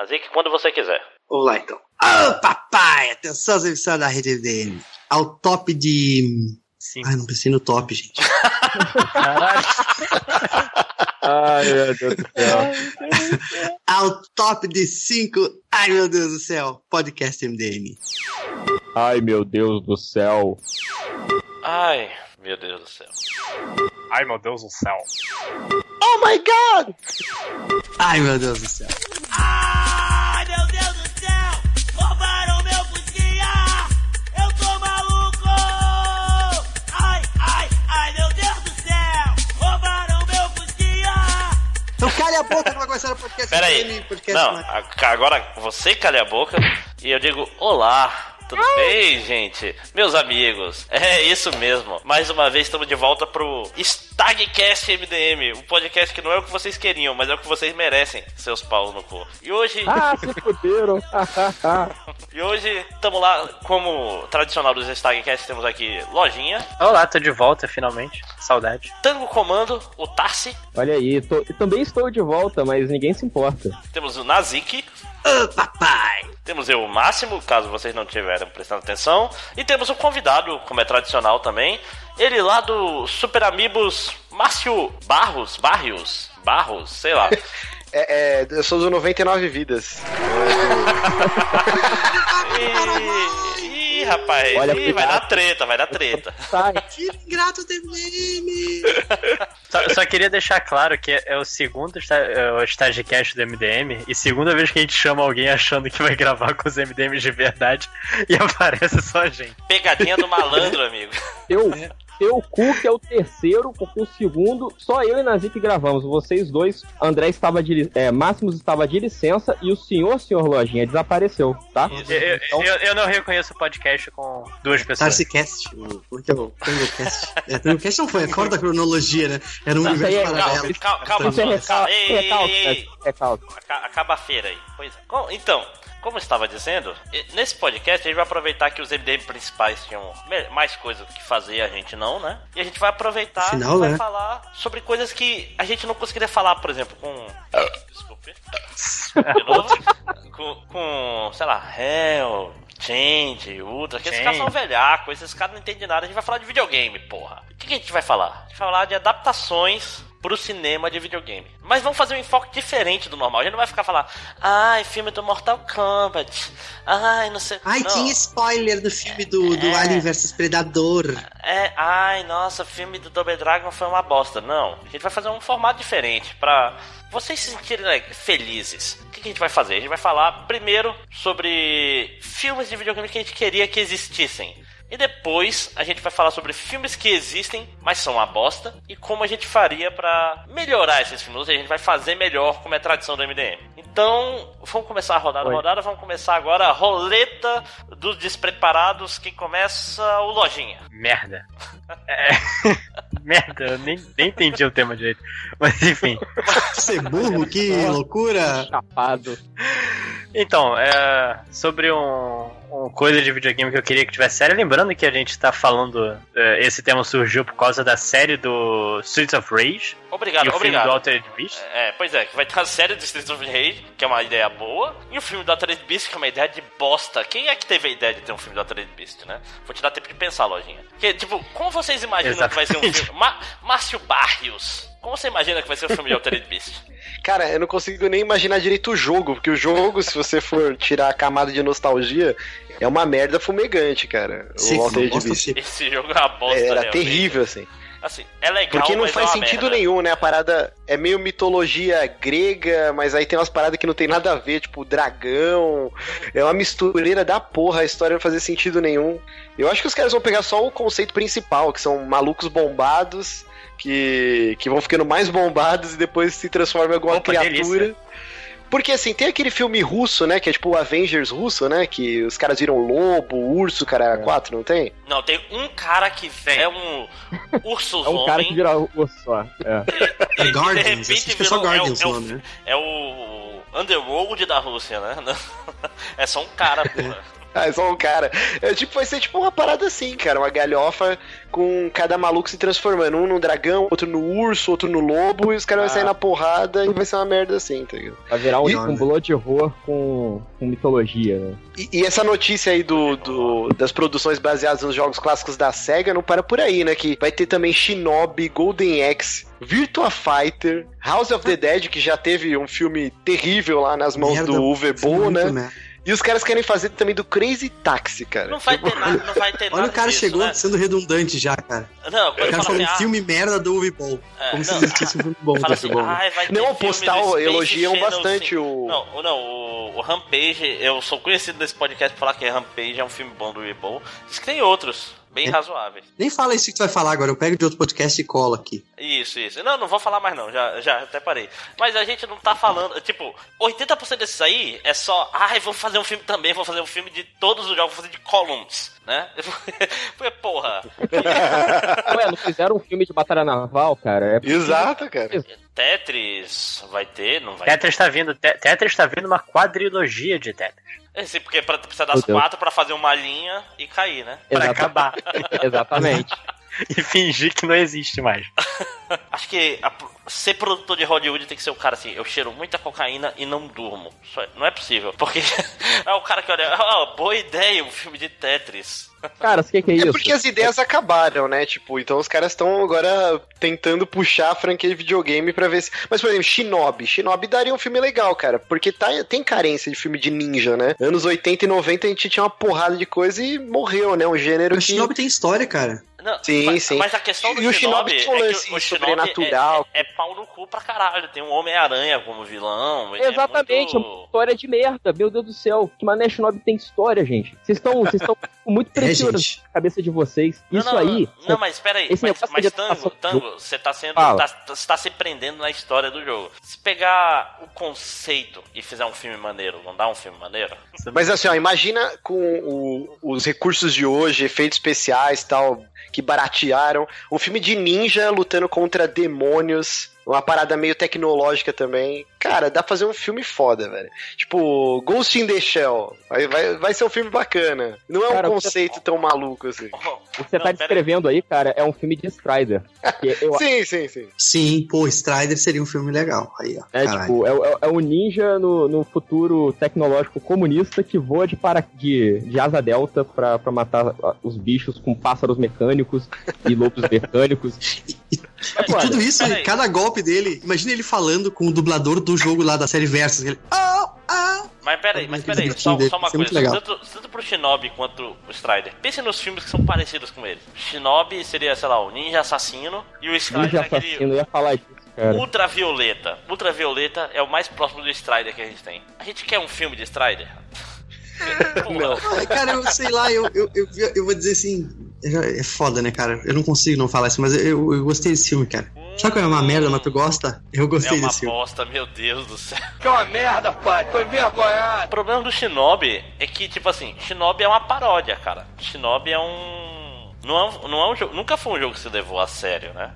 Nazik, quando você quiser. Vamos lá, então. Ô, papai! Atenção às emissoras da Rede MDM. Ao top de... Sim. Ai, não pensei no top, gente. Caralho. Ai, meu Deus do céu. Ao top de 5... Ai, meu Deus do céu. Podcast MDM. Ai, meu Deus do céu. Ai, meu Deus do céu. Ai, meu Deus do céu. Oh, my God! Ai, meu Deus do céu. Ai, meu Deus do céu! Roubaram meu Fusquinha! Eu tô maluco! Ai, meu Deus do céu! Roubaram meu Fusquinha! Então cale a boca que vai começar o podcast. Pera aí. Não, agora você cale a boca e eu digo olá. Tudo bem, gente? Meus amigos, é isso mesmo. Mais uma vez estamos de volta pro Stagcast MDM, um podcast que não é o que vocês queriam, mas é o que vocês merecem, seus paus no cu. E hoje... se fuderam. E hoje estamos lá, como tradicional dos Stagcast, temos aqui Lojinha. Olá, tô de volta, finalmente. Saudade. Tango Comando, o Tarsi. Olha aí, também estou de volta, mas ninguém se importa. Temos o Nazik. Ô, papai! Temos eu, o Máximo, caso vocês não estiverem prestando atenção. E temos o convidado, como é tradicional também. Ele lá do Super Amigos, Márcio Barros, sei lá. Eu sou do 99 Vidas. Ih, rapaz, olha, vai dar treta. Que ingrato do MDM! Só queria deixar claro que é o segundo o Stagecast do MDM e segunda vez que a gente chama alguém achando que vai gravar com os MDMs de verdade e aparece só a gente. Pegadinha do malandro, amigo. Seu cu, que é o terceiro, porque o segundo, só eu e Nazik gravamos. Vocês dois, Máximos estava de licença e o senhor Lojinha desapareceu, tá? Eu não reconheço o podcast com duas pessoas. Tarsicast, porque é o Tangocast. Tangocast não foi, é fora da cronologia, né? Era um universo paralelo. Calma. Ei. Recalque. Acaba a feira aí. Pois é. Então, como eu estava dizendo, nesse podcast a gente vai aproveitar que os MDM principais tinham mais coisas que fazer e a gente não, né? E a gente vai aproveitar e vai falar sobre coisas que a gente não conseguiria falar, por exemplo, com... Desculpe. De novo. com sei lá, Hell, Change, Ultra, que esses caras são velhacos, esses caras não entendem nada. A gente vai falar de videogame, porra. O que a gente vai falar? A gente vai falar de adaptações pro cinema de videogame. Mas vamos fazer um enfoque diferente do normal. A gente não vai ficar falando, filme do Mortal Kombat. Não sei. Não. Tinha spoiler do filme do Alien vs Predador. Nossa, o filme do Double Dragon foi uma bosta. Não, a gente vai fazer um formato diferente pra vocês se sentirem felizes. O que a gente vai fazer? A gente vai falar primeiro sobre filmes de videogame que a gente queria que existissem. E depois a gente vai falar sobre filmes que existem, mas são uma bosta, e como a gente faria pra melhorar esses filmes. A gente vai fazer melhor, como é tradição do MDM. Então, vamos começar a rodada. Vamos começar agora a roleta dos despreparados. Quem começa? O Lojinha. Merda. Merda, eu nem entendi o tema direito. Mas enfim. Você é burro, que loucura. Chapado. Então, sobre um coisa de videogame que eu queria que tivesse série. Lembrando que a gente tá falando, esse tema surgiu por causa da série do Streets of Rage. Obrigado. Filme do Altered Beast. Pois é, que vai ter a série do Streets of Rage, que é uma ideia boa, e o filme do Altered Beast, que é uma ideia de bosta. Quem é que teve a ideia de ter um filme do Altered Beast, né? Vou te dar tempo de pensar, Lojinha. Porque, tipo, como vocês imaginam que vai ser um filme? Márcio Barrios, como você imagina que vai ser o filme de Altered Beast? Cara, eu não consigo nem imaginar direito o jogo, porque o jogo, se você for tirar a camada de nostalgia, é uma merda fumegante, cara. O Altered Beast. Esse jogo é uma bosta, era realmente. terrível, assim. Assim, é legal, porque não mas faz é uma sentido merda. nenhum, né? A parada é meio mitologia grega, mas aí tem umas paradas que não tem nada a ver, tipo dragão. É uma mistureira da porra, a história não fazia sentido nenhum. Eu acho que os caras vão pegar só o conceito principal, que são malucos bombados, que vão ficando mais bombados e depois se transformam em alguma criatura. Delícia. Porque, assim, tem aquele filme russo, né? Que é tipo o Avengers russo, né? Que os caras viram lobo, urso, cara, 4, não tem? Não, tem um cara que é um urso É um cara que vira urso só. É Guardians, de repente virou, Guardians o nome, né? É o Underworld da Rússia, né? É só um cara, porra. Ah, é só um cara. Vai ser tipo uma parada assim, cara. Uma galhofa com cada maluco se transformando. Um no dragão, outro no urso, outro no lobo. E os caras vão sair na porrada e vai ser uma merda assim, tá ligado? Vai virar um Blood Horror com mitologia, né? E essa notícia aí das produções baseadas nos jogos clássicos da SEGA não para por aí, né? Que vai ter também Shinobi, Golden Axe, Virtua Fighter, House of the Dead, que já teve um filme terrível lá nas mãos do Uwe Boll, né? E os caras querem fazer também do Crazy Taxi, cara. Não vai ter nada, não vai ter nada. Olha, o cara disso, chegou né? sendo redundante já, cara. Não, o cara falou um filme merda do Uwe Boll. Como se existisse um filme bom. Assim, não, o Postal elogiam bastante o... Não, o Rampage, eu sou conhecido nesse podcast por falar que Rampage é um filme bom do Uwe Boll. Diz que tem outros bem razoáveis. Nem fala isso que tu vai falar agora, eu pego de outro podcast e colo aqui. Isso. Não vou falar mais não, já até parei. Mas a gente não tá falando, 80% desses aí é só, vou fazer um filme também, vou fazer um filme de todos os jogos, vou fazer de Columns, né? Porque, porra. Ué, não fizeram um filme de batalha naval, cara? Exato, cara. Tetris vai ter, não vai Tetris ter. Tetris tá vindo uma quadrilogia de Tetris. Sim, porque precisa das 4 pra fazer uma linha e cair, né? Pra acabar. Exatamente. E fingir que não existe mais. Acho que ser produtor de Hollywood tem que ser o cara assim, eu cheiro muita cocaína e não durmo. Não é possível, porque é o cara que olha, boa ideia, um filme de Tetris. Cara, o que é isso? É porque as ideias acabaram, né? Então os caras estão agora tentando puxar a franquia de videogame pra ver se... Mas, por exemplo, Shinobi daria um filme legal, cara, porque tem carência de filme de ninja, né? Anos 80 e 90 a gente tinha uma porrada de coisa e morreu, né? Um gênero que... Shinobi tem história, cara. Não, sim. Mas a questão do Shinobi é que o sobrenatural. É pau no cu pra caralho. Tem um Homem-Aranha como vilão. Exatamente, é uma história de merda. Meu Deus do céu, que mané Shinobi tem história, gente. Vocês estão muito preciosos na cabeça de vocês. Não, mas espera aí. Mas Tango, você tá se prendendo na história do jogo. Se pegar o conceito e fizer um filme maneiro, não dá um filme maneiro? Mas assim, imagina com os recursos de hoje, efeitos especiais e tal, que baratearam, um filme de ninja lutando contra demônios, uma parada meio tecnológica também. Cara, dá pra fazer um filme foda, velho. Tipo, Ghost in the Shell. Vai ser um filme bacana. Não é um conceito tão maluco assim. O que você tá descrevendo aí, cara, é um filme de Strider. Sim. Sim, Strider seria um filme legal. Aí, ó. É um ninja no futuro tecnológico comunista que voa de asa delta pra matar os bichos com pássaros mecânicos e lobos mecânicos. E tudo isso, cada golpe dele, imagina ele falando com o dublador do jogo lá da série Versus. Ele, Mas peraí, só uma coisa. Tanto pro Shinobi quanto o Strider. Pense nos filmes que são parecidos com ele. Shinobi seria, sei lá, o Ninja Assassino e o Strider é aquele eu ia falar isso, cara. Ultravioleta. Ultravioleta é o mais próximo do Strider que a gente tem. A gente quer um filme de Strider? Não. Cara, eu sei lá, eu vou dizer assim, é foda, né, cara? Eu não consigo não falar isso, mas eu gostei desse filme, cara. Sabe que é uma merda, mas tu gosta? Eu gostei desse filme. É uma bosta, meu Deus do céu. Que é uma merda, pai, tô envergonhado. O problema do Shinobi é que, Shinobi é uma paródia, cara. Shinobi é um... Não é um jogo, nunca foi um jogo que se levou a sério, né?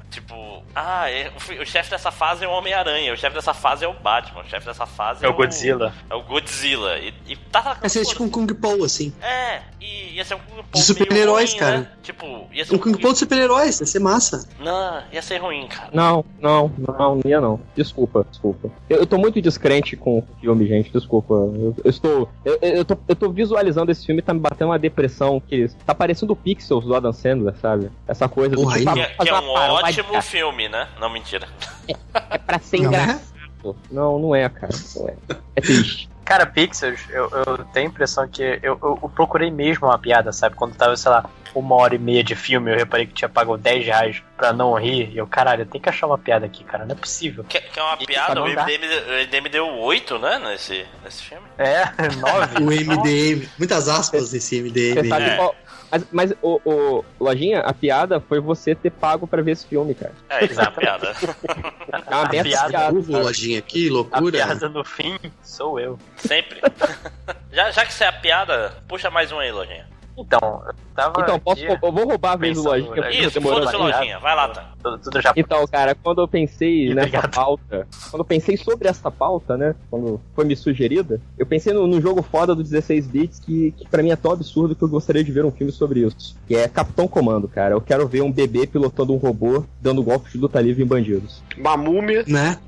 O chefe dessa fase é o Homem-Aranha, o chefe dessa fase é o Batman, o chefe dessa fase é o Godzilla. É o Godzilla. E tá... Ia ser tipo um Kung Po, assim. E ia ser um Kung Po de super-heróis, ruim, cara. Né? Ia ser um Kung Po de super-heróis, ia ser massa. Não, ia ser ruim, cara. Não ia não. Desculpa. Eu tô muito descrente com o filme, gente, desculpa. Eu tô visualizando esse filme, tá me batendo uma depressão que tá parecendo o Pixels do Adam Sandler, sabe? Essa coisa do que é um ótimo filme, né? Não, mentira. É pra ser engraçado. Não é, cara. Não é. É triste. Cara, Pixels, eu tenho a impressão que eu procurei mesmo uma piada, sabe? Quando tava, sei lá, 1h30 de filme, eu reparei que tinha pago R$10 pra não rir. E eu, caralho, eu tenho que achar uma piada aqui, cara. Não é possível. Que é uma piada? O MDM deu 8, né? Nesse filme. 9. O MDM. Muitas aspas nesse MDM. Você sabe qual... Mas Lojinha, a piada foi você ter pago pra ver esse filme, cara. Isso é uma piada. É uma piada. Lojinha, que loucura. A piada no fim sou eu. Sempre. já que você é a piada, puxa mais um aí, Lojinha. Então, eu tava. Eu vou roubar a vez do Lojinha. Isso, foda-se, Lojinha. Vai lá, tá. Tudo já. Então, cara, quando eu pensei nessa pauta, quando eu pensei sobre essa pauta, né, quando foi me sugerida, eu pensei no jogo foda do 16 bits que pra mim é tão absurdo que eu gostaria de ver um filme sobre isso. Que é Capitão Comando, cara. Eu quero ver um bebê pilotando um robô dando golpe de luta livre em bandidos. Uma múmia. Né?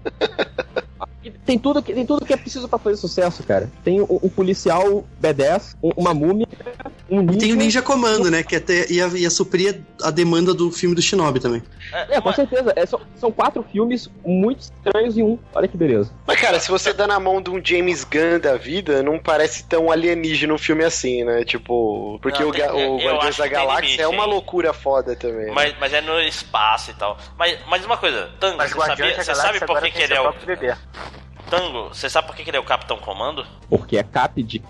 Tem tudo que é preciso pra fazer sucesso, cara. Tem um policial B10, uma múmia, um ninja... E tem o Ninja Comando, né? Que até ia suprir a demanda do filme do Shinobi também. Com certeza. São 4 filmes muito estranhos em um. Olha que beleza. Mas, cara, se você dá na mão de um James Gunn da vida, não parece tão alienígena um filme assim, né? Tipo, porque o Guardiões da Galáxia limite, é uma loucura foda também. Mas é no espaço e tal. Mas uma coisa, Tango, você sabe por que ele é o... Tango, você sabe por que ele é o Capitão Comando? Porque é cap de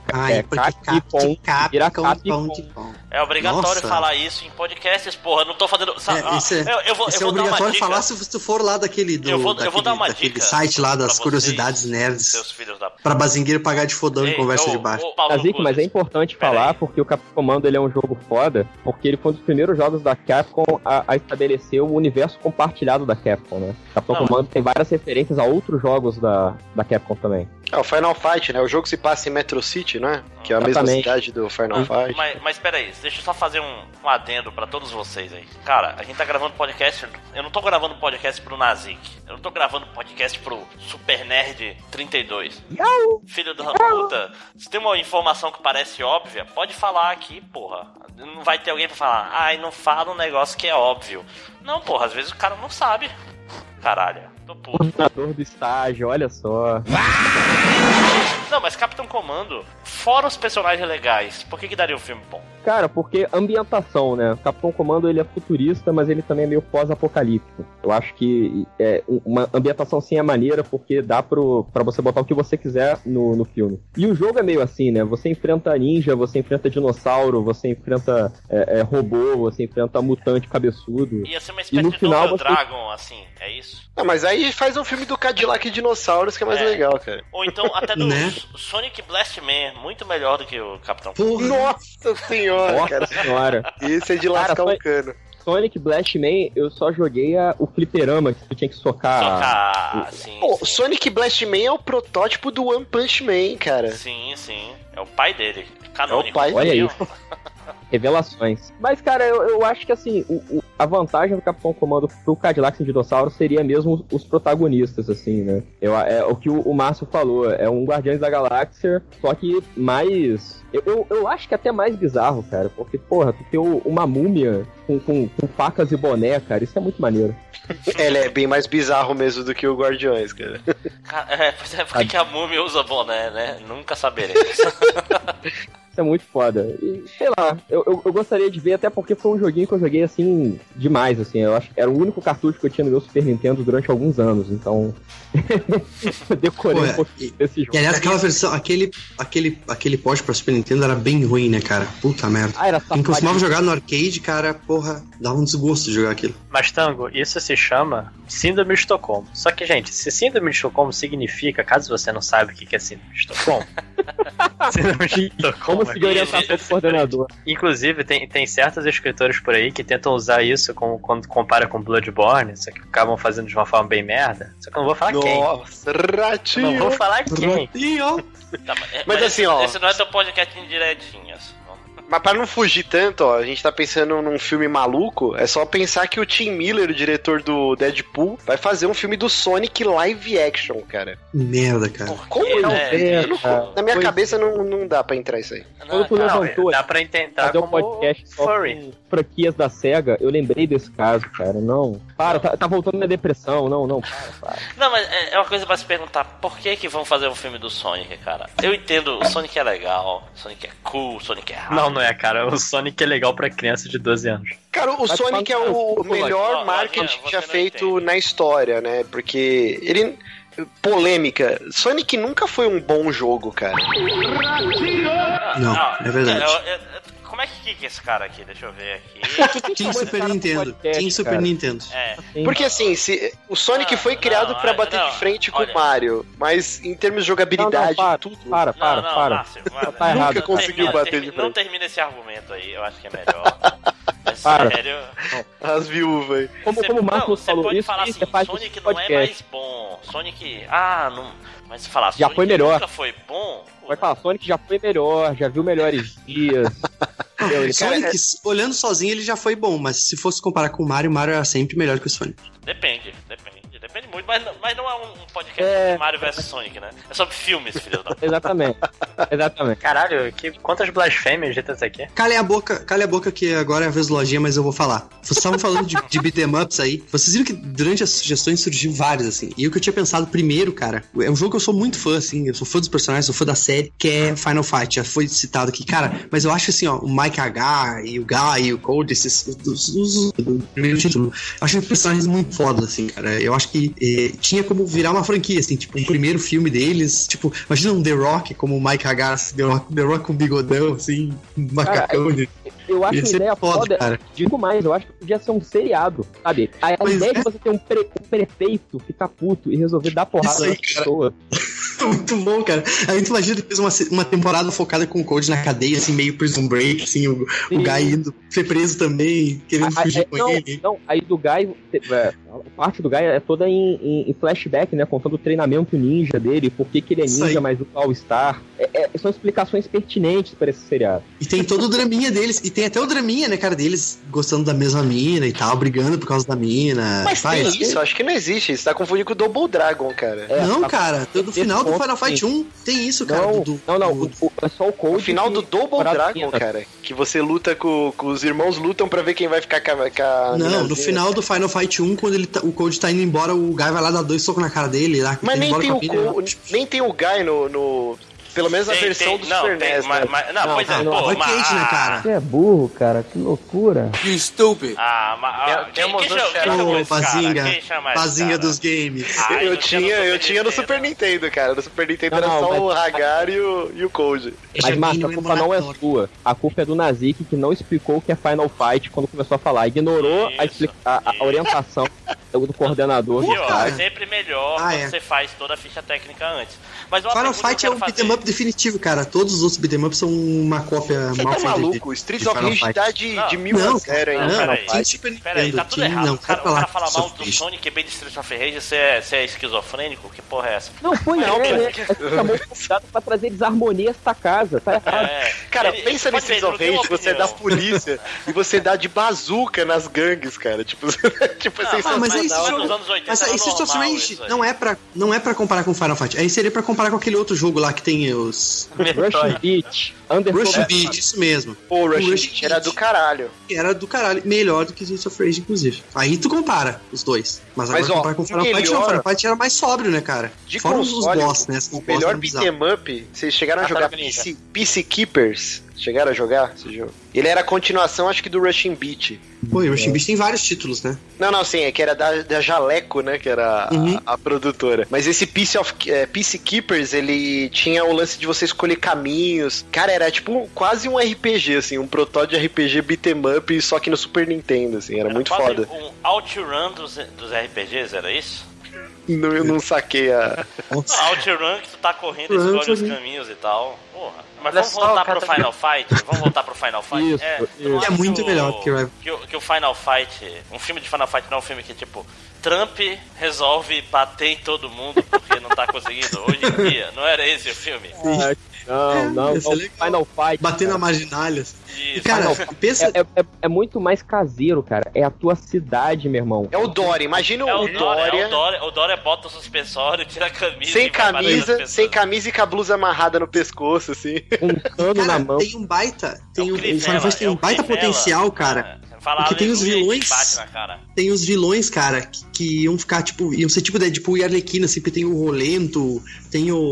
cap, vira cap de pão. É obrigatório falar isso em podcasts, porra. Não tô fazendo. Eu vou obrigatório falar se tu for lá daquele site lá das curiosidades nerds. Seus filhos da... Pra Bazingueiro pagar de fodão em conversa de baixo. Mas é importante falar porque o Capitão Comando ele é um jogo foda, porque ele foi um dos primeiros jogos da Capcom a estabelecer o universo compartilhado da Capcom, né? Capitão Comando tem várias referências a outros jogos da Capcom também. O Final Fight, né? O jogo se passa em Metro City, né? Que é a mesma cidade do Final Fight. Mas peraí, deixa eu só fazer um adendo pra todos vocês aí. Cara, a gente tá gravando podcast. Eu não tô gravando podcast pro Nazik. Eu não tô gravando podcast pro Super Nerd 32. Filho da puta. Se tem uma informação que parece óbvia, pode falar aqui, porra. Não vai ter alguém pra falar, ai, não fala um negócio que é óbvio. Não, porra, às vezes o cara não sabe. Caralho, tô puto. Coordenador do estágio, olha só. Não, mas Capitão Comando, fora os personagens legais, por que daria um filme bom? Cara, porque ambientação, né? Capitão Comando, ele é futurista, mas ele também é meio pós-apocalíptico. Eu acho que uma ambientação sim é maneira, porque dá pra você botar o que você quiser no filme. E o jogo é meio assim, né? Você enfrenta ninja, você enfrenta dinossauro, você enfrenta robô, você enfrenta mutante cabeçudo. Ia ser uma espécie de Double Dragon, assim, é isso? Não, mas aí faz um filme do Cadillac e Dinossauros que é mais legal, cara. Ou então até do Sonic Blast Man, muito melhor do que o Capitão Comando. Nossa senhora, cara. Nossa senhora. Esse é de lascar um cano. Sonic Blast Man, eu só joguei o fliperama, que tu tinha que socar... Sim, sim. Sonic Blast Man é o protótipo do One Punch Man, cara. Sim. É o pai dele. Canônico. É o pai Olha isso. Revelações. Mas, cara, eu acho que, assim, a vantagem do Capitão Comando pro Cadillac e Dinossauro seria mesmo os protagonistas, assim, né? É o que o Márcio falou, é um Guardiões da Galáxia, só que mais... Eu acho que até mais bizarro, cara, porque, porra, tu ter uma múmia com facas e boné, cara, isso é muito maneiro. Ele é bem mais bizarro mesmo do que o Guardiões, cara. Pois é, porque a múmia usa boné, né? Nunca saberemos. É muito foda. E, sei lá, eu gostaria de ver, até porque foi um joguinho que eu joguei, assim, demais, assim. Eu acho que era o único cartucho que eu tinha no meu Super Nintendo durante alguns anos, então... eu decorei um pouquinho desse jogo. E, aliás, aquela versão, aquele port pra Super Nintendo era bem ruim, né, cara? Puta merda. Quem costumava jogar no arcade, cara, porra, dava um desgosto de jogar aquilo. Mas, Tango, isso se chama Síndrome de Estocolmo. Só que, gente, se Síndrome de Estocolmo significa, caso você não saiba o que é Síndrome de Estocolmo... Síndrome de Estocolmo... Como seguir a orientação do coordenador. Inclusive, tem certos escritores por aí que tentam usar isso quando compara com Bloodborne, só que acabam fazendo de uma forma bem merda. Só que eu não vou falar quem. Nossa, ratinho! Não vou falar quem. Ratinho! Tá, mas assim, ó... Esse não é teu podcast em diretinhas. Mas pra não fugir tanto, ó, a gente tá pensando num filme maluco, é só pensar que o Tim Miller, o diretor do Deadpool, vai fazer um filme do Sonic live action, cara. Merda, cara. Como não? Na minha cabeça não dá pra entrar isso aí. Dá pra tentar fazer um podcast furry. Franquias da SEGA, eu lembrei desse caso, cara. Não. Para, tá voltando minha depressão. Não, para. Não, mas é uma coisa pra se perguntar, por que vão fazer um filme do Sonic, cara? Eu entendo, o Sonic é legal, o Sonic é cool, o Sonic é rápido. Não é, cara. O Sonic é legal pra criança de 12 anos. Cara, o Sonic é o melhor marketing já feito na história, né? Porque ele... Polêmica. Sonic nunca foi um bom jogo, cara. Não, é verdade. como é que esse cara aqui? Deixa eu ver aqui. Team Super Nintendo. Team Super Nintendo. Porque assim, o Sonic foi criado pra bater de frente com o Mario, mas em termos de jogabilidade, tudo. Para. Márcio, tá errado. Nunca conseguiu bater de frente. Não termina esse argumento aí, eu acho que é melhor. É sério. As viúvas aí. Como o Marcos falou, pode isso falar assim, Sonic não é mais bom. Sonic. Não. Mas se falar, já Sonic foi melhor. Nunca foi bom. Vai falar, Sonic já foi melhor, já viu melhores dias. Sonic, olhando sozinho, ele já foi bom, mas se fosse comparar com o Mario era sempre melhor que o Sonic. Depende muito, mas não é um podcast de Mario vs Sonic, né? É sobre filmes, filho da... Exatamente. Caralho, quantas blasfêmias ditas aqui? Calem a boca que agora é a vez lojinha, mas eu vou falar. Vocês estavam falando de beat'em ups aí, vocês viram que durante as sugestões surgiu vários, assim, e o que eu tinha pensado primeiro, cara, é um jogo que eu sou muito fã, assim, eu sou fã dos personagens, sou fã da série, que é Final Fight, já foi citado aqui, cara, mas eu acho assim, ó, o Mike H e o Guy e o Code, esses do primeiro título, eu acho os personagens muito fodas, assim, cara, eu acho que tinha como virar uma franquia, assim, tipo, um primeiro filme deles, tipo, imagina um The Rock como o Mike H, The Rock com bigodão, assim, macacão. Cara, eu acho uma ideia foda, cara. Digo mais, eu acho que podia ser um seriado, sabe? A ideia de você ter um prefeito ficar puto e resolver dar porrada na pessoa. Muito bom, cara. A gente imagina depois uma temporada focada com o Code na cadeia, assim, meio Prison Break, assim, o Guy indo ser preso também, querendo fugir com ele. Não, aí do Guy, a parte do Guy é toda em flashback, né, contando o treinamento ninja dele, por que ele é ninja, mas o All-Star. São explicações pertinentes para esse seriado. E tem todo o draminha deles, e tem até o draminha, né, cara, deles gostando da mesma mina e tal, brigando por causa da mina. Mas tem isso? Acho que não existe, você tá confundindo com o Double Dragon, cara. Não, cara, no final do Final Fight 1 tem isso, cara. Não, é só o Code. No final do Double Dragon, cara, que você luta com os irmãos lutam pra ver quem vai ficar com a Não, no final do Final Fight 1, quando o Code tá indo embora, o Guy vai lá dar 2 socos na cara dele. Lá, mas nem tem o Guy no... Pelo menos a versão do Super NES, né? Pois é, pô, mas... né, cara? Você é burro, cara, que loucura. You stupid. Pazinga dos games. Eu tinha no Super Nintendo, cara. No Super Nintendo era só o Hagar e o Code. Mas, Marcos, a culpa não é sua. A culpa é do Nazik, que não explicou o que é Final Fight quando começou a falar. Ignorou a orientação do coordenador. É sempre melhor quando você faz toda a ficha técnica antes. Mas Final Fight é um beat'em up definitivo, cara. Todos os outros beat'em ups são uma cópia mal feita. Tá maluco? Streets of Rage dá de 1000 a 0 ainda. Peraí, tá tudo errado. O cara fala mal do Sonic e bem de Streets of Rage, você é esquizofrênico? Que porra é essa? Não, foi não, né? Chamou convidado pra trazer desarmonia pra casa, tá errado. Cara, pensa nesse Streets of Rage, você é da polícia e você dá de bazuca nas gangues, cara. Mas Streets of Rage não é pra comparar com Final Fight. Aí seria pra comparar com aquele outro jogo lá que tem os... Rush Beat. Rush Beat, isso mesmo. Pô, o Rush Beat era do caralho. Era do caralho. Melhor do que Streets of Rage, inclusive. Aí tu compara os dois. Mas agora compara com Final Fight, não. Final Fight era mais sóbrio, né, cara? Fora os boss, né? O melhor beat'em up, vocês chegaram a jogar Peacekeepers? Chegaram a jogar esse jogo? Ele era a continuação, acho que do Rushing Beat. Pô, e o Rushing Beat tem vários títulos, né? Não, sim, é que era da Jaleco, né? Que era a produtora. Mas esse Peacekeepers, ele tinha o lance de você escolher caminhos. Cara, era tipo quase um RPG, assim, um protótipo de RPG beat'em up, só que no Super Nintendo, assim, era muito foda. Um OutRun dos RPGs, era isso? Eu não saquei a... OutRun que tu tá correndo e escolhe os caminhos e tal. Porra. Mas vamos voltar pro Final Fight? Vamos voltar pro Final Fight? Isso. É muito melhor que o Final Fight. Um filme de Final Fight não é um filme que, tipo, Trump resolve bater em todo mundo porque não tá conseguindo hoje em dia. Não era esse o filme? Não. Final Fight. Bater na marginalha. Isso. Cara, pensa... é muito mais caseiro, cara. É a tua cidade, meu irmão. É o Dória. Imagina o Dória. O Dória bota o suspensório, tira a camisa. Sem camisa e com a blusa amarrada no pescoço, assim. Um cano na mão. Tem um baita. O Final Fight tem um baita potencial, cara. Porque tem os vilões. Tem os vilões, cara, que iam ficar, tipo, iam ser tipo Deadpool e Arlequina, assim, porque tem o Rolento, tem o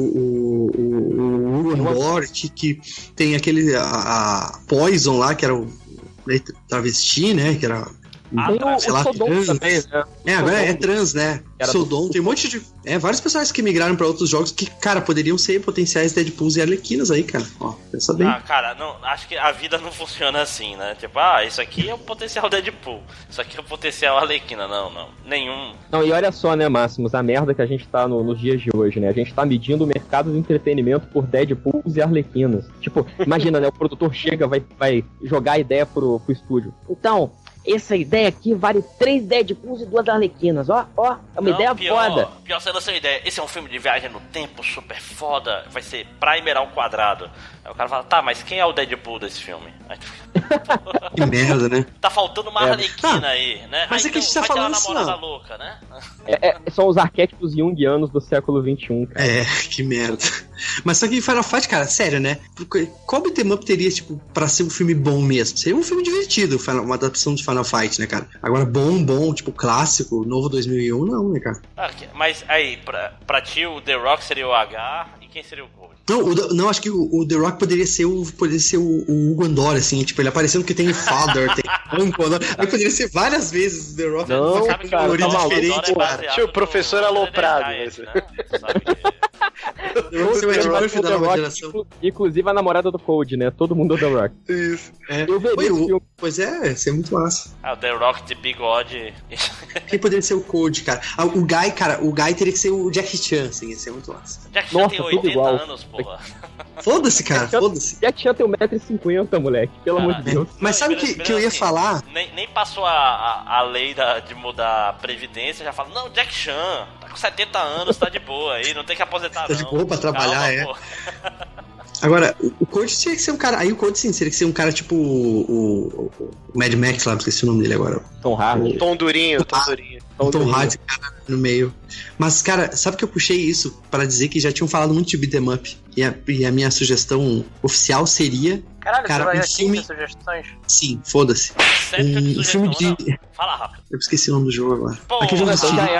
Urambort, que tem aquele a Poison lá, que era o travesti, né? Que era Tem o Sodom também, né? Agora é trans, né? Sodom, tem um monte de... vários personagens que migraram pra outros jogos que, cara, poderiam ser potenciais Deadpools e Arlequinas aí, cara. Ó, pensa bem. Cara, não, acho que a vida não funciona assim, né? Tipo, isso aqui é o potencial Deadpool, isso aqui é o potencial Arlequina. Não, nenhum. Não, e olha só, né, Máximos, a merda que a gente tá nos dias de hoje, né? A gente tá medindo o mercado do entretenimento por Deadpools e Arlequinas. Tipo, imagina, né? O produtor chega, vai jogar a ideia pro estúdio. Então, essa ideia aqui vale 3 Deadpools e 2 Arlequinas, ó, é uma ideia foda. Pior, você lançou a ideia, esse é um filme de viagem no tempo super foda, vai ser Primer ao quadrado. Aí o cara fala, tá, mas quem é o Deadpool desse filme? Aí tu... Que merda, né? Tá faltando uma Arlequina aí, né? Mas é que a gente tá falando isso, namorada louca, né? São os arquétipos junguianos do século XXI, cara. Que merda. Mas só que Final Fight, cara, sério, né? Qual beat'em up teria, tipo, pra ser um filme bom mesmo? Seria um filme divertido, uma adaptação de Final Fight, né, cara? Agora, bom, tipo, clássico, novo 2001, não, né, cara? Mas aí, pra ti, o The Rock seria o H e quem seria o Cold? Não, acho que o The Rock poderia ser o Hugo Andor, assim, tipo, ele aparecendo que tem Father, tem Uncle, aí poderia ser várias vezes o The Rock. Não, cara, tá diferente, cara. Tinha o professor aloprado, né? Sabe que... Inclusive a namorada do Cold, né? Todo mundo é The Rock. Isso. Eu veria esse filme. Pois é muito massa. O The Rock de bigode. Quem poderia ser o Cold, cara? O Guy teria que ser o Jackie Chan, assim, ia ser muito massa. Jackie Chan tem 80 anos, porra. Foda-se, cara, foda-se. Jackie Chan tem 1,50m, moleque, pelo amor de Deus. Mas sabe o que eu ia falar? Nem passou a lei de mudar a Previdência, já fala, não, Jackie Chan, tá com 70 anos, tá de boa aí, não tem que aposentar não. Tá de boa pra trabalhar, Agora, o Cold teria que ser um cara... Aí o Cold, sim, teria que ser um cara tipo o Mad Max lá, não esqueci o nome dele agora. Tom Hardy. Tom Durinho. Tom Hardy, cara, no meio. Mas, cara, sabe que eu puxei isso pra dizer que já tinham falado muito de beat'em up. E a minha sugestão oficial seria... Caralho, um filme... sugestões? Sim, foda-se. Um filme de... Fala rápido. Eu esqueci o nome do jogo agora. Aquele jogo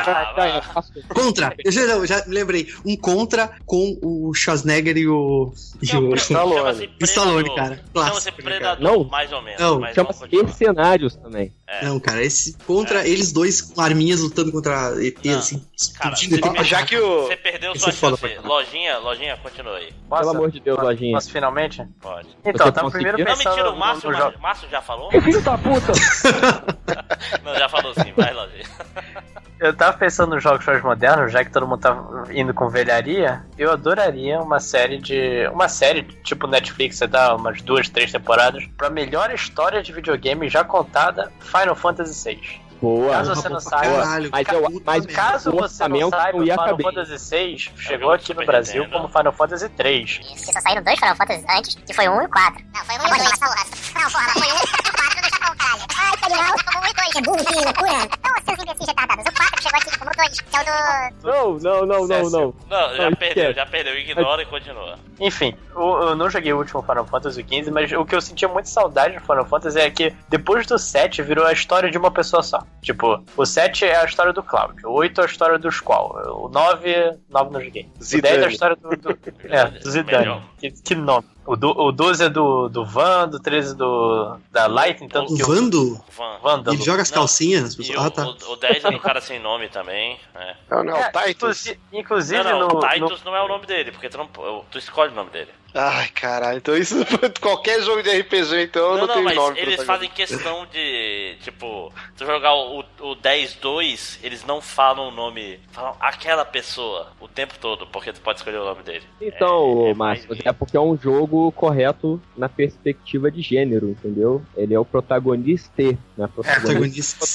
Contra. Eu já me lembrei. Um Contra com o Schwarzenegger e o Stallone, cara. Chama-se Predador, mais ou menos. Não, chama-se Mercenários também. Não, cara, esse contra eles dois com arminhas lutando contra ET, assim. Cara, já que o... Você perdeu sua chance. Lojinha, continua aí. Pelo amor de Deus, Lojinha. Posso finalmente? Pode. Então, tá primeiro pensando... Não, mentira, o Márcio já falou? Filho da puta! Não, já falou sim, vai, Lojinha. Eu tava pensando nos jogos mais modernos, já que todo mundo tá indo com velharia, eu adoraria uma série tipo Netflix, você dá umas 2, 3 temporadas, pra melhor história de videogame já contada, Final Fantasy VI. Boa. Caso você não saiba, caso você não saiba, Final Fantasy VI chegou aqui no Brasil como Final Fantasy 3. Isso, só saíram 2 Final Fantasy antes, que foi o 1 e o 4. Não, foi o 1 e o 2. Não, porra, foi o 1 e o 4, não deixa pra caralho. Ai, tá de mal, como 1 e 2. É burro, que loucura. Não, seus imbecis retardados. O 4 chegou aqui como o 2, que é o do... Não. Não, já perdeu, ignora e continua. Enfim, eu não joguei o último Final Fantasy XV, mas o que eu sentia muita saudade no Final Fantasy é que depois do 7 virou a história de uma pessoa só. Tipo, o 7 é a história do Cloud, o 8 é a história do Squall, o 9 não joguei. O 10 é a história do Zidane. Que nome. O 12 é do Van, do 13 da Light, então... O Vando? Vando. Ele joga as calcinhas? O 10 é do cara sem nome também. Não, o Titus. Inclusive o Titus não é o nome dele, porque tu escolhe o nome dele. Ai, caralho, então isso qualquer jogo de RPG, então não tem mas nome. Eles fazem questão de, tipo, tu jogar o 10-2, eles não falam o nome, falam aquela pessoa o tempo todo, porque tu pode escolher o nome dele. Então, Márcio, é porque é um jogo correto na perspectiva de gênero, entendeu? Ele é o protagonista, né? Protagonista.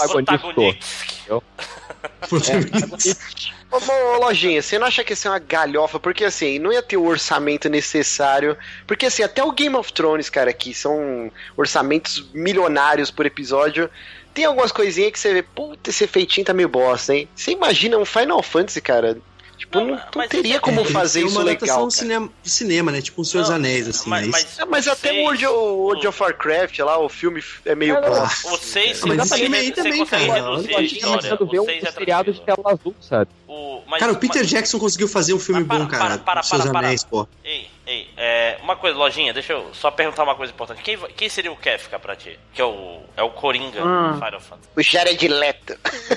Ô, Lojinha, você não acha que isso é uma galhofa? Porque assim, não ia ter o orçamento necessário. Porque assim, até o Game of Thrones, cara, que são orçamentos milionários por episódio, tem algumas coisinhas que você vê, puta, esse efeitinho tá meio bosta, hein? Você imagina um Final Fantasy, cara... Tipo, não teria como fazer isso legal. Uma cinema, né? Tipo um Senhor dos Anéis, assim. Mas até o World of Warcraft lá, o filme é meio... O 6, você consegue reduzir a história. O 6 é seriado de tela azul, sabe? Cara, o Peter Jackson conseguiu fazer um filme bom, cara. Senhor dos Anéis, pô. Ei, uma coisa, Lojinha, deixa eu só perguntar uma coisa importante. Quem seria o Kefka pra ti? Que é o Coringa do Final Fantasy. O Jared Leto.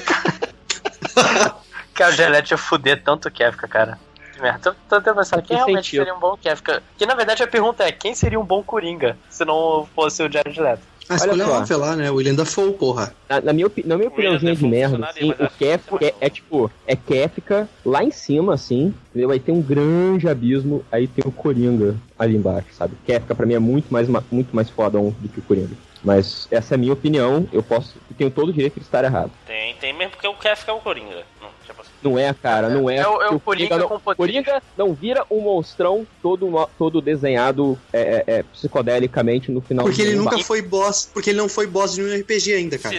Cara, o Jared ia fuder tanto o Kefka, cara. Tô pensando, quem realmente seria um bom Kefka? Que na verdade a pergunta é, quem seria um bom Coringa se não fosse o Jared Leto? Ah, escolha óbvia lá, né? William Dafoe, porra. Na minha opiniãozinha de merda, assim, o Kefka é Kefka lá em cima, assim, entendeu? Aí tem um grande abismo, aí tem o Coringa ali embaixo, sabe? Kefka pra mim é muito mais fodão do que o Coringa. Mas essa é a minha opinião, eu tenho todo o direito de estar errado. Tem mesmo, porque o Kefka é o Coringa. Não é, cara, não é. É o Coringa com poder. Coringa não vira um monstrão todo desenhado psicodelicamente no final. Porque ele nunca foi boss, porque ele não foi boss de um RPG ainda, cara.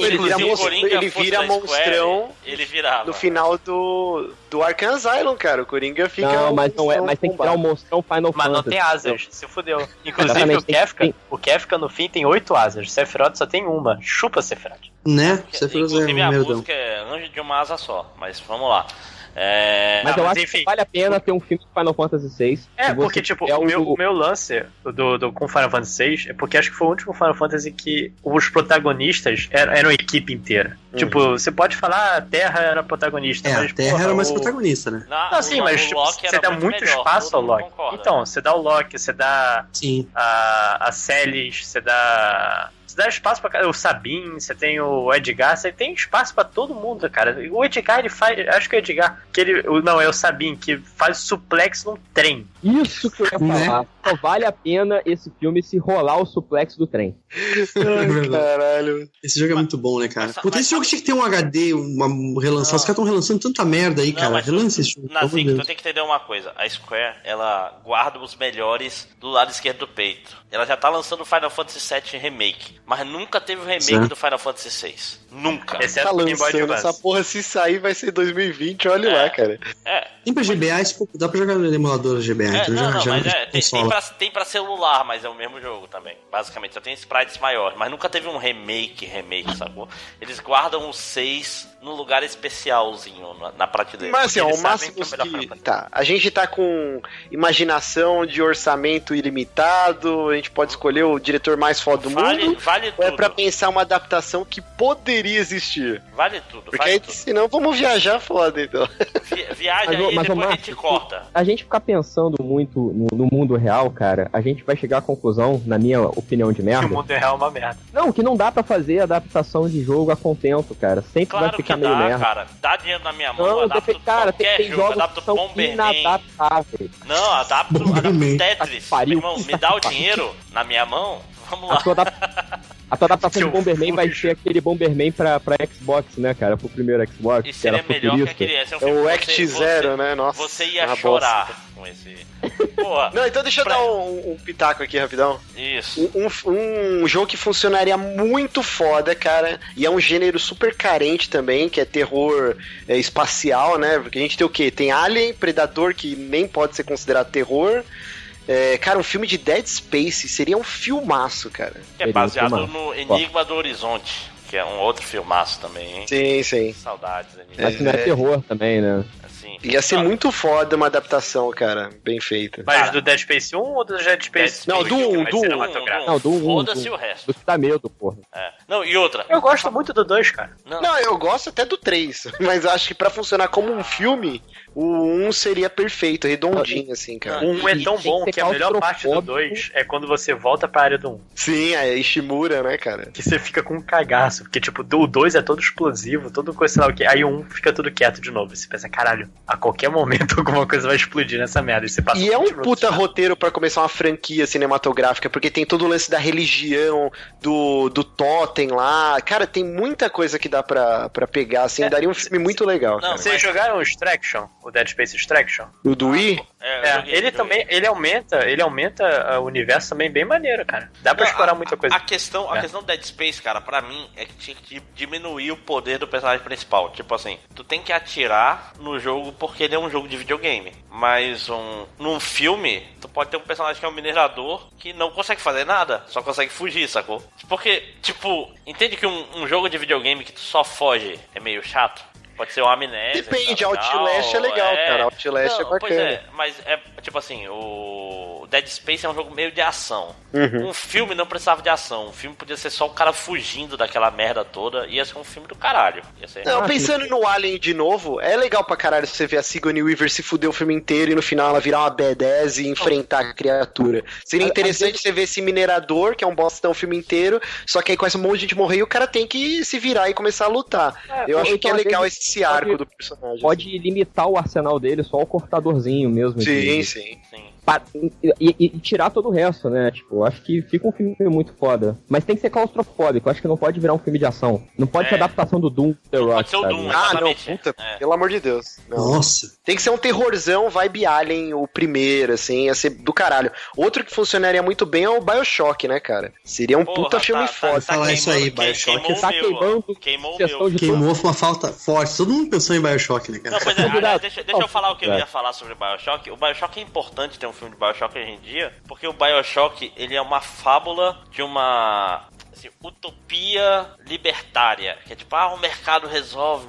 Ele vira monstrão ele virava. no final do Arkham Asylum, cara. O Coringa fica... Não, mas não é, mas tem que virar um monstrão Final Fantasy. Mas não tem asas, se fudeu. Inclusive o Kefka no fim tem 8 asas, Sephiroth só tem uma. Chupa, Sephiroth. Né? Sephiroth inclusive a música é Anjo de uma Asa Só, mas vamos lá. Mas eu acho que vale a pena ter um filme de Final Fantasy VI. Porque, tipo, o meu lance com Final Fantasy VI é porque acho que foi o último Final Fantasy que os protagonistas eram a equipe inteira. Tipo, você pode falar a Terra era protagonista, mas... a Terra era mais protagonista, né? Não, sim, mas tipo, você dá muito espaço ao Loki. Então, você dá o Loki, você dá a Celis, você dá espaço pra o Sabin, você tem o Edgar, você tem espaço pra todo mundo, cara. O Edgar, ele faz, acho que o Edgar, é o Sabin, que faz suplex num trem. Isso que eu ia falar. Só vale a pena esse filme se rolar o suplex do trem. Ai, caralho. Esse jogo é muito bom, né, cara? Puta, esse jogo tinha que ter um HD, relançar. Os caras estão relançando tanta merda aí, cara. Relance esse jogo. Nazik, tu tem que entender uma coisa. A Square, ela guarda os melhores do lado esquerdo do peito. Ela já tá lançando o Final Fantasy VII Remake, mas nunca teve o remake do Final Fantasy VI. Nunca. Tá lançando essa porra, se sair vai ser 2020, olha lá, cara. Tem pra GBA, dá pra jogar no emulador GBA, então tem pra celular, mas é o mesmo jogo também. Basicamente, só tem sprites maiores, mas nunca teve um remake, sacou? Eles guardam o 6 num lugar especialzinho na prateleira. Mas assim, o máximo que... Tá, a gente tá com imaginação de orçamento ilimitado, a gente pode escolher o diretor mais foda do mundo. Vale tudo. Ou é pra pensar uma adaptação que poderia existir? Vale tudo. Porque aí, senão vamos viajar foda, então. Viaja aí e depois a gente corta. A gente ficar pensando muito no mundo real, cara, a gente vai chegar à conclusão, na minha opinião de merda... Que o mundo real é uma merda. Não, que não dá pra fazer adaptação de jogo a contento, cara. Sempre vai ficar meio merda. Cara. Dá dinheiro na minha mão, não, adapto tem jogo, jogos adapto que são inadaptáveis. Não, adapto Tetris. Meu irmão, me dá o dinheiro na minha mão, vamos lá. A tua adaptação de Bomberman vai ser aquele Bomberman pra Xbox, né, cara? Pro primeiro Xbox. E seria melhor que aquele... É o X0, né? Nossa. Você ia chorar com esse... Porra. Não, então deixa eu dar um pitaco aqui, rapidão. Isso. Um jogo que funcionaria muito foda, cara, e é um gênero super carente também, que é terror espacial, né? Porque a gente tem o quê? Tem Alien, Predador, que nem pode ser considerado terror... cara, um filme de Dead Space seria um filmaço, cara. É baseado no Enigma do Horizonte, que é um outro filmaço também, Sim, hein? sim. Saudades. Mas que não é terror também, né? Assim, ia ser muito foda uma adaptação, cara, bem feita. Mas do Dead Space 1 ou do Dead Space? Não, do 1. Não, do 1. Foda-se o resto. Do que dá medo, porra. Não, e outra. Eu gosto muito do 2, cara. Não, eu gosto até do 3, mas acho que pra funcionar como um filme, o 1 seria perfeito, redondinho, assim, cara. O 1 é tão bom que a melhor parte do 2 é quando você volta pra área do 1. Sim, a Ishimura, né, cara? Que você fica com um cagaço, porque, tipo, o 2 é todo explosivo, todo coisa, sei lá o que. Aí o 1 fica tudo quieto de novo. Você pensa, caralho, a qualquer momento alguma coisa vai explodir nessa merda. E é um puta roteiro pra começar uma franquia cinematográfica, porque tem todo o lance da religião, do totem lá. Cara, tem muita coisa que dá pra pegar, assim, daria um filme muito legal. Não, vocês jogaram o Extraction? O Dead Space Extraction? O do Wii? Ele também, ele aumenta o universo também bem maneiro, cara. Dá pra explorar muita coisa. A questão do Dead Space, cara, pra mim, é que tinha que diminuir o poder do personagem principal. Tipo assim, tu tem que atirar no jogo porque ele é um jogo de videogame. Mas num filme, tu pode ter um personagem que é um minerador que não consegue fazer nada, só consegue fugir, sacou? Porque, tipo, entende que um jogo de videogame que tu só foge é meio chato? Pode ser uma amnésia. Depende, Outlast é legal, cara. Outlast é bacana. Pois é, mas é tipo assim, o Dead Space é um jogo meio de ação. Um filme não precisava de ação. Um filme podia ser só o cara fugindo daquela merda toda. Ia ser um filme do caralho. Ia ser... Não, pensando no Alien de novo, é legal pra caralho você ver a Sigourney Weaver se fuder o filme inteiro e no final ela virar uma badass e enfrentar a criatura. Seria interessante você ver esse minerador, que é um bostão o filme inteiro, só que aí com esse monte de gente morrer e o cara tem que se virar e começar a lutar. Eu acho que é legal esse arco do personagem. Pode limitar o arsenal dele só ao cortadorzinho mesmo. Sim. E tirar todo o resto, né? Tipo, acho que fica um filme muito foda. Mas tem que ser claustrofóbico, acho que não pode virar um filme de ação. Não pode ser adaptação do Doom, The Rock, pode ser o Doom, puta, pelo amor de Deus. Não. Nossa. Tem que ser um terrorzão, vibe Alien, o primeiro, assim, ia ser do caralho. Outro que funcionaria muito bem é o BioShock, né, cara? Seria um puta filme foda. Falar isso aí, BioShock. Tá queimando. Queimou foi uma falta forte. Todo mundo pensou em BioShock, né, cara? Não, pois é, aliás, deixa eu falar o que eu ia falar sobre o BioShock. O BioShock é importante ter um filme de BioShock hoje em dia, porque o BioShock, ele é uma fábula de uma... assim, utopia libertária, que é tipo, o mercado resolve.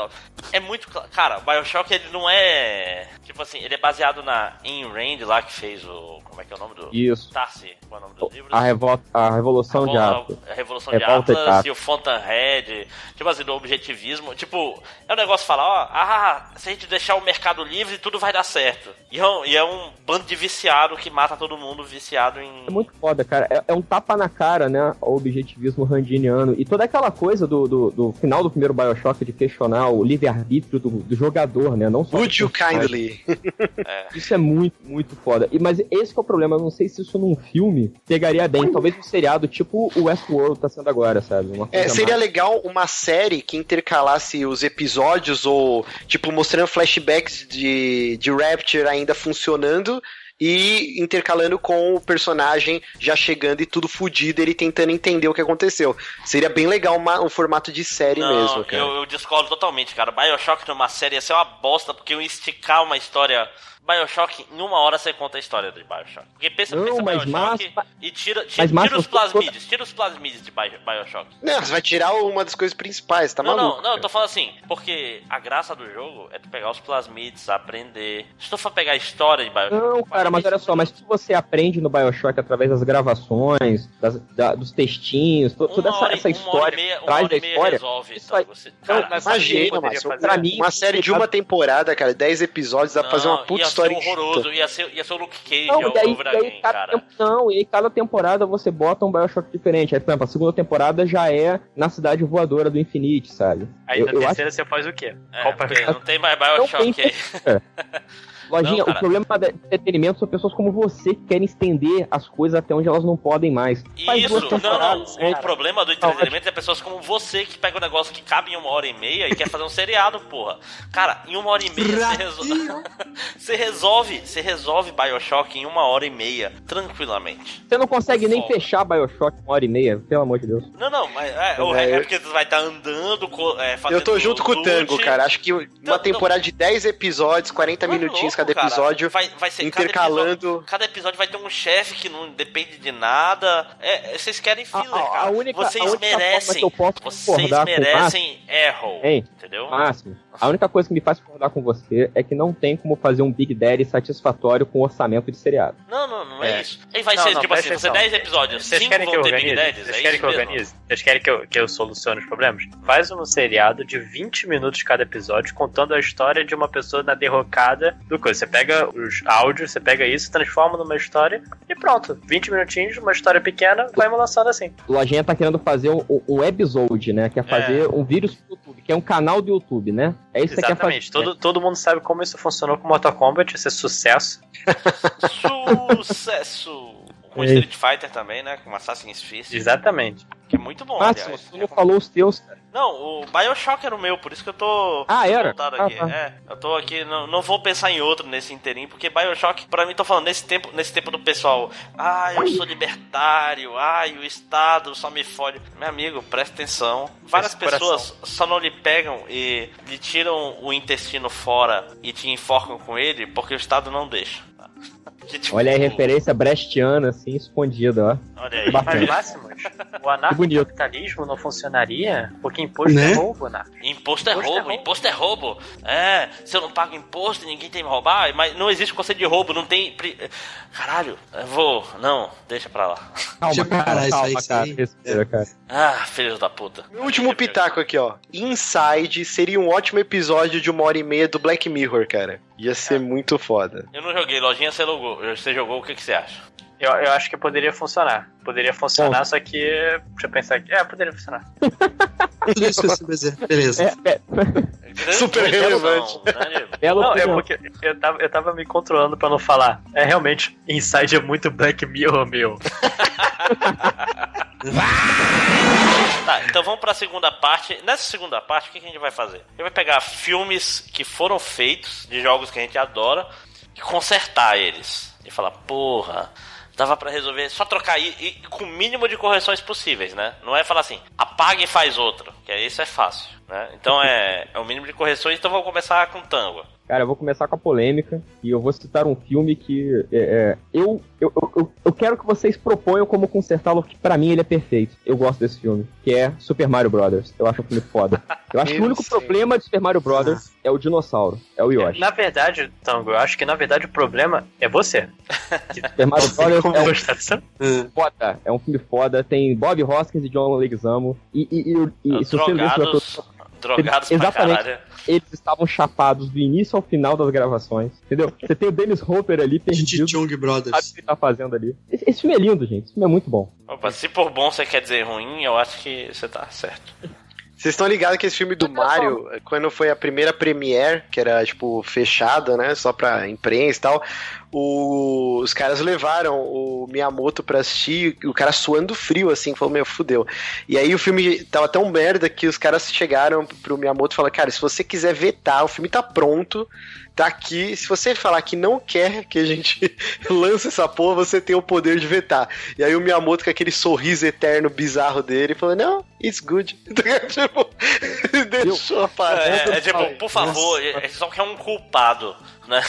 É muito... Cara, o BioShock, ele não é... tipo assim, ele é baseado na Ayn Rand lá, que fez o... como é que é o nome do... Isso. Tarsi, qual é o nome do livro? A Revolução de Atlas. A Revolução de Atlas e o Fountainhead. Tipo assim, do objetivismo. Tipo, é um negócio falar, se a gente deixar o mercado livre, tudo vai dar certo. E é um bando de viciado que mata todo mundo viciado em... É muito foda, cara. É um tapa na cara, né? O objetivismo randiniano. E toda aquela coisa do final do primeiro BioShock de questionar o livre-arbítrio do jogador, né? Não só Would you kindly? Isso é muito, muito foda. Mas esse que é o problema. Eu não sei se isso num filme pegaria bem. Talvez um seriado tipo o Westworld tá sendo agora, sabe? Seria legal uma série que intercalasse os episódios ou, tipo, mostrando flashbacks de Rapture ainda funcionando e intercalando com o personagem já chegando e tudo fudido, ele tentando entender o que aconteceu. Seria bem legal um formato de série mesmo, cara. Eu discordo totalmente, cara. BioShock numa série ia ser uma bosta, porque eu esticar uma história... BioShock, em 1 hora você conta a história de BioShock. Porque pensa BioShock e tira os plasmides. Tira os plasmides de BioShock. Não, você vai tirar uma das coisas principais, tá maluco? Não, eu tô falando assim, porque a graça do jogo é tu pegar os plasmides, aprender. Se tu for pegar a história de BioShock... Não, cara, mas olha só, mas se você aprende no BioShock através das gravações, dos textinhos, toda essa história, traz da história... resolve, isso aí. Imagina, mas pra mim... Uma série de uma temporada, cara, 10 episódios, dá pra fazer uma puta história horroroso, ia ser o Luke Cage ou o Overagain, cara. E aí cada temporada você bota um BioShock diferente. Aí, por exemplo, a segunda temporada já é na cidade voadora do Infinite, sabe? Aí na terceira você faz o quê? Não tem mais BioShock aí. Lojinha, o problema do entretenimento são pessoas como você que querem estender as coisas até onde elas não podem mais. O problema do entretenimento é pessoas como você que pega um negócio que cabe em 1h30 e quer fazer um seriado, porra. Cara, em 1h30 você resolve BioShock em 1h30 tranquilamente. Você não consegue nem fechar BioShock em 1h30, pelo amor de Deus. Não, mas é porque você vai estar andando, fazendo. Eu tô junto com o Tango, cara. Acho que uma temporada de 10 episódios, 40 minutinhos cada episódio, vai ser intercalando. Cada episódio vai ter um chefe que não depende de nada. Vocês querem filler, cara. Vocês merecem erro. Entendeu? Máximo. A única coisa que me faz concordar com você é que não tem como fazer um Big Daddy satisfatório com orçamento de seriado. Não é isso. E vai ser, tipo assim, você 10 episódios, 5 vão ter Big Daddies. Vocês querem que eu organize? Vocês querem que eu solucione os problemas? Faz um seriado de 20 minutos cada episódio, contando a história de uma pessoa na derrocada do coisa. Você pega os áudios, você pega isso, transforma numa história e pronto. 20 minutinhos, uma história pequena, vai lançando assim. O Lojinha tá querendo fazer um episode, né? Que é fazer um vídeo pro YouTube, que é um canal do YouTube, né? É isso que você quer fazer. Exatamente. Todo mundo sabe como isso funcionou com Mortal Kombat, esse é sucesso. Sucesso! Com Street Fighter também, né? Com Assassin's Fist. Exatamente. Que é muito bom, aliás. Você não falou os teus, cara. Não, o BioShock era o meu, por isso que eu tô... era? Aqui. Eu tô aqui, não vou pensar em outro nesse inteirinho, porque BioShock, pra mim, tô falando, nesse tempo do pessoal, eu sou libertário, o Estado só me fode. Meu amigo, presta atenção. Várias pessoas só não lhe pegam e lhe tiram o intestino fora e te enforcam com ele porque o Estado não deixa. Olha a referência brechtiana, assim, escondida, ó. Olha aí. Mas, Máximo, O anarcocapitalismo não funcionaria porque imposto é roubo, Anarco. Imposto é roubo. É, se eu não pago imposto, ninguém tem que me roubar, mas não existe conceito de roubo, não tem... Caralho, Não, deixa pra lá. Cara. Ah, filhos da puta. Meu último pitaco aqui, ó. Inside seria um ótimo episódio de 1h30 do Black Mirror, cara. Ia ser muito foda. Eu não joguei, Lojinha, você jogou, o que você acha? Eu acho que poderia funcionar. Poderia funcionar, só que... Deixa eu pensar aqui. Poderia funcionar. Tudo isso que você dizer. Beleza. Super relevante. Não, é porque eu tava me controlando pra não falar. Realmente, Inside é muito Black Mirror, meu. Tá, então vamos pra segunda parte. Nessa segunda parte, o que a gente vai fazer? A gente vai pegar filmes que foram feitos, de jogos que a gente adora, e consertar eles. E falar, porra... Dava pra resolver, só trocar e com o mínimo de correções possíveis, né? Não é falar assim, apaga e faz outro, que isso é fácil, né? Então é o mínimo de correções, então vou começar com Tango. Cara, eu vou começar com a polêmica e eu vou citar um filme que eu quero que vocês proponham como consertá-lo, que pra mim ele é perfeito. Eu gosto desse filme, que é Super Mario Brothers. Eu acho um filme foda. Eu acho que o único problema de Super Mario Brothers é o dinossauro, é o Yoshi. Na verdade, Tango, eu acho que na verdade o problema é você. Super Mario Brothers foda, é um filme foda, tem Bob Hoskins e John Leguizamo e se você ler drogados pra caralho. Eles estavam chapados do início ao final das gravações, entendeu? Você tem o Dennis Hopper ali perdido. Chong Brothers. Sabe o que ele tá fazendo ali. Esse filme é lindo, gente. Esse filme é muito bom. Opa, se por bom você quer dizer ruim, eu acho que você tá certo. Vocês estão ligados que esse filme do Mario, quando foi a primeira premiere, que era, tipo, fechada, né, só pra imprensa e tal, os caras levaram o Miyamoto pra assistir, o cara suando frio, assim, falou, meu, fudeu. E aí o filme tava tão merda que os caras chegaram pro Miyamoto e falaram, cara, se você quiser vetar, o filme tá pronto, tá aqui, se você falar que não quer que a gente lance essa porra, você tem o poder de vetar. E aí o Miyamoto, com aquele sorriso eterno bizarro dele, falou, não, it's good. Tipo, deixou a parada. Tipo, por favor, ele só quer um culpado, né?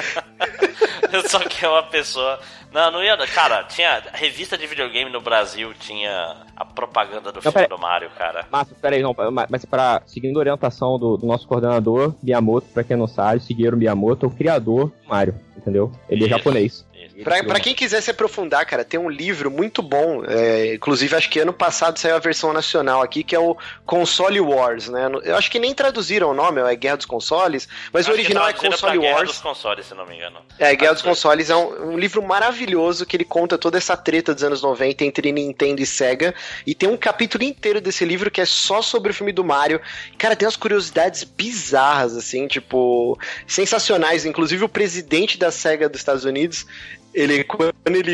Eu só quero uma pessoa... Não ia... Cara, tinha revista de videogame no Brasil, tinha a propaganda do filme do Mario, cara. Peraí, não, mas seguindo a orientação do nosso coordenador, Miyamoto, pra quem não sabe, Shigeru Miyamoto é o criador do Mario, entendeu? Ele é japonês. Pra quem quiser se aprofundar, cara, tem um livro muito bom, inclusive acho que ano passado saiu a versão nacional aqui, que é o Console Wars, né? Eu acho que nem traduziram o nome, é Guerra dos Consoles, mas o original é Console Wars. Guerra dos Consoles, se não me engano. Guerra dos Consoles é um livro maravilhoso que ele conta toda essa treta dos anos 90 entre Nintendo e Sega, e tem um capítulo inteiro desse livro que é só sobre o filme do Mario. Cara, tem umas curiosidades bizarras, assim, tipo, sensacionais, inclusive o presidente da Sega dos Estados Unidos, quando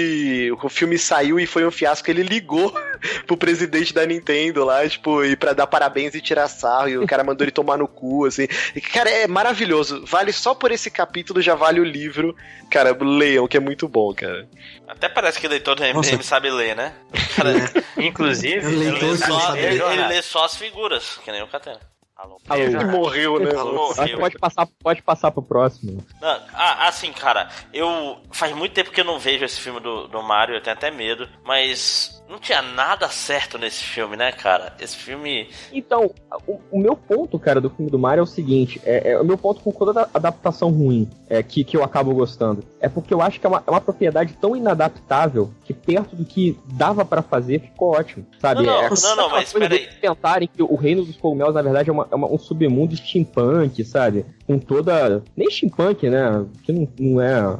o filme saiu e foi um fiasco, ele ligou pro presidente da Nintendo lá, tipo, e pra dar parabéns e tirar sarro, e o cara mandou ele tomar no cu, assim. E, cara, é maravilhoso. Vale só por esse capítulo, já vale o livro. Cara, leiam, que é muito bom, cara. Até parece que o leitor do MDM sabe ler, né? Cara, inclusive, ele lê só as figuras, que nem o Catena. Ele morreu, né? Pode passar pro próximo. Não, assim, cara, faz muito tempo que eu não vejo esse filme do Mario, eu tenho até medo, mas não tinha nada certo nesse filme, né, cara? Esse filme... Então, o meu ponto, cara, do filme do Mario é o seguinte, o meu ponto com toda a adaptação ruim que eu acabo gostando, é porque eu acho que é uma propriedade tão inadaptável que perto do que dava pra fazer ficou ótimo, sabe? Não, mas peraí. Tentarem que o Reino dos Cogumelos, na verdade, é um submundo steampunk, sabe? Com toda... Nem steampunk, né? Que não é...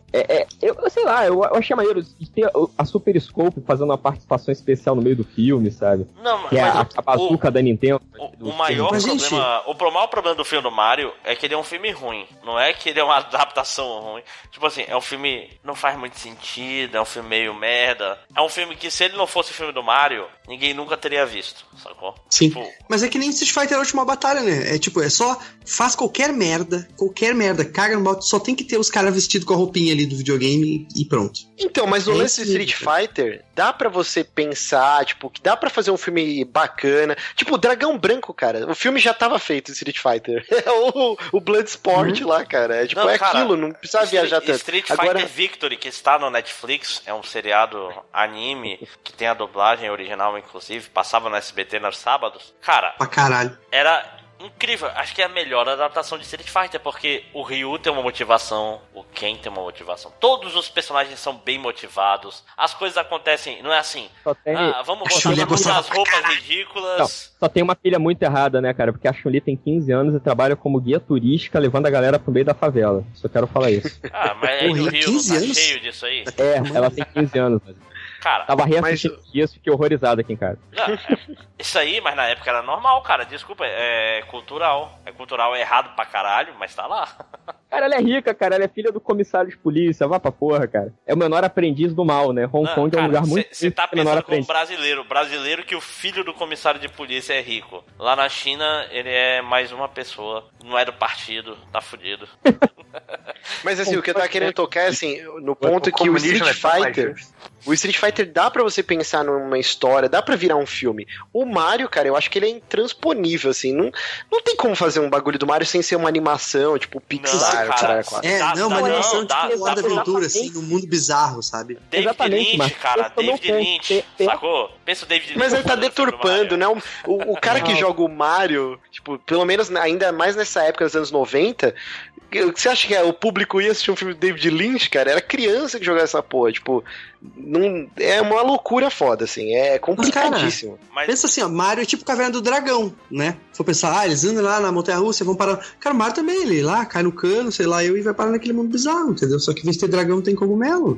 Eu sei lá, eu achei maneiro de ter a Super Scope fazendo uma participação especial no meio do filme, sabe? Não, que é a bazuca da Nintendo. O maior problema... O maior problema do filme do Mario é que ele é um filme ruim. Não é que ele é uma adaptação ruim. Tipo assim, é um filme... Não faz muito sentido, é um filme meio merda. É um filme que, se ele não fosse o filme do Mario, ninguém nunca teria visto, sacou? Sim, tipo... mas é que nem Street Fighter a última batalha, né? É só faz qualquer merda, caga no balde, só tem que ter os caras vestidos com a roupinha ali do videogame e pronto. Então, mas no lance de Street Fighter, dá pra você pensar, tipo, que dá pra fazer um filme bacana. Tipo, o Dragão Branco, cara, o filme já tava feito em Street Fighter. É o Bloodsport lá, cara. É tipo, não, cara, aquilo, não precisa viajar tanto. Street Fighter Victory, que está no Netflix, é um seriado anime que tem a dublagem original, inclusive, passava no SBT nos sábados. Cara, pra caralho. Era incrível, acho que é a melhor adaptação de Street Fighter, porque o Ryu tem uma motivação, o Ken tem uma motivação, todos os personagens são bem motivados, as coisas acontecem, não é assim, vamos botar as roupas ridículas. Não, só tem uma pilha muito errada, né, cara, porque a Chun-Li tem 15 anos e trabalha como guia turística, levando a galera pro meio da favela, só quero falar isso. Mas aí o Rio não tá cheio disso aí? Ela tem 15 anos, mas... Cara, tava reassistindo isso, fiquei horrorizado aqui em casa. Isso aí, mas na época era normal, cara. Desculpa, é cultural. É cultural, é errado pra caralho, mas tá lá. Cara, ela é rica, cara. Ela é filha do comissário de polícia. Vá pra porra, cara. É o menor aprendiz do mal, né? Hong Kong é um lugar muito... Você tá pensando como brasileiro que o filho do comissário de polícia é rico. Lá na China, ele é mais uma pessoa. Não é do partido, tá fudido. Mas assim, o que eu tava querendo tocar é assim, no ponto que o Street Fighter... O Street Fighter dá pra você pensar numa história, dá pra virar um filme. O Mario, cara, eu acho que ele é intransponível, assim. Não tem como fazer um bagulho do Mario sem ser uma animação, tipo Pixar, cara. Uma animação tipo Hora da Aventura, assim, num mundo bizarro, sabe? David Lynch, cara, David Lynch, sacou? Pensa o David Lynch. Mas ele tá deturpando, né? O cara que joga o Mario, tipo, pelo menos ainda mais nessa época dos anos 90... Você acha que o público ia assistir um filme do David Lynch, cara? Era criança que jogava essa porra, tipo... Não, é uma loucura foda, assim. É complicadíssimo. Mas, pensa assim, ó, Mario é tipo Caverna do Dragão, né? Se for pensar, eles andam lá na montanha-russa, vão parar... Cara, o Mario também, ele lá, cai no cano, sei lá, e vai parar naquele mundo bizarro, entendeu? Só que em vez de ter dragão, tem cogumelo.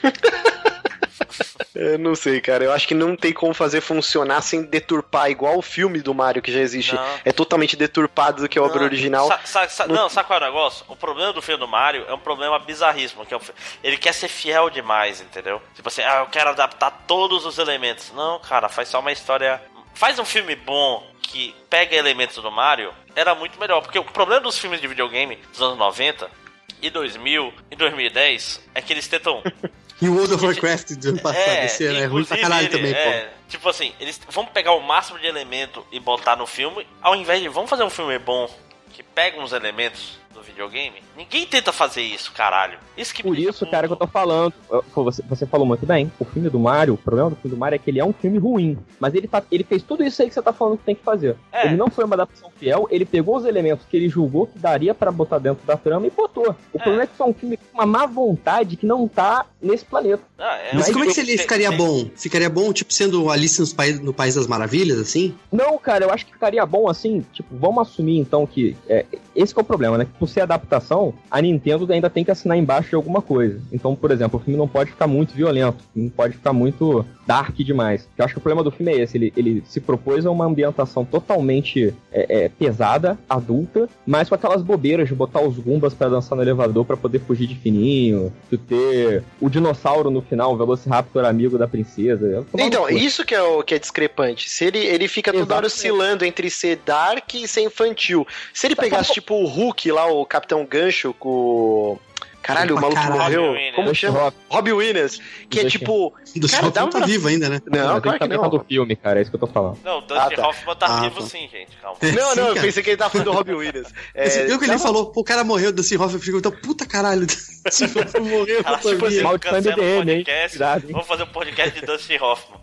Eu não sei, cara. Eu acho que não tem como fazer funcionar sem deturpar, igual o filme do Mario que já existe. Não. É totalmente deturpado do que a obra original. Sabe qual é o negócio? O problema do filme do Mario é um problema bizarríssimo. Que ele quer ser fiel demais, entendeu? Tipo assim, eu quero adaptar todos os elementos. Não, cara, faz só uma história... Faz um filme bom que pega elementos do Mario, era muito melhor. Porque o problema dos filmes de videogame dos anos 90 e 2000 e 2010 é que eles tentam... E o World of Warcraft do ano passado, esse é ruim pra caralho também, pô. Tipo assim, eles vão pegar o máximo de elemento e botar no filme, ao invés de vamos fazer um filme bom que pega uns elementos do videogame. Ninguém tenta fazer isso, caralho. Isso que por isso, cara, que eu tô falando. Você falou muito bem. O filme do Mario, o problema do filme do Mario é que ele é um filme ruim. Mas ele fez tudo isso aí que você tá falando que tem que fazer. Ele não foi uma adaptação fiel, ele pegou os elementos que ele julgou que daria pra botar dentro da trama e botou. O problema é que foi um filme com uma má vontade que não tá nesse planeta. Mas como é que ele ficaria bom? Ficaria bom, tipo, sendo Alice no País das Maravilhas, assim? Não, cara, eu acho que ficaria bom, assim, tipo, vamos assumir, então, que... esse que é o problema, né? Que por ser adaptação, a Nintendo ainda tem que assinar embaixo de alguma coisa. Então, por exemplo, o filme não pode ficar muito violento, não pode ficar muito dark demais. Eu acho que o problema do filme é esse, ele se propôs a uma ambientação totalmente pesada, adulta, mas com aquelas bobeiras de botar os Goombas pra dançar no elevador pra poder fugir de fininho, de ter o dinossauro no final, o Velociraptor amigo da princesa. Então, isso que é discrepante. Se ele fica toda hora oscilando entre ser dark e ser infantil. Se ele pegasse, tipo, o Hulk lá, o Capitão Gancho com... Caralho, o maluco que morreu. Como chama? Robbie Williams. Que é tipo... Cara, dá tá vivo ainda, né? Não, claro que não. Do filme, cara, é isso que eu tô falando. Não, o Dustin Hoffman tá vivo sim, gente. Calma. Não, eu pensei que ele tava falando do Robbie Williams. Você viu que ele falou, pô, o cara morreu, o Dustin Hoffman ficou, então, puta caralho, Dustin Hoffman morreu, eu sabia. Vamos fazer um podcast de Dustin Hoffman.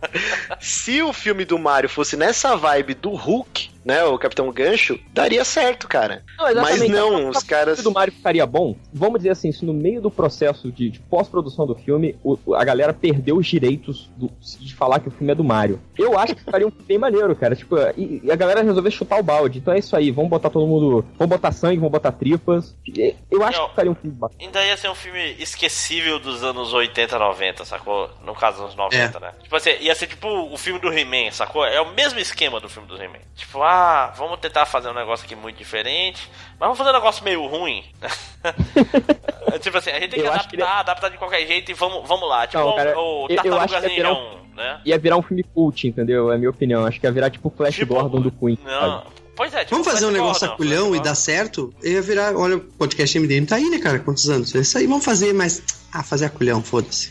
Se o filme do Mario fosse nessa vibe do Hulk, né, o Capitão Gancho, daria certo, cara. Não, mas não, os caras... Se o filme do Mario ficaria bom, vamos dizer assim, se no meio do processo de pós-produção do filme, a galera perdeu os direitos de falar que o filme é do Mario. Eu acho que ficaria um filme bem maneiro, cara. Tipo, e a galera resolveu chutar o balde. Então é isso aí, vamos botar todo mundo... Vamos botar sangue, vamos botar tripas. Eu acho que ficaria um filme bacana. Ainda ia ser um filme esquecível dos anos 80, 90, sacou? No caso, dos anos 90, né? Tipo assim, ia ser tipo o filme do He-Man, sacou? É o mesmo esquema do filme do He-Man. Tipo, vamos tentar fazer um negócio aqui muito diferente, mas vamos fazer um negócio meio ruim. Tipo assim, a gente tem que adaptar de qualquer jeito e vamos lá. Tipo, o Tartarugas Ninja 1, né? Ia virar um filme cult, entendeu? É a minha opinião. Acho que ia virar tipo o Flash Gordon do Queen. Não, Pois é, tipo, vamos fazer um negócio aculhão e dar certo? Ia virar, olha, o podcast MDM tá aí, né, cara? Quantos anos? É isso aí, vamos fazer, mas... fazer aculhão, foda-se.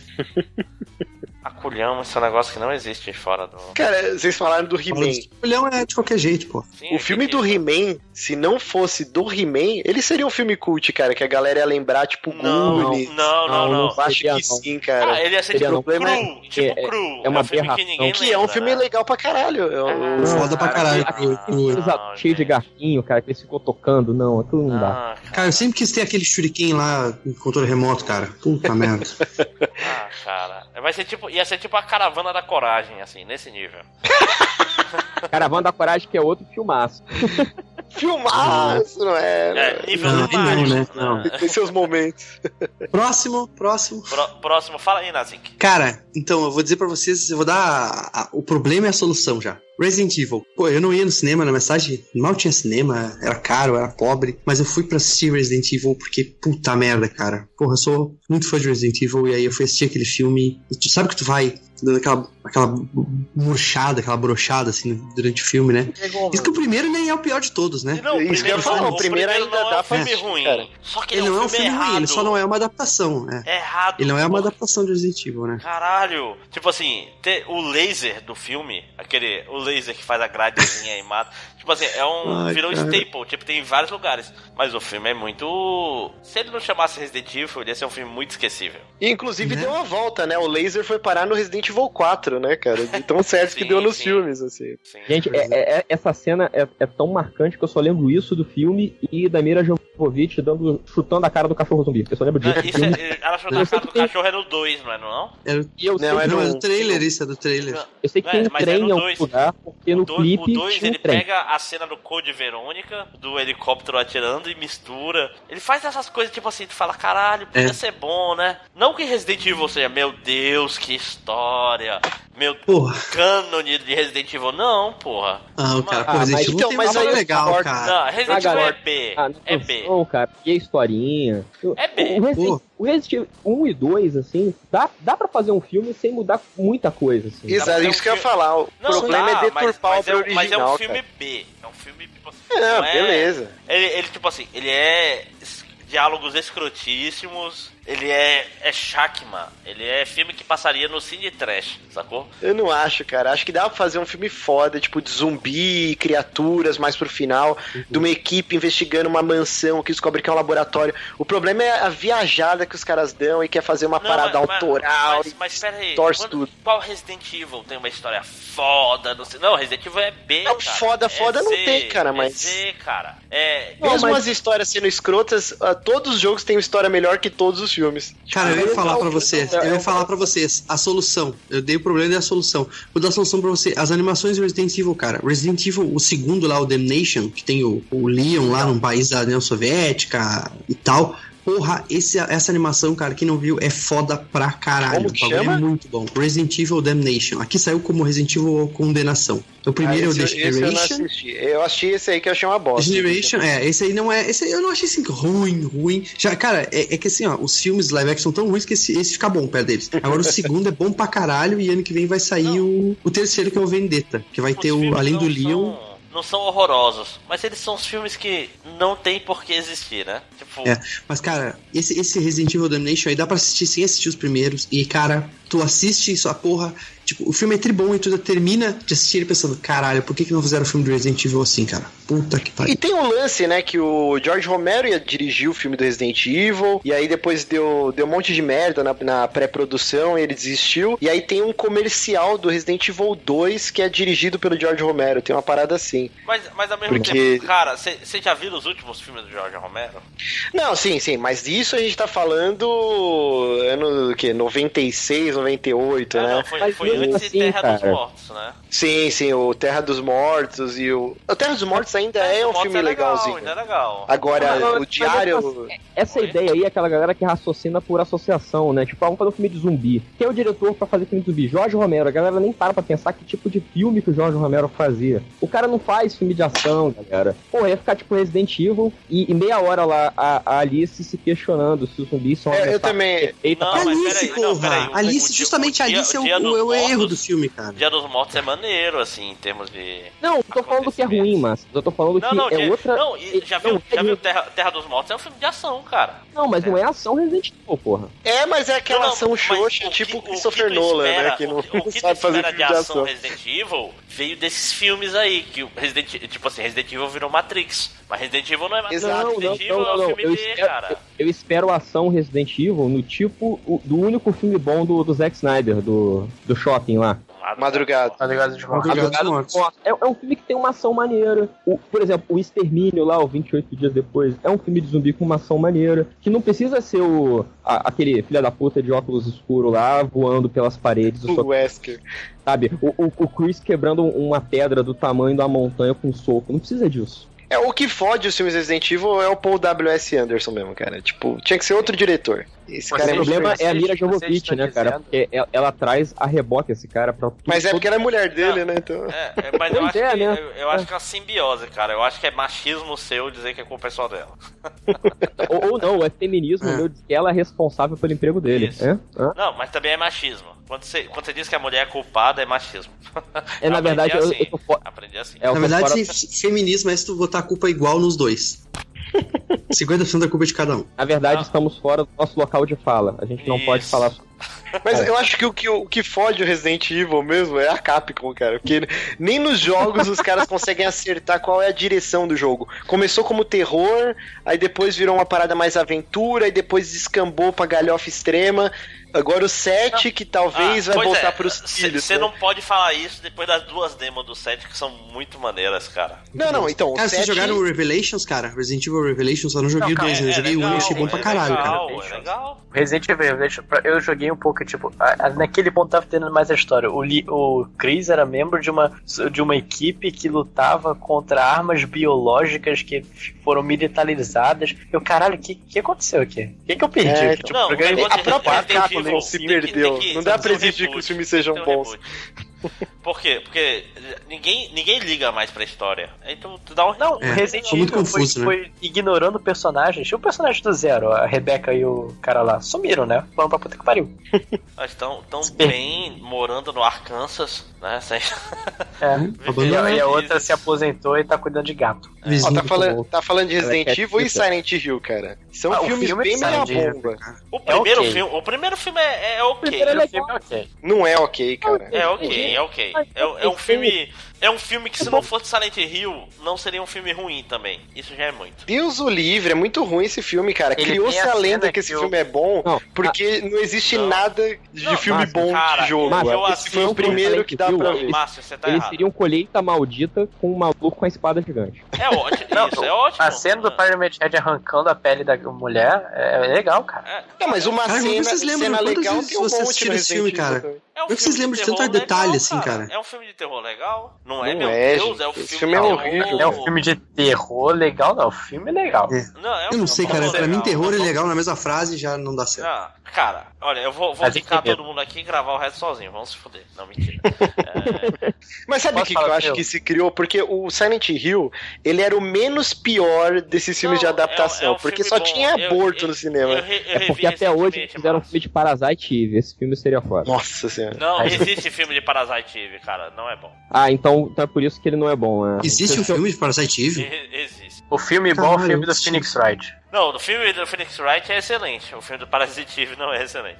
Aculhão, esse é um negócio que não existe fora do... Cara, vocês falaram do He-Man. Aculhão é de qualquer jeito, pô. Sim, o filme do He-Man, se não fosse do He-Man, ele seria um filme cult, cara, que a galera ia lembrar, tipo, Goonies. Não. Acho que sim, cara. Ele ia ser tipo Cru. É uma filme que ninguém que lembra, é um filme legal pra caralho. Foda pra caralho. Cheio de garfinho, cara, que ele ficou tocando. Não, aquilo não dá. Cara, eu sempre quis ter aquele shuriken lá em controle remoto, cara. Puta merda. Cara. Ia ser tipo a Caravana da Coragem, assim, nesse nível. Caravana da Coragem, que é outro filmaço. Filmaço, não é? Nível do Mario, né? Tem seus momentos. Próximo. Próximo, fala aí, Nazik. Cara, então, eu vou dizer pra vocês, eu vou dar o problema e a solução já. Resident Evil. Pô, eu não ia no cinema, na mensagem mal tinha cinema, era caro, era pobre, mas eu fui pra assistir Resident Evil porque, puta merda, cara. Porra, eu sou muito fã de Resident Evil e aí eu fui assistir aquele filme e tu sabe que tu vai dando aquela murchada, aquela brochada, assim, durante o filme, né? Isso que o primeiro nem é o pior de todos, né? Não, isso que eu ia falar, o primeiro ainda dá pra filme ruim. Cara. Só que ele não é um filme errado. ruim, ele só não é uma adaptação. Errado. Ele não é uma adaptação de Resident Evil, né? Caralho. Tipo assim, o laser do filme, o laser que faz a gradezinha e mata, tipo assim, virou staple, tipo, tem em vários lugares. Mas o filme é muito... Se ele não chamasse Resident Evil, ele ia ser um filme muito esquecível. E inclusive deu uma volta, né? O laser foi parar no Resident Evil 4, né, cara? De tão certo que deu nos filmes, assim. Sim. Gente, essa cena é tão marcante que eu só lembro isso do filme e da Mira Jovovich chutando a cara do cachorro zumbi. Eu só lembro disso. Ela chutando a cara do cachorro é no 2, não é não? É do trailer, isso é do trailer. Eu sei que tem um trem em algum lugar, porque no clipe o 2 ele trem. pega a cena do Code Verônica, do helicóptero atirando e mistura. Ele faz essas coisas tipo assim, tu fala, caralho, podia ser bom, né? Não que Resident Evil seja, meu Deus, que história, meu cânone de Resident Evil, não, porra. Cara, Resident Evil tem uma história legal, cara. Não, Resident Evil é B. É B. Não, cara, e a historinha? É B. O Resident Evil 1 e 2, assim, dá pra fazer um filme sem mudar muita coisa, assim. Exato, isso que eu ia falar. O problema é deturpar o original, mas é um filme B. É um filme, tipo assim... beleza. Ele, tipo assim, ele é... diálogos escrotíssimos. Ele é Shakma. Ele é filme que passaria no Cine Trash, sacou? Eu não acho, cara. Acho que dá pra fazer um filme foda, tipo, de zumbi, criaturas, mais pro final, de uma equipe investigando uma mansão que descobre que é um laboratório. O problema é a viajada que os caras dão e quer fazer uma parada autoral. Mas pera aí. Torce tudo. Qual Resident Evil tem uma história foda? Não, Resident Evil é B, não, cara. Foda não tem, cara, mas... É Z, cara. Mesmo as histórias sendo escrotas, todos os jogos têm uma história melhor que todos os filmes. Cara, eu ia falar pra vocês, a solução. Eu dei o problema e a solução. Vou dar a solução pra você. As animações de Resident Evil, cara. Resident Evil, o segundo lá, o Damnation, que tem o Leon lá num país da União Soviética e tal. Porra, essa animação, cara, quem não viu, é foda pra caralho. Como que chama? É muito bom. Resident Evil Damnation. Aqui saiu como Resident Evil Condenação. O primeiro é o The Generation. Eu assisti esse aí que eu achei uma bosta. Generation, esse aí não é... Esse aí eu não achei assim ruim. Já, cara, é que assim, ó, os filmes live action são tão ruins que esse fica bom perto deles. Agora o segundo é bom pra caralho e ano que vem vai sair o terceiro, que é o Vendetta. Que vai ter além do Leon... Não são horrorosos, mas eles são os filmes que não tem por que existir, né? Tipo... mas cara, esse Resident Evil Damnation aí dá pra assistir sem assistir os primeiros e, cara, tu assiste isso, a porra... Tipo, o filme é tribom e tu termina de assistir ele pensando, caralho, por que não fizeram o filme do Resident Evil assim, cara? Puta que pariu. E tem um lance, né, que o George Romero ia dirigir o filme do Resident Evil, e aí depois deu um monte de merda na pré-produção, e ele desistiu. E aí tem um comercial do Resident Evil 2 que é dirigido pelo George Romero, tem uma parada assim. Mas ao mesmo tempo, cara, você já viu os últimos filmes do George Romero? Não, sim, mas disso a gente tá falando ano, 96, 98, né? Não, foi antes de Terra dos Mortos, né? Sim, o Terra dos Mortos e o Terra dos Mortos ainda é um filme legalzinho. Ainda é legal. Agora, o Diário... Essa ideia aí é aquela galera que raciocina por associação, né? Tipo, vamos fazer um filme de zumbi. Quem é o diretor pra fazer filme de zumbi? Jorge Romero. A galera nem para pra pensar que tipo de filme que o Jorge Romero fazia. O cara não faz filme de ação, galera. Pô, ia ficar tipo Resident Evil e meia hora lá a Alice se questionando se os zumbis são... eu também... Alice, porra! Alice justamente ali é o erro do filme, cara. Dia dos Mortos é maneiro, assim, em termos de... Não, eu tô falando que é ruim, mas eu tô falando que é outra... Não, já viu Terra dos Mortos? É um filme de ação, cara. Não, mas não é ação Resident Evil, porra. Mas é aquela ação xoxa, tipo Christopher Nolan, né? Que não sabe fazer filme de ação. Resident Evil veio desses filmes aí, que o Resident Evil virou Matrix. Mas Resident Evil não é Matrix. Resident Evil é um filme cara. Eu espero a ação Resident Evil no tipo do único filme bom do Zack Snyder, do shopping lá. Madrugada dos Mortos. É um filme que tem uma ação maneira. Por exemplo, o Extermínio lá, o 28 Dias Depois, é um filme de zumbi com uma ação maneira. Que não precisa ser aquele filho da puta de óculos escuros lá, voando pelas paredes. O Wesker. Sabe? O Chris quebrando uma pedra do tamanho da montanha com um soco. Não precisa disso. O que fode os filmes Resident Evil é o Paul W.S. Anderson mesmo, cara. Tipo, tinha que ser outro diretor. Esse cara o problema é a Mila Jovovich, né, cara? Porque ela traz a reboque esse cara pra... Mas é porque ela é mulher dele, né? Então... mas eu acho que é uma simbiose, cara. Eu acho que é machismo seu dizer que a culpa é só dela. ou não, é feminismo meu dizer que ela é responsável pelo emprego dele. Não, mas também é machismo. Quando você diz que a mulher é culpada, é machismo. Na verdade, aprendi assim. Na verdade, feminismo é se tu botar a culpa igual nos dois. 50% da culpa é de cada um. Na verdade, estamos fora do nosso local de fala. A gente não pode falar. Mas eu acho que o que fode o Resident Evil mesmo é a Capcom, cara. Porque nem nos jogos os caras conseguem acertar qual é a direção do jogo. Começou como terror, aí depois virou uma parada mais aventura, e depois descambou pra galhofa extrema. Agora o 7, que talvez vai voltar pros filhos. Você não pode falar isso depois das 2 demos do 7, que são muito maneiras, cara. Não, então. Cara, vocês jogaram o Revelations, cara? Resident Evil Revelations, eu não joguei o 2, eu joguei o 1 e achei bom pra caralho, cara. É legal. Resident Evil Revelations, eu joguei um pouco, tipo, naquele ponto tava tendo mais a história. O Chris era membro de uma equipe que lutava contra armas biológicas que foram militarizadas. Caralho, o que aconteceu aqui? O que eu perdi aqui? Tipo, a própria Capcom se perdeu. Não dá pra exigir que os filmes sejam bons. Por quê? Porque ninguém liga mais pra história. Então tu dá um... Não, Resident Evil foi ignorando personagens. O personagem do Zero, a Rebecca e o cara lá, sumiram, né? Foram pra puta que pariu. Mas estão bem morando no Arkansas, né? E a outra se aposentou e tá cuidando de gato. Tá falando de Resident Evil e Silent Hill, cara. São filmes bem meia bomba. O primeiro filme é ok. Não é ok, cara. É ok. É um filme que se não fosse Silent Hill, não seria um filme ruim também. Isso já é muito. Deus o livre, é muito ruim esse filme, cara. Criou-se a lenda que esse filme é bom, porque não existe nada de filme bom de jogo. Esse foi o primeiro que dá pra ver. Márcio, você tá Eles errado. seriam colheita maldita com um maluco com a espada gigante. É ótimo, é ótimo. A cena do Pyramid Head arrancando a pele da mulher é legal, cara. Mas uma cena legal tem um monte no filme, cara. Como é que vocês lembram de tanto detalhe assim, cara? É um filme de terror legal? Não é, meu Deus, é um filme é horrível. É um filme de terror legal, não. O filme é legal. Eu não sei, cara. Pra mim, terror e legal na mesma frase já não dá certo. Cara, olha, eu vou ficar todo mundo aqui e gravar o resto sozinho. Vamos se fuder. Não, mentira. Mas sabe o que eu acho que se criou? Porque o Silent Hill, ele era o menos pior desses filmes de adaptação. Porque só tinha aborto no cinema. É porque até hoje fizeram um filme de Parasite Eve. Esse filme seria foda. Nossa senhora. Não existe filme de Parasite Eve, cara. Não é bom. Então é por isso que ele não é bom. Existe um filme de Parasite Eve? Existe. O filme bom é o filme do Phoenix Wright. Não, o filme do Phoenix Wright é excelente. O filme do Parasite Eve não é excelente.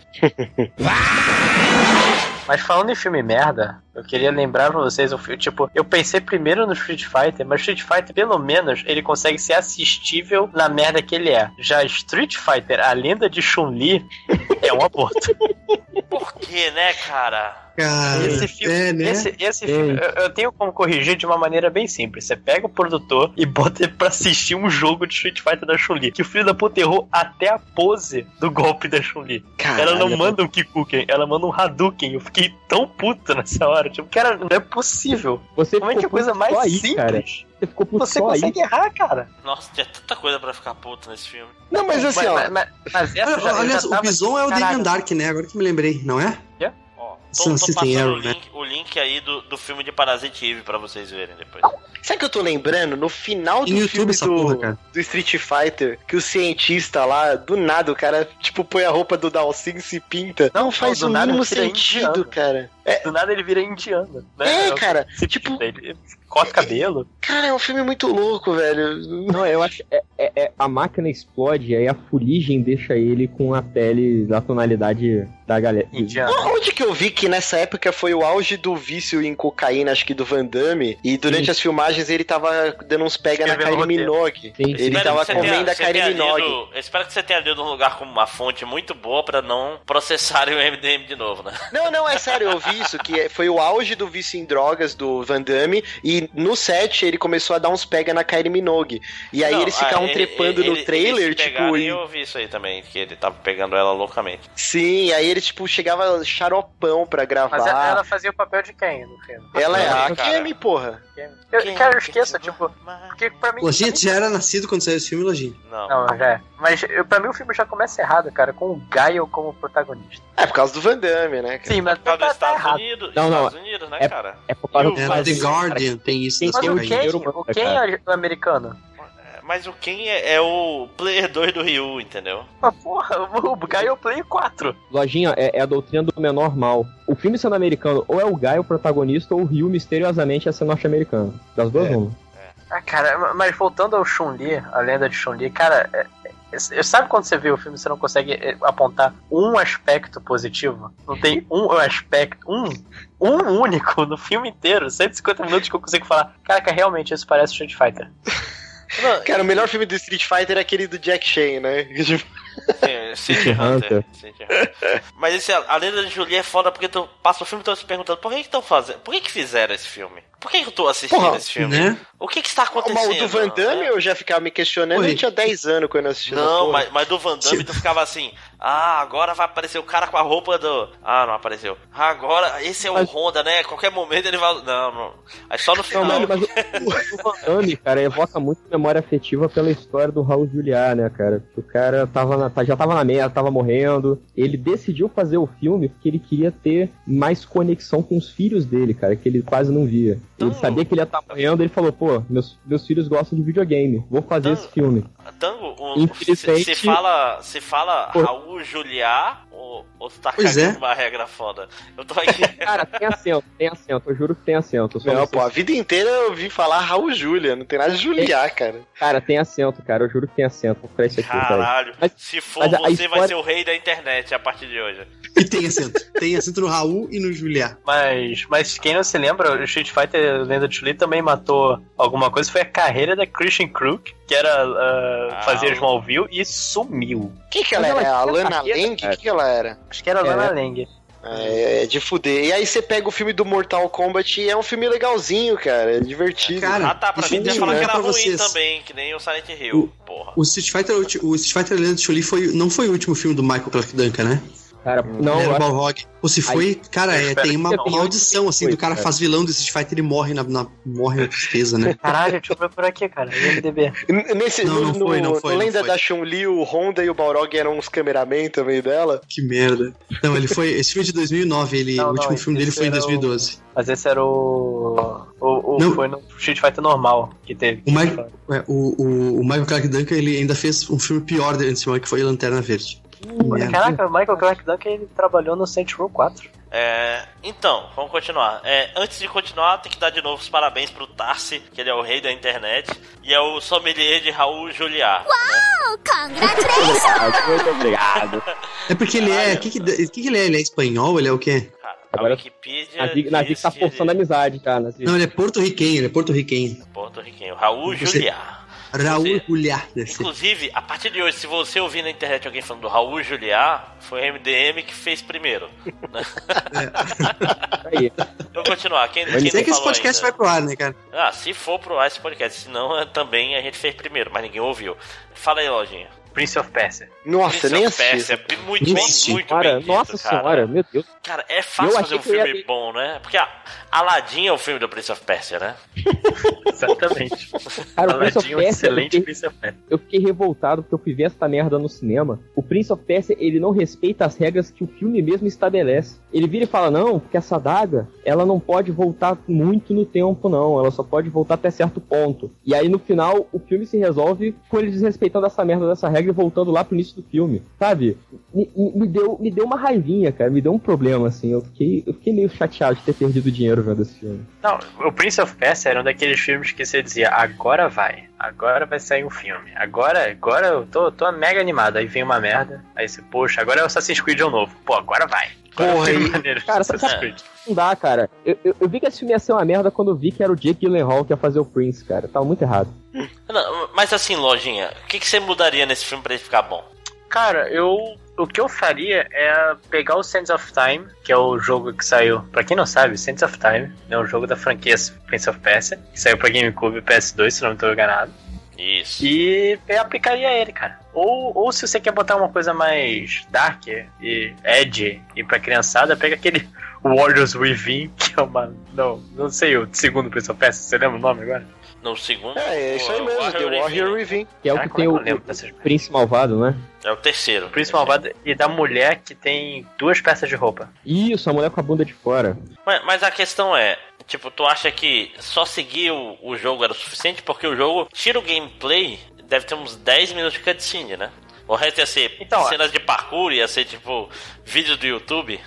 Mas falando em filme merda, eu queria lembrar pra vocês eu pensei primeiro no Street Fighter, mas Street Fighter, pelo menos, ele consegue ser assistível na merda que ele é. Já Street Fighter, a lenda de Chun-Li, é um aborto. Por quê, né, cara? Esse filme, eu tenho como corrigir de uma maneira bem simples. Você pega o produtor e bota ele pra assistir um jogo de Street Fighter da Chun-Li, que o filho da puta errou até a pose do golpe da Chun-Li. Ela não manda um Kikuken, ela manda um Hadouken. Eu fiquei tão puta nessa hora. Tipo, cara, não é possível. Realmente a coisa mais simples. Cara. Você ficou puto Você consegue errar, cara. Nossa, tinha tanta coisa pra ficar puto nesse filme. Não, mas assim, Aliás, o Bison é o Damien Dark, né? Agora que me lembrei, não é? Tô passando o link aí do filme de Parasite Eve pra vocês verem depois. Sabe o que eu tô lembrando? No final do YouTube, filme do Street Fighter, que o cientista lá, do nada, o cara, tipo, põe a roupa do Dalsin e se pinta. Não faz o mínimo sentido, cara. Do nada ele vira indiano, né? Cara, tipo... Ele corta o cabelo. Cara, é um filme muito louco, velho. Não, eu acho... a máquina explode, aí a fuligem deixa ele com a pele da tonalidade da galera. Indiana. Onde que eu vi que nessa época foi o auge do vício em cocaína, acho que do Van Damme, e durante as filmagens ele tava dando uns pega na Kylie Minogue. Ele tava comendo a Kylie Minogue. Eu espero que você tenha lido num lugar com uma fonte muito boa pra não processarem o MDM de novo, né? Não, é sério, eu vi isso, que foi o auge do vício em drogas do Van Damme, e no set ele começou a dar uns pega na Kylie Minogue. E aí eles ficavam trepando no trailer, tipo... E eu vi isso aí também, que ele tava pegando ela loucamente. Sim, aí ele, tipo, chegava xaropão pra gravar. Mas ela fazia o papel de quem no filme? Ela é a Kemi, porra. Cara, eu esqueço, tipo... Porque pra mim... Lojinha, tu já era nascido quando saiu esse filme, Lojinha? Não, já é. Mas pra mim o filme já começa errado, cara, com o Gaio como protagonista. É por causa do Van Damme, né, cara? Sim, mas por causa dos tá Estados errado. Unidos. Não, Estados Unidos, né, cara? É por causa No The Guardian tem isso. Mas o Ken é o americano. Mas o Ken é o Player 2 do Ryu, entendeu? Ah, porra, o Gaio é o Player 4. Lojinha, é a doutrina do menor mal. O filme sendo americano, ou é o Gaio o protagonista, ou o Ryu misteriosamente é ser norte-americano. Das duas, uma. Ah, cara, mas voltando ao Chun-Li, a lenda de Chun-Li, cara, sabe quando você vê o filme e você não consegue apontar um aspecto positivo? Não tem um aspecto, um único no filme inteiro, 150 minutos que eu consigo falar, caraca, realmente isso parece Street Fighter. Cara, o melhor filme do Street Fighter é aquele do Jack Chan, né? City Hunter. Mas a lenda de Julie é foda porque tu passa o filme todo se perguntando por que estão fazendo, por que fizeram esse filme? Por que eu tô assistindo esse filme? Né? O que está acontecendo? Mas o do Van Damme eu já ficava me questionando, eu tinha 10 anos quando eu assisti. Não, mas do Van Damme tu ficava assim, agora vai aparecer o cara com a roupa do... não apareceu. Agora, esse é o Honda, né? Qualquer momento ele vai... Não. Aí só no final. Não, mas o Van Damme, cara, evoca muito memória afetiva pela história do Raul Juliá, né, cara? O cara já tava na merda, tava morrendo. Ele decidiu fazer o filme porque ele queria ter mais conexão com os filhos dele, cara, que ele quase não via. Ele sabia que ele ia estar morrendo, ele falou, pô, meus filhos gostam de videogame, vou fazer esse filme. Tango, se fala Raul Juliá ou você tá cagando uma regra foda? Eu tô aqui. Cara, tem acento, eu juro que tem acento. A vida inteira eu ouvi falar Raul Júlia, não tem nada de Juliá, cara. Cara, tem acento, cara, eu juro que tem acento. Vou isso aqui, caralho, se for você vai ser o rei da internet a partir de hoje. E tem acento no Raul e no Juliá. Mas quem não se lembra, o Street Fighter Lenda de Chun-Li também matou alguma coisa, foi a carreira da Christian Crook, que era fazer Smallville e sumiu. Quem que ela era? A Lana Lang? Que ela era? Acho que era a Lana Lang. É de fuder. E aí você pega o filme do Mortal Kombat e é um filme legalzinho, cara. É divertido. Cara, pra mim falar que era ruim também, que nem o Silent Hill, porra. O Street Fighter Lenda de Chun-Li não foi o último filme do Michael Clarke Duncan, né? Cara, não. Era o Balrog. Ou se foi, cara, tem uma maldição, assim, do cara faz vilão do Street Fighter e morre na tristeza, né? Caralho, deixa eu ver por aqui, cara. IMDb. Não foi. Lenda da Chun-Li, o Honda e o Balrog eram uns cameramen também dela. Que merda. Não, ele foi. Esse filme de 2009, o último filme dele foi em 2012. Mas esse era foi no Street Fighter normal que teve. O Michael Clarke Duncan, ele ainda fez um filme pior dele em cima, que foi Lanterna Verde. Caraca, o Michael Clarke Duncan, ele trabalhou no Saints Row 4. Então, vamos continuar. Antes de continuar, tem que dar de novo os parabéns pro Tarsi, que ele é o rei da internet, e é o sommelier de Raul Juliá. Uau, congratulations! Muito obrigado. É porque ele é... O que ele é? Ele é espanhol? Ele é o quê? Cara, agora, a Wikipedia... Nazi tá forçando a amizade, cara. Não, ele é porto-riquenho, Raul Juliá. Raul Juliá. Inclusive, a partir de hoje, se você ouvir na internet alguém falando do Raul Juliá, foi o MDM que fez primeiro. Aí. Vou continuar. Quem que esse podcast ainda? Vai pro ar, né, cara? Se for pro ar esse podcast. Senão também a gente fez primeiro, mas ninguém ouviu. Fala aí, Lojinha. Prince of Persia. Nossa, nem assisti. É muito bem, muito bem. Nossa senhora, meu Deus. Cara, é fácil fazer um filme bom, né? Porque Aladdin é o filme do Prince of Persia, né? Exatamente. Cara, o Prince of Persia, excelente Prince of Persia. Eu fiquei revoltado porque eu fui ver essa merda no cinema. O Prince of Persia, ele não respeita as regras que o filme mesmo estabelece. Ele vira e fala, não, porque essa adaga, ela não pode voltar muito no tempo, não. Ela só pode voltar até certo ponto. E aí, no final, o filme se resolve com ele desrespeitando essa merda dessa regra e voltando lá pro início do filme. Sabe? Me deu uma raivinha, cara. Me deu um problema, assim. Eu fiquei meio chateado de ter perdido dinheiro vendo esse filme. Não, o Prince of Persia era um daqueles filmes que você dizia, agora vai sair um filme. Agora eu tô mega animado. Aí vem uma merda. Aí você, poxa, agora é o Assassin's Creed ao novo. Pô, agora vai. Porra, aí. Cara, não dá, cara. Eu vi que esse filme ia ser uma merda quando eu vi que era o Jake Gyllenhaal que ia fazer o Prince, cara. Tava muito errado. Não, mas assim, Lojinha, o que você mudaria nesse filme pra ele ficar bom? Cara, o que eu faria é pegar o Sands of Time, que é o jogo que saiu, pra quem não sabe, Sands of Time é um jogo da franquia Prince of Persia, que saiu pra GameCube e PS2, se não me tô enganado. Isso. E eu aplicaria ele, cara. Ou se você quer botar uma coisa mais dark e edgy e pra criançada, pega aquele Warriors Within, que é uma... Não sei o segundo Prince of Persia, você lembra o nome agora? No segundo... É isso aí mesmo, The Warrior Within. Que é o que tem o Príncipe Malvado, né? É o terceiro. O Príncipe Malvado e da mulher que tem 2 peças de roupa. Isso, a mulher com a bunda de fora. Mas a questão é, tipo, tu acha que só seguir o jogo era o suficiente? Porque o jogo tira o gameplay, deve ter uns 10 minutos de cutscene, né? O resto ia ser cenas de parkour, ia ser tipo vídeo do YouTube.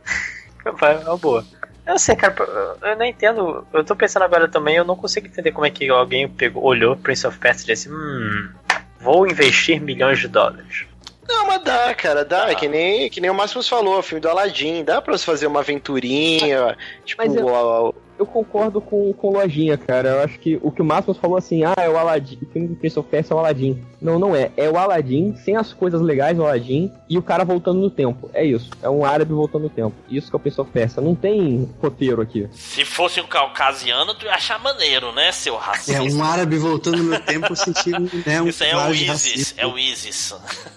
É uma boa. Eu não sei, cara, eu não entendo. Eu tô pensando agora também, eu não consigo entender como é que alguém olhou Prince of Persia e disse, vou investir $milhões. Não, mas dá, cara, dá. É que nem o Máximos falou, o filme do Aladdin. Dá pra você fazer uma aventurinha, tipo... Mas eu concordo com Lojinha, cara. Eu acho que o Máximos falou assim, é o Aladdin, o filme do Prince of Persia é o Aladdin. Não é. É o Aladdin, sem as coisas legais do Aladdin, e o cara voltando no tempo. É isso. É um árabe voltando no tempo. Isso que é o Prince of Persia. Não tem roteiro aqui. Se fosse um caucasiano, tu ia achar maneiro, né, seu racista? É, um árabe voltando no tempo sentindo, né, isso aí é o ISIS. É o ISIS.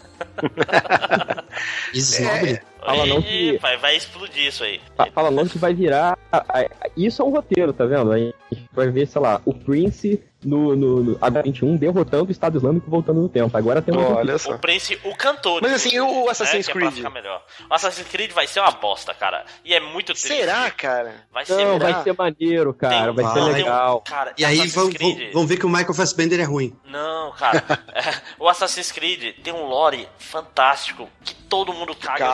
Fala não que... vai explodir isso aí. Fala não que vai virar... Isso é um roteiro, tá vendo? A gente vai ver, sei lá, o Prince no H21 derrotando o Estado Islâmico voltando no tempo. Agora tem o Prince, o cantor. Mas assim, o Assassin's Creed. O Assassin's Creed vai ser uma bosta, cara. E é muito triste. Será, cara? Vai ser maneiro, cara. Vai ser legal. Cara, e aí vão ver que o Michael Fassbender é ruim. Não, cara. O Assassin's Creed tem um lore fantástico que todo mundo caga.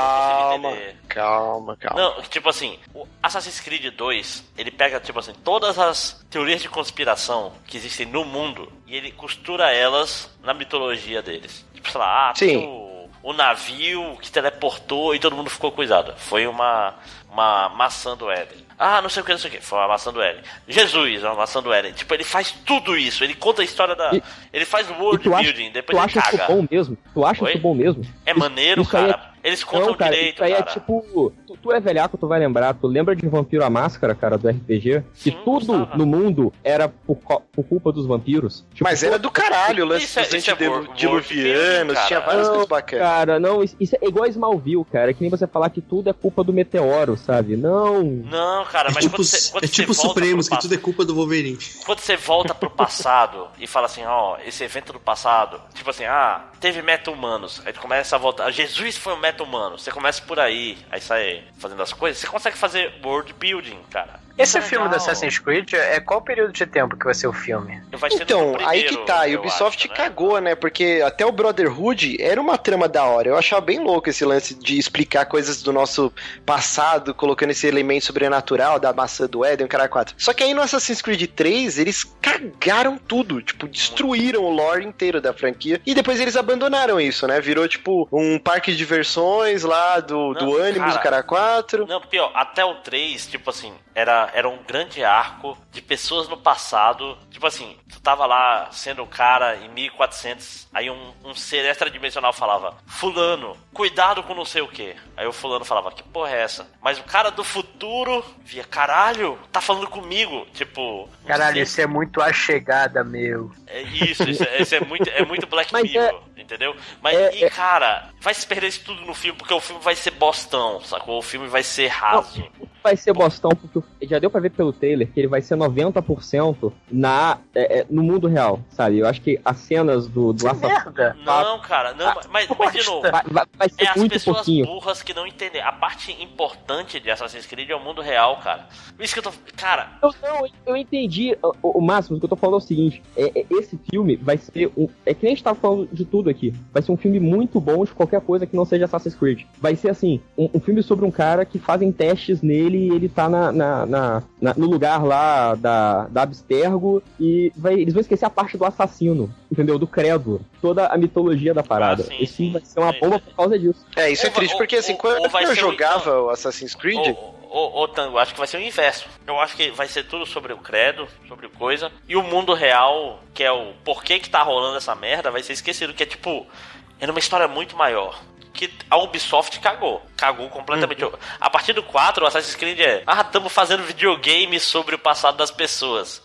Calma. Não, tipo assim, o Assassin's Creed 2, ele pega, tipo assim, todas as teorias de conspiração que existem no mundo e ele costura elas na mitologia deles. Tipo, sei lá, o navio que teleportou e todo mundo ficou coisado. Foi uma maçã do Éden. Não sei o que. Foi uma maçã do Éden. Jesus, uma maçã do Éden. Tipo, ele faz tudo isso. Ele conta a história da... ele faz o world building, depois ele caga. Tu acha isso bom mesmo? Tu acha isso bom mesmo? É maneiro, isso cara. Eles contam direito, isso aí é tipo... Tu é velhaco, tu vai lembrar. Tu lembra de Vampiro à Máscara, cara, do RPG? Que tudo no mundo era por culpa dos vampiros. Tipo, mas era do caralho, o lance dos antediluvianos, tinha várias coisas bacanas. Cara, não, isso é igual a Smallville, cara. É que nem você falar que tudo é culpa do meteoro, sabe? Não, cara, mas quando tipo você Supremos, que tudo é culpa do Wolverine. Quando você volta pro passado e fala assim, esse evento do passado, tipo assim, teve meta-humanos, aí tu começa a voltar, Jesus foi um meta-humano, você começa por aí sai fazendo as coisas, você consegue fazer world building, cara. Esse filme do Assassin's Creed, qual período de tempo que vai ser o filme? Então, aí que tá, a Ubisoft cagou, né? Porque até o Brotherhood era uma trama da hora. Eu achava bem louco esse lance de explicar coisas do nosso passado, colocando esse elemento sobrenatural da maçã do Éden, o cara 4. Só que aí no Assassin's Creed 3, eles cagaram tudo, tipo, destruíram o lore inteiro da franquia. E depois eles abandonaram isso, né? Virou, tipo, um parque de diversões lá do Animus, do cara 4. Não, pior, até o 3, tipo assim, era era um grande arco de pessoas no passado. Tipo assim, tu tava lá sendo um cara em 1400, aí um ser extradimensional falava: fulano, cuidado com não sei o que. Aí o fulano falava: que porra é essa? Mas o cara do futuro via: caralho, tá falando comigo. Tipo... Caralho, isso é muito a chegada, meu. Isso é muito Black Mirror, entendeu? Mas, cara, vai se perder isso tudo no filme, porque o filme vai ser bostão, sacou? O filme vai ser raso. Vai ser bostão, porque já deu pra ver pelo trailer que ele vai ser 90% no mundo real, sabe? Eu acho que as cenas do assassino... Não, cara, não, mas de novo, vai ser as muito pessoas pouquinho. burras que não entendem. A parte importante de Assassin's Creed é o mundo real, cara. Isso que eu tô... Cara... Eu entendi o máximo. O que eu tô falando é o seguinte, esse filme vai ser é que nem a gente tá falando de tudo aqui. Vai ser um filme muito bom de qualquer coisa que não seja Assassin's Creed. Vai ser assim, um filme sobre um cara que fazem testes nele e ele tá no lugar lá da Abstergo e eles vão esquecer a parte do assassino, entendeu? Do credo. Toda a mitologia da parada. Esse filme vai ser uma bomba por causa disso. Isso é triste, porque assim, quando eu jogava o Assassin's Creed... Tango, acho que vai ser o inverso. Eu acho que vai ser tudo sobre o credo, sobre coisa. E o mundo real, que é o porquê que tá rolando essa merda, vai ser esquecido. Que é tipo, é uma história muito maior. Que a Ubisoft cagou completamente. A partir do 4, o Assassin's Creed estamos fazendo videogame sobre o passado das pessoas.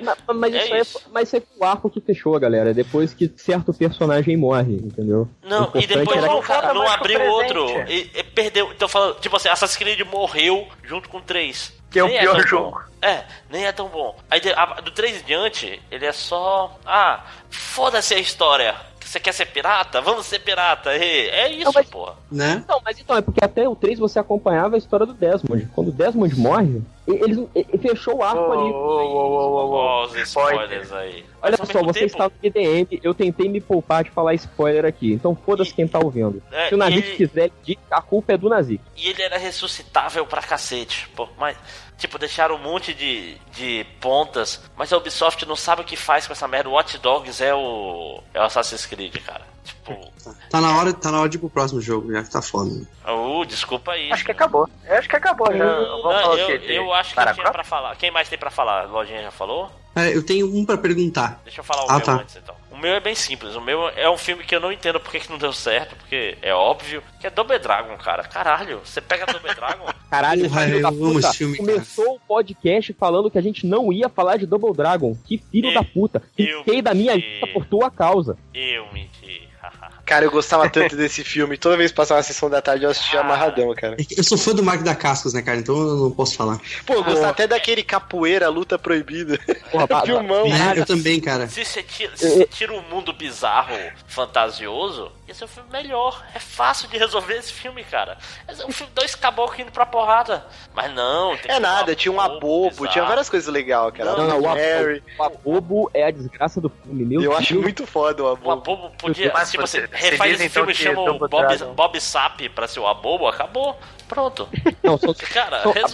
Mas isso é o arco que fechou, galera. Depois que certo personagem morre, entendeu? Não, e depois não abriu outro. E perdeu. Então, falando, tipo assim, Assassin's Creed morreu junto com o 3. Que é o pior jogo. Nem é tão bom. Aí do 3 em diante, ele é só... foda-se a história. Você quer ser pirata? Vamos ser pirata. É isso, porra. Né? Não, mas então, é porque até o 3 você acompanhava a história do Desmond. Quando o Desmond morre, ele fechou o arco ali. Os spoilers aí. Olha só, você está no IDM, eu tentei me poupar de falar spoiler aqui. Então foda-se quem tá ouvindo. Se o Nazik quiser, a culpa é do Nazik. E ele era ressuscitável pra cacete. Pô, mas... Tipo, deixaram um monte de pontas, mas a Ubisoft não sabe o que faz com essa merda. O Watch Dogs é o Assassin's Creed, cara. Tipo... Tá na hora de ir pro próximo jogo, já que tá foda. Desculpa aí. Acho que acabou. Eu acho que acabou já. Eu acho que tinha pra falar. Quem mais tem pra falar? Lojinha já falou? Eu tenho um pra perguntar. Deixa eu falar o meu antes, então. O meu é bem simples. O meu é um filme que eu não entendo porque que não deu certo, porque é óbvio, que é Double Dragon, cara. Caralho, você pega Double Dragon... Caralho, eu amo esse filme, começou o podcast falando que a gente não ia falar de Double Dragon. Que filho da puta. Fiquei da minha lista por tua causa. Eu menti. Cara, eu gostava tanto desse filme. Toda vez que passava a sessão da tarde, eu assistia amarradão, cara. Eu sou fã do Mark da Cascos, né, cara? Então eu não posso falar. Pô, eu gostava até daquele Capoeira, Luta Proibida. Filmão. Eu também, cara. Se você tira um mundo bizarro, fantasioso, esse é um filme melhor. É fácil de resolver esse filme, cara. É um filme 2 caboclos indo pra porrada. Mas não, tem tinha um Abobo, tinha várias coisas legais, cara. O Abobo é a desgraça do filme, meu Deus. Eu acho muito foda o Abobo. O Abobo podia... Tipo assim, refaz esse filme e chama o Bob Sapp pra ser o Abobo, acabou. Pronto. Não, cara, pra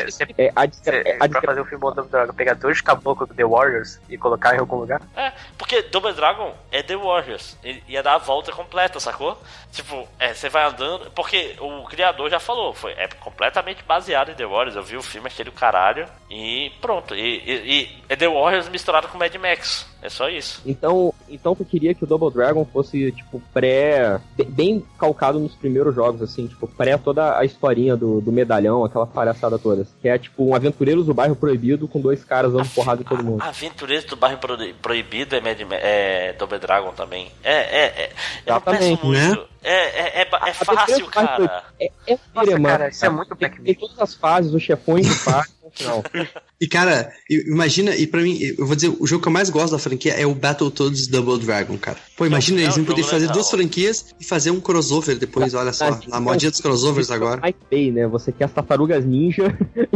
fazer um filme do Double Dragon, pegar 2 caboclos do The Warriors e colocar em algum lugar? Porque Double Dragon é The Warriors. Ia dar a volta completa, sacou? Tipo, você vai andando... Porque o criador já falou, é completamente baseado em The Warriors. Eu vi o filme, aquele caralho, e pronto. E é The Warriors misturado com Mad Max. É só isso. Então tu queria que o Double Dragon fosse, tipo, bem calcado nos primeiros jogos, assim, tipo, toda a historinha do medalhão, aquela palhaçada toda. Que é, tipo, um Aventureiros do Bairro Proibido com 2 caras dando porrada em todo mundo. Aventureiros do Bairro Proibido é Double Dragon também. Eu não peço muito. Né? É fácil, cara. Cara, isso é muito Black Mirror. Tem todas as fases, os chefões de fase, no final. E, cara, imagina, e pra mim, eu vou dizer, o jogo que eu mais gosto da franquia é o Battletoads Double Dragon, cara. Pô, imagina, eles iam poder fazer 2 franquias e fazer um crossover depois, olha só, na modinha dos crossovers agora. Né? Você quer as tartarugas ninja.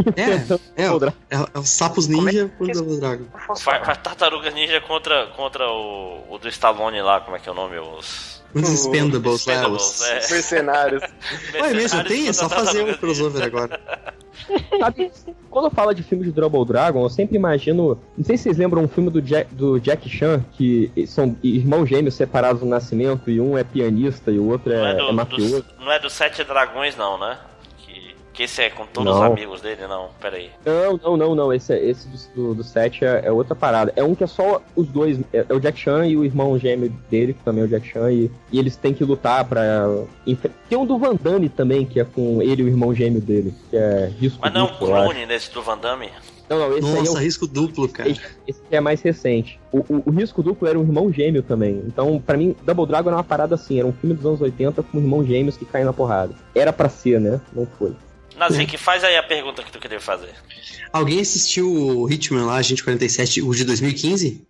É os sapos ninja com o Double Dragon. Faz tartarugas ninja contra o do Stallone lá, como é que é o nome? Os Expendables, os mercenários. Ué, mesmo, tem? É só fazer um crossover agora. Sabe, quando eu falo de filmes de Double Dragon, eu sempre imagino... Não sei se vocês lembram um filme do Jack Chan, que são irmãos gêmeos separados no nascimento, e um é pianista e o outro é mafioso. Não é dos 7 dragões, não, né? Que esse é com todos os amigos dele? Não, peraí. Não. Esse do 7 é outra parada. É um que é só os dois. É o Jack Chan e o irmão gêmeo dele, que também é o Jack Chan, e eles têm que lutar pra... Tem um do Van Damme também, que é com ele e o irmão gêmeo dele, que é Risco Mas não é um Duplo, clone nesse do Van Damme? Não, esse Nossa, aí Risco Duplo, cara. Esse é mais recente. O Risco Duplo era um irmão gêmeo também. Então, pra mim, Double Dragon era uma parada assim. Era um filme dos anos 80 com irmãos gêmeos que caem na porrada. Era pra ser, né? Não foi. Nazik, faz aí a pergunta que tu queria fazer. Alguém assistiu o Hitman lá, Agente 47, o de 2015?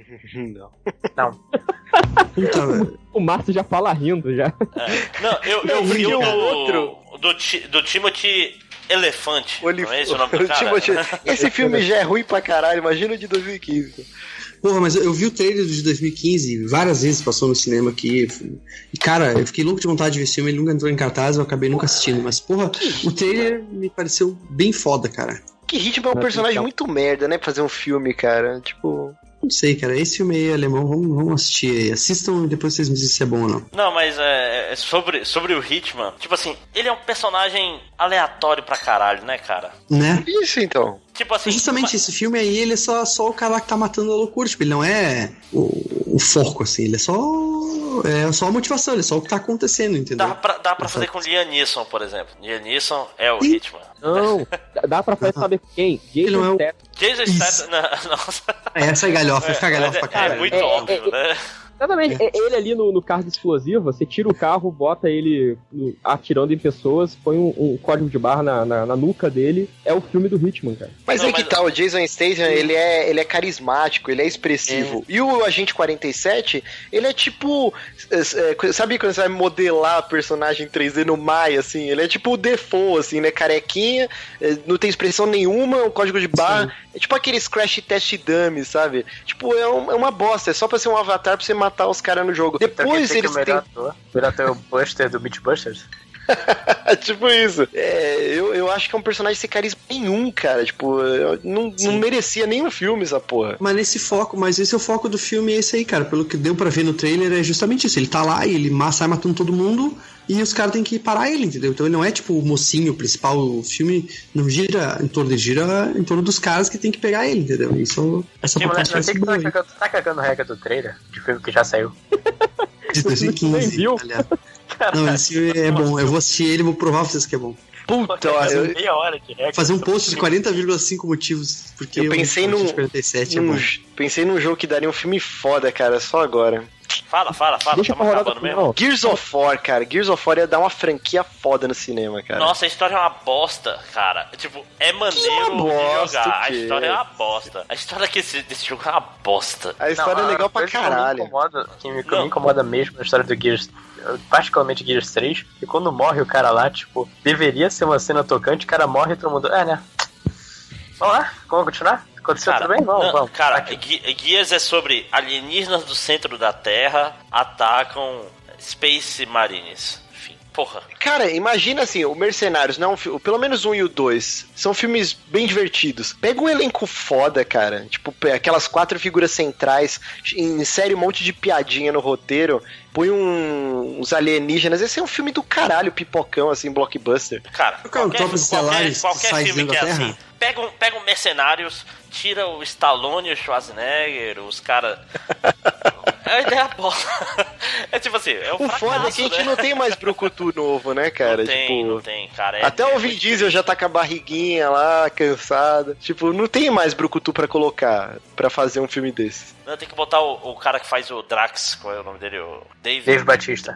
Não. Então, O Márcio já fala rindo, já. Não, eu vi o outro. Do Timothy Elefante. Não é esse o nome do cara? Timothy... Esse filme já é ruim pra caralho, imagina o de 2015. Porra, mas eu vi o trailer de 2015, várias vezes passou no cinema aqui. E, cara, eu fiquei louco de vontade de ver esse filme, ele nunca entrou em cartaz, eu acabei nunca assistindo. Mas, porra, o trailer me pareceu bem foda, cara. Que Hitman é um personagem muito merda, né? Pra fazer um filme, cara. Tipo... Não sei, cara. Esse filme aí, alemão, vamos assistir aí. Assistam e depois vocês me dizem se é bom ou não. Não, mas sobre o Hitman, tipo assim, ele é um personagem aleatório pra caralho, né, cara? Né? Isso, então. Tipo assim... Justamente, esse filme aí, ele é só o cara lá que tá matando a loucura. Tipo, ele não é o foco, assim. Ele é só a motivação, ele é só o que tá acontecendo, entendeu? Dá pra fazer com Liam Neeson, por exemplo. Liam Neeson é o Hitman. Não, dá pra fazer, sabe quem? Jason Statham. Jason Statham, nossa. Essa é galhofa, fica galhofa pra caralho. É muito óbvio, né? Exatamente, ele ali no carro explosivo, você tira o carro, bota ele atirando em pessoas, põe um código de barra na nuca dele, é o filme do Hitman, cara. Mas que tal, o Jason Statham, ele é carismático, ele é expressivo. E o Agente 47, ele é tipo... sabe quando você vai modelar a personagem em 3D no Maya, assim? Ele é tipo o Defoe, assim, né? Carequinha, não tem expressão nenhuma, o código de barra... Sim. É tipo aqueles Crash Test Dummy, sabe? Tipo, é uma bosta, é só pra ser um avatar pra você matar os caras no jogo. Depois então, eles têm... O melhor ator é o Buster do Mythbusters. Tipo isso. Eu acho que é um personagem sem carisma nenhum, cara. Tipo, não merecia nenhum filme essa porra. Mas esse é o foco do filme, é esse aí, cara. Pelo que deu pra ver no trailer, é justamente isso. Ele tá lá e ele sai matando todo mundo e os caras têm que parar ele, entendeu? Então ele não é tipo o mocinho principal. O filme não gira em torno dele, gira em torno dos caras que tem que pegar ele, entendeu? Isso, essa proposta vai ser boa. Tu tá cagando regra do trailer de filme que já saiu. De 2015, aliás. Não, esse filme é bom. Eu vou assistir ele e vou provar pra vocês que é bom. Puta, meia hora de regra. Fazer um post de 40,5 motivos. Porque eu pensei pensei num jogo que daria um filme foda, cara, só agora. Fala, Deixa estamos acabando mesmo. Gears of War, cara. Gears of War ia dar uma franquia foda no cinema, cara. Nossa, a história é uma bosta, cara. Tipo, é maneiro jogar. A história é uma bosta. A história desse jogo é uma bosta. A história é legal pra caralho. Que me incomoda mesmo na história do Gears, particularmente Gears 3, e quando morre o cara lá, tipo, deveria ser uma cena tocante, o cara morre e todo mundo... né? Vamos lá? Vamos continuar? Aconteceu tudo bem? Vamos. Cara, Gears é sobre alienígenas do centro da Terra atacam Space Marines. Enfim, porra. Cara, imagina assim, o Mercenários, não, pelo menos 1 e o 2, são filmes bem divertidos. Pega um elenco foda, cara. Tipo, aquelas 4 figuras centrais, insere um monte de piadinha no roteiro, põe uns alienígenas. Esse é um filme do caralho, pipocão, assim, blockbuster. Cara, qualquer filme que é Terra? assim. Pega um Mercenários, tira o Stallone, o Schwarzenegger, os caras... A ideia é boa. É tipo assim, é o foda é que a gente não tem mais brucutu novo, né, cara? Não tem, cara. Até o Vin Diesel já tá com a barriguinha lá, cansada. Tipo, não tem mais brucutu pra colocar, pra fazer um filme desse. Não, tem que botar o cara que faz o Drax, qual é o nome dele? O Dave Bautista.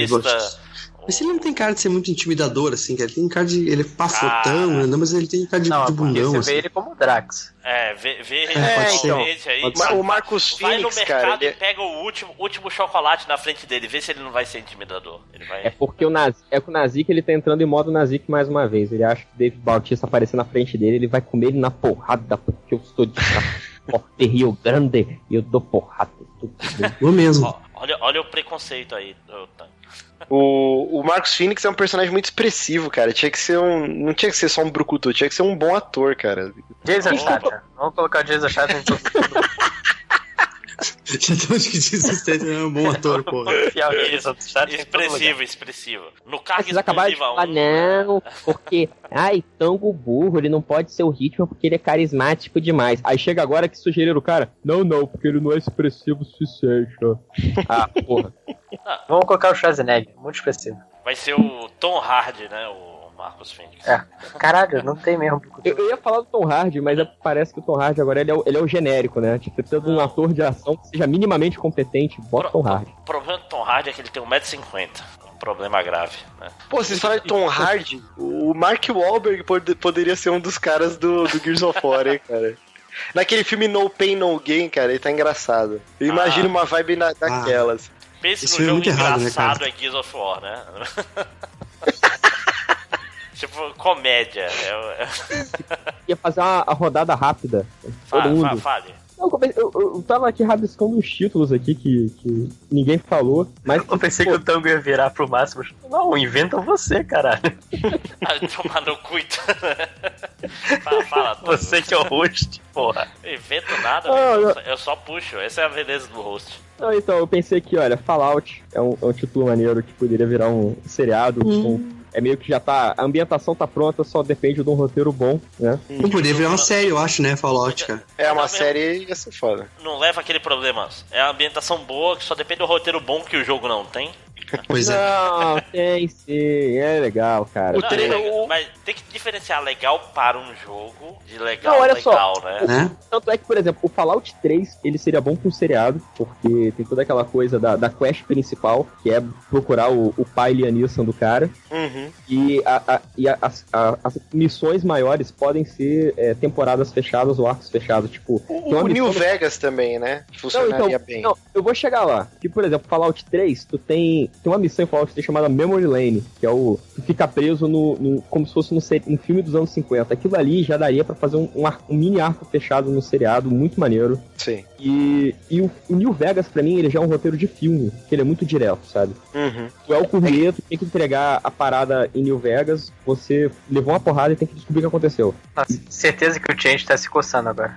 Mas ele não tem cara de ser muito intimidador, assim, cara. Ele tem cara de... Ele é pafotão, mas ele tem cara de bundão, você assim. vê ele como Drax. Vê ele aí. O Marcus Phoenix, vai no mercado cara, e pega o último chocolate na frente dele, vê se ele não vai ser intimidador. Ele vai... É porque o Nazik, ele tá entrando em modo Nazik mais uma vez. Ele acha que o Dave Bautista aparecer na frente dele, ele vai comer ele na porrada, porque eu sou de Rio Grande e eu dou porrada. Eu mesmo. Olha o preconceito aí, Tan. O Marcus Phoenix é um personagem muito expressivo, cara. Não tinha que ser só um brucutu, tinha que ser um bom ator, cara. Jason Statham. Vamos colocar o Jason Statham em todo mundo. Já estamos que disse é um bom ator, porra. Expressivo. No carro vocês acabaram de falar, não, porque... Ai, Tango burro, ele não pode ser o ritmo porque ele é carismático demais. Aí chega agora que sugeriram o cara, não, porque ele não é expressivo o suficiente, ó. Ah, porra. Vamos colocar o Schwarzenegger, muito expressivo. Vai ser o Tom Hardy, né, o Marcos Fênix. Caralho, não tem mesmo. Eu ia falar do Tom Hardy, mas parece que o Tom Hardy agora ele é o genérico, né? Tipo, você precisa de um ator de ação que seja minimamente competente, bota o Tom Hardy. O problema do Tom Hardy é que ele tem 1,50m. Problema grave, né? Pô, vocês falam de Tom Hardy, o Mark Wahlberg poderia ser um dos caras do Gears of War, hein, cara? Naquele filme No Pain, No Gain, cara, ele tá engraçado. Eu imagino uma vibe daquelas. Pense no jogo engraçado, né, Gears of War, né? Tipo, comédia. Ia fazer uma rodada rápida. Todo mundo. Fale. Eu tava aqui rabiscando uns títulos aqui que ninguém falou, mas... Eu pensei que o Tango ia virar pro Máximo. Não, inventa você, caralho. Tomar no cu. Fala, Tango. Você que é o host, porra. Eu invento nada, eu só puxo. Essa é a beleza do host. Não, então, eu pensei que, olha, Fallout é um título maneiro que poderia virar um seriado é meio que já tá... A ambientação tá pronta, só depende de um roteiro bom, né? Não poderia virar uma série, eu acho, né? Fallout, cara. É, uma série ia ser foda. Não leva aquele problema. É a ambientação boa, que só depende do roteiro bom que o jogo não tem. Pois é. Não, tem sim, é legal, cara. Mas tem que diferenciar legal para um jogo de legal, né? Tanto é que, por exemplo, o Fallout 3, ele seria bom pra um seriado, porque tem toda aquela coisa da quest principal, que é procurar o pai Lianisson do cara. E as missões maiores podem ser temporadas fechadas ou arcos fechados, tipo... O New Vegas também, né? Funcionaria bem. Não, eu vou chegar lá. Que, por exemplo, Fallout 3, tu tem uma missão em Fallout 3 chamada Memory Lane, que é tu fica preso como se fosse um filme dos anos 50. Aquilo ali já daria pra fazer um mini arco fechado no seriado, muito maneiro. Sim. E o New Vegas, pra mim, ele já é um roteiro de filme, que ele é muito direto, sabe? Tu é o courrier, tu tem que entregar a parada em New Vegas, você levou uma porrada e tem que descobrir o que aconteceu. Nossa, certeza que o Change tá se coçando agora.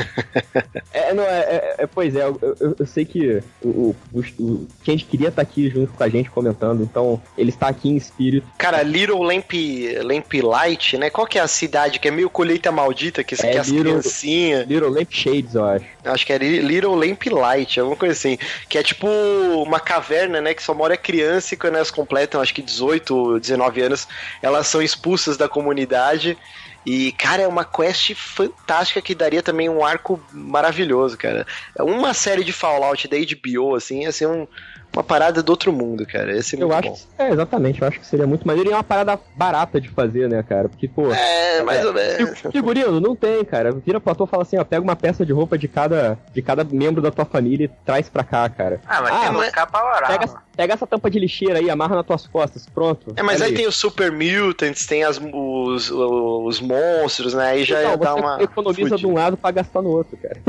Pois é, eu sei que o Change queria estar aqui junto com a gente comentando, então ele está aqui em espírito. Cara, Little Lamp Light, né? Qual que é a cidade que é meio colheita maldita, que é as criancinhas? Little Lamp Shades, eu acho. Acho que é Little Lamp Light, alguma coisa assim. Que é tipo uma caverna, né? Que só mora criança e quando elas completam, acho que 18, 19 anos, elas são expulsas da comunidade. E, cara, é uma quest fantástica que daria também um arco maravilhoso, cara. Uma série de Fallout da HBO, assim, ia ser uma parada do outro mundo, cara. Ia ser muito bom. Exatamente. Eu acho que seria muito maneiro e é uma parada barata de fazer, né, cara? Porque, pô... mais ou menos. Figurino, não tem, cara. Vira pro ator e fala assim, ó, pega uma peça de roupa de cada membro da tua família e traz pra cá, cara. Mas tem uma capa oral. Pega essa tampa de lixeira aí, amarra nas tuas costas, pronto. Mas aí tem os Super Mutants, tem os monstros, né? Aí já dá uma... economiza de um lado pra gastar no outro, cara.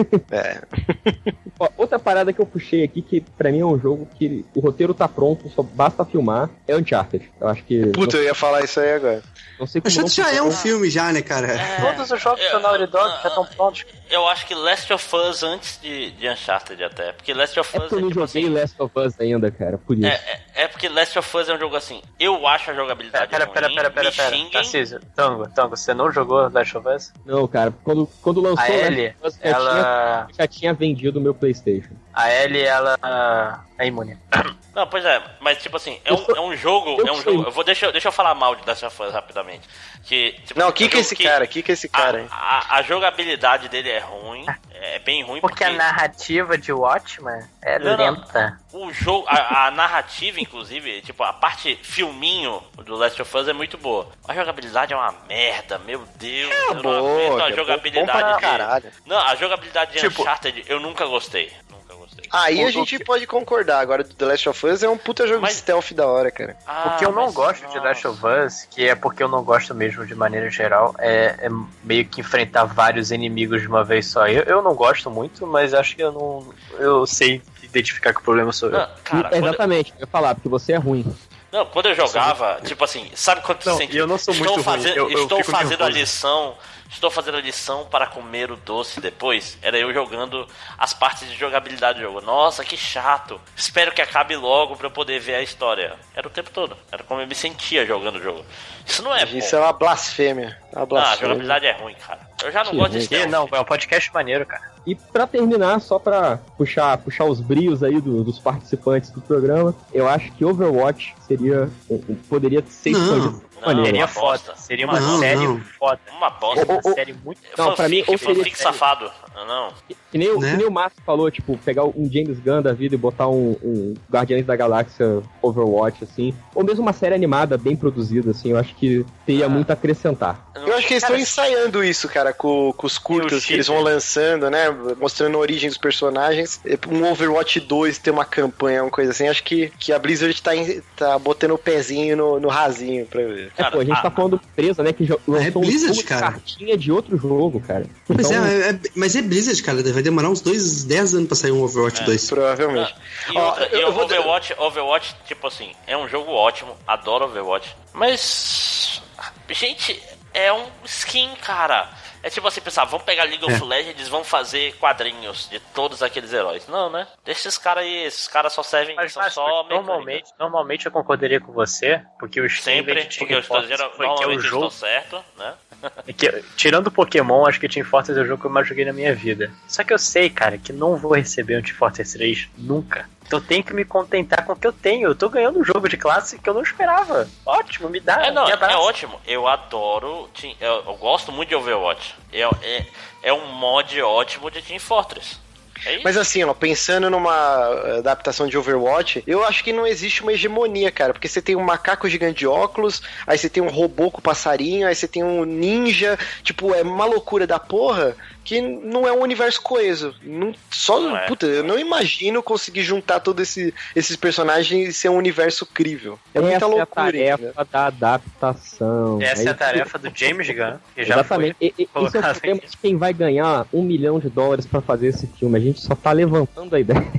Ó, outra parada que eu puxei aqui, que pra mim é um jogo que o roteiro tá pronto, só basta filmar, é Uncharted. Eu acho que... eu ia falar isso aí agora. Não sei como Uncharted já é um filme já, né, cara? Todos os jogos da Naughty Dog já estão prontos. Eu acho que Last of Us antes de Uncharted até. Porque Last of Us eu não joguei Last of Us ainda, cara, por isso. Porque Last of Us é um jogo assim, eu acho a jogabilidade Pera. Tarcísio, Tango, você não jogou Last of Us? Não, cara, quando lançou a Ellie, já tinha vendido o meu PlayStation. A Ellie, ela é imune. Não, pois é, mas tipo assim, é um jogo. Deixa eu falar mal de Last of Us rapidamente. Que, tipo, não, que é esse cara? Que é esse cara, hein? A jogabilidade dele é ruim, é bem ruim. Porque a narrativa de Watchmen é lenta. O jogo, a narrativa, inclusive, tipo, a parte filminho do Last of Us é muito boa. A jogabilidade é uma merda, meu Deus. A jogabilidade caralho. Não, a jogabilidade de Uncharted eu nunca gostei. Aí a gente pode concordar. Agora, The Last of Us é um puta jogo de stealth da hora, cara. O que eu não gosto de Last of Us, que é porque eu não gosto mesmo de maneira geral, é meio que enfrentar vários inimigos de uma vez só. Eu não gosto muito, mas acho que eu sei identificar que o problema sou eu. Cara, exatamente, eu ia falar, porque você é ruim. Não, quando eu jogava, tipo assim, sabe quando tu sente... Eu não sou muito ruim. Estou fazendo a lição... Estou fazendo a lição para comer o doce depois. Era eu jogando as partes de jogabilidade do jogo. Nossa, que chato. Espero que acabe logo para eu poder ver a história. Era o tempo todo. Era como eu me sentia jogando o jogo. Isso não é bom. Isso é uma blasfêmia. A jogabilidade é ruim, cara. Eu já não gosto desse tempo. Não, é um podcast maneiro, cara. E pra terminar, só pra puxar os brios aí dos participantes do programa, eu acho que Overwatch poderia ser expandido. Seria foda. Seria uma série foda. Uma bosta. Uma série muito... Não, pra mim, ou seria... safado. Não. Que nem o Márcio falou, tipo, pegar um James Gunn da vida e botar um Guardiões da Galáxia Overwatch, assim. Ou mesmo uma série animada bem produzida, assim. Eu acho que teria muito a acrescentar. Eu acho que eles estão ensaiando isso, cara, com os curtas que eles vão lançando, né? Mostrando a origem dos personagens. Um Overwatch 2 ter uma campanha, uma coisa assim. Acho que a Blizzard tá botando o pezinho no rasinho pra ver. Cara, pô, a gente tá falando empresa, né, que lançou Blizzard, cara. Cartinha de outro jogo, cara. Pois mas é Blizzard, cara. Vai demorar uns 10 anos pra sair um Overwatch 2. Provavelmente. Overwatch, tipo assim, é um jogo ótimo. Adoro Overwatch. Mas, gente, é um skin, cara. É tipo assim, pensar, vamos pegar League of Legends, vão fazer quadrinhos de todos aqueles heróis. Não, né? Deixa esses caras aí, esses caras só servem, só normalmente eu concordaria com você, porque o sempre, porque eu estou dizendo, normalmente eu estou certo, né? Tirando o Pokémon, acho que Team Fortress é o jogo que eu mais joguei na minha vida. Só que eu sei, cara, que não vou receber um Team Fortress 3 nunca. Então eu tenho que me contentar com o que eu tenho. Eu tô ganhando um jogo de classe que eu não esperava. Ótimo, me dá. É ótimo. Eu adoro. Eu gosto muito de Overwatch. É um mod ótimo de Team Fortress. Mas assim, ó, pensando numa adaptação de Overwatch, eu acho que não existe uma hegemonia, cara, porque você tem um macaco gigante de óculos, aí você tem um robô com passarinho, aí você tem um ninja, tipo, é uma loucura da porra que não é um universo coeso. Puta, eu não imagino conseguir juntar todos esses personagens e ser um universo crível. É muita loucura. Essa é a tarefa da adaptação. Essa é a tarefa do James Gunn. Exatamente. Esse é o problema de quem vai ganhar $1 milhão pra fazer esse filme. A gente só tá levantando a ideia.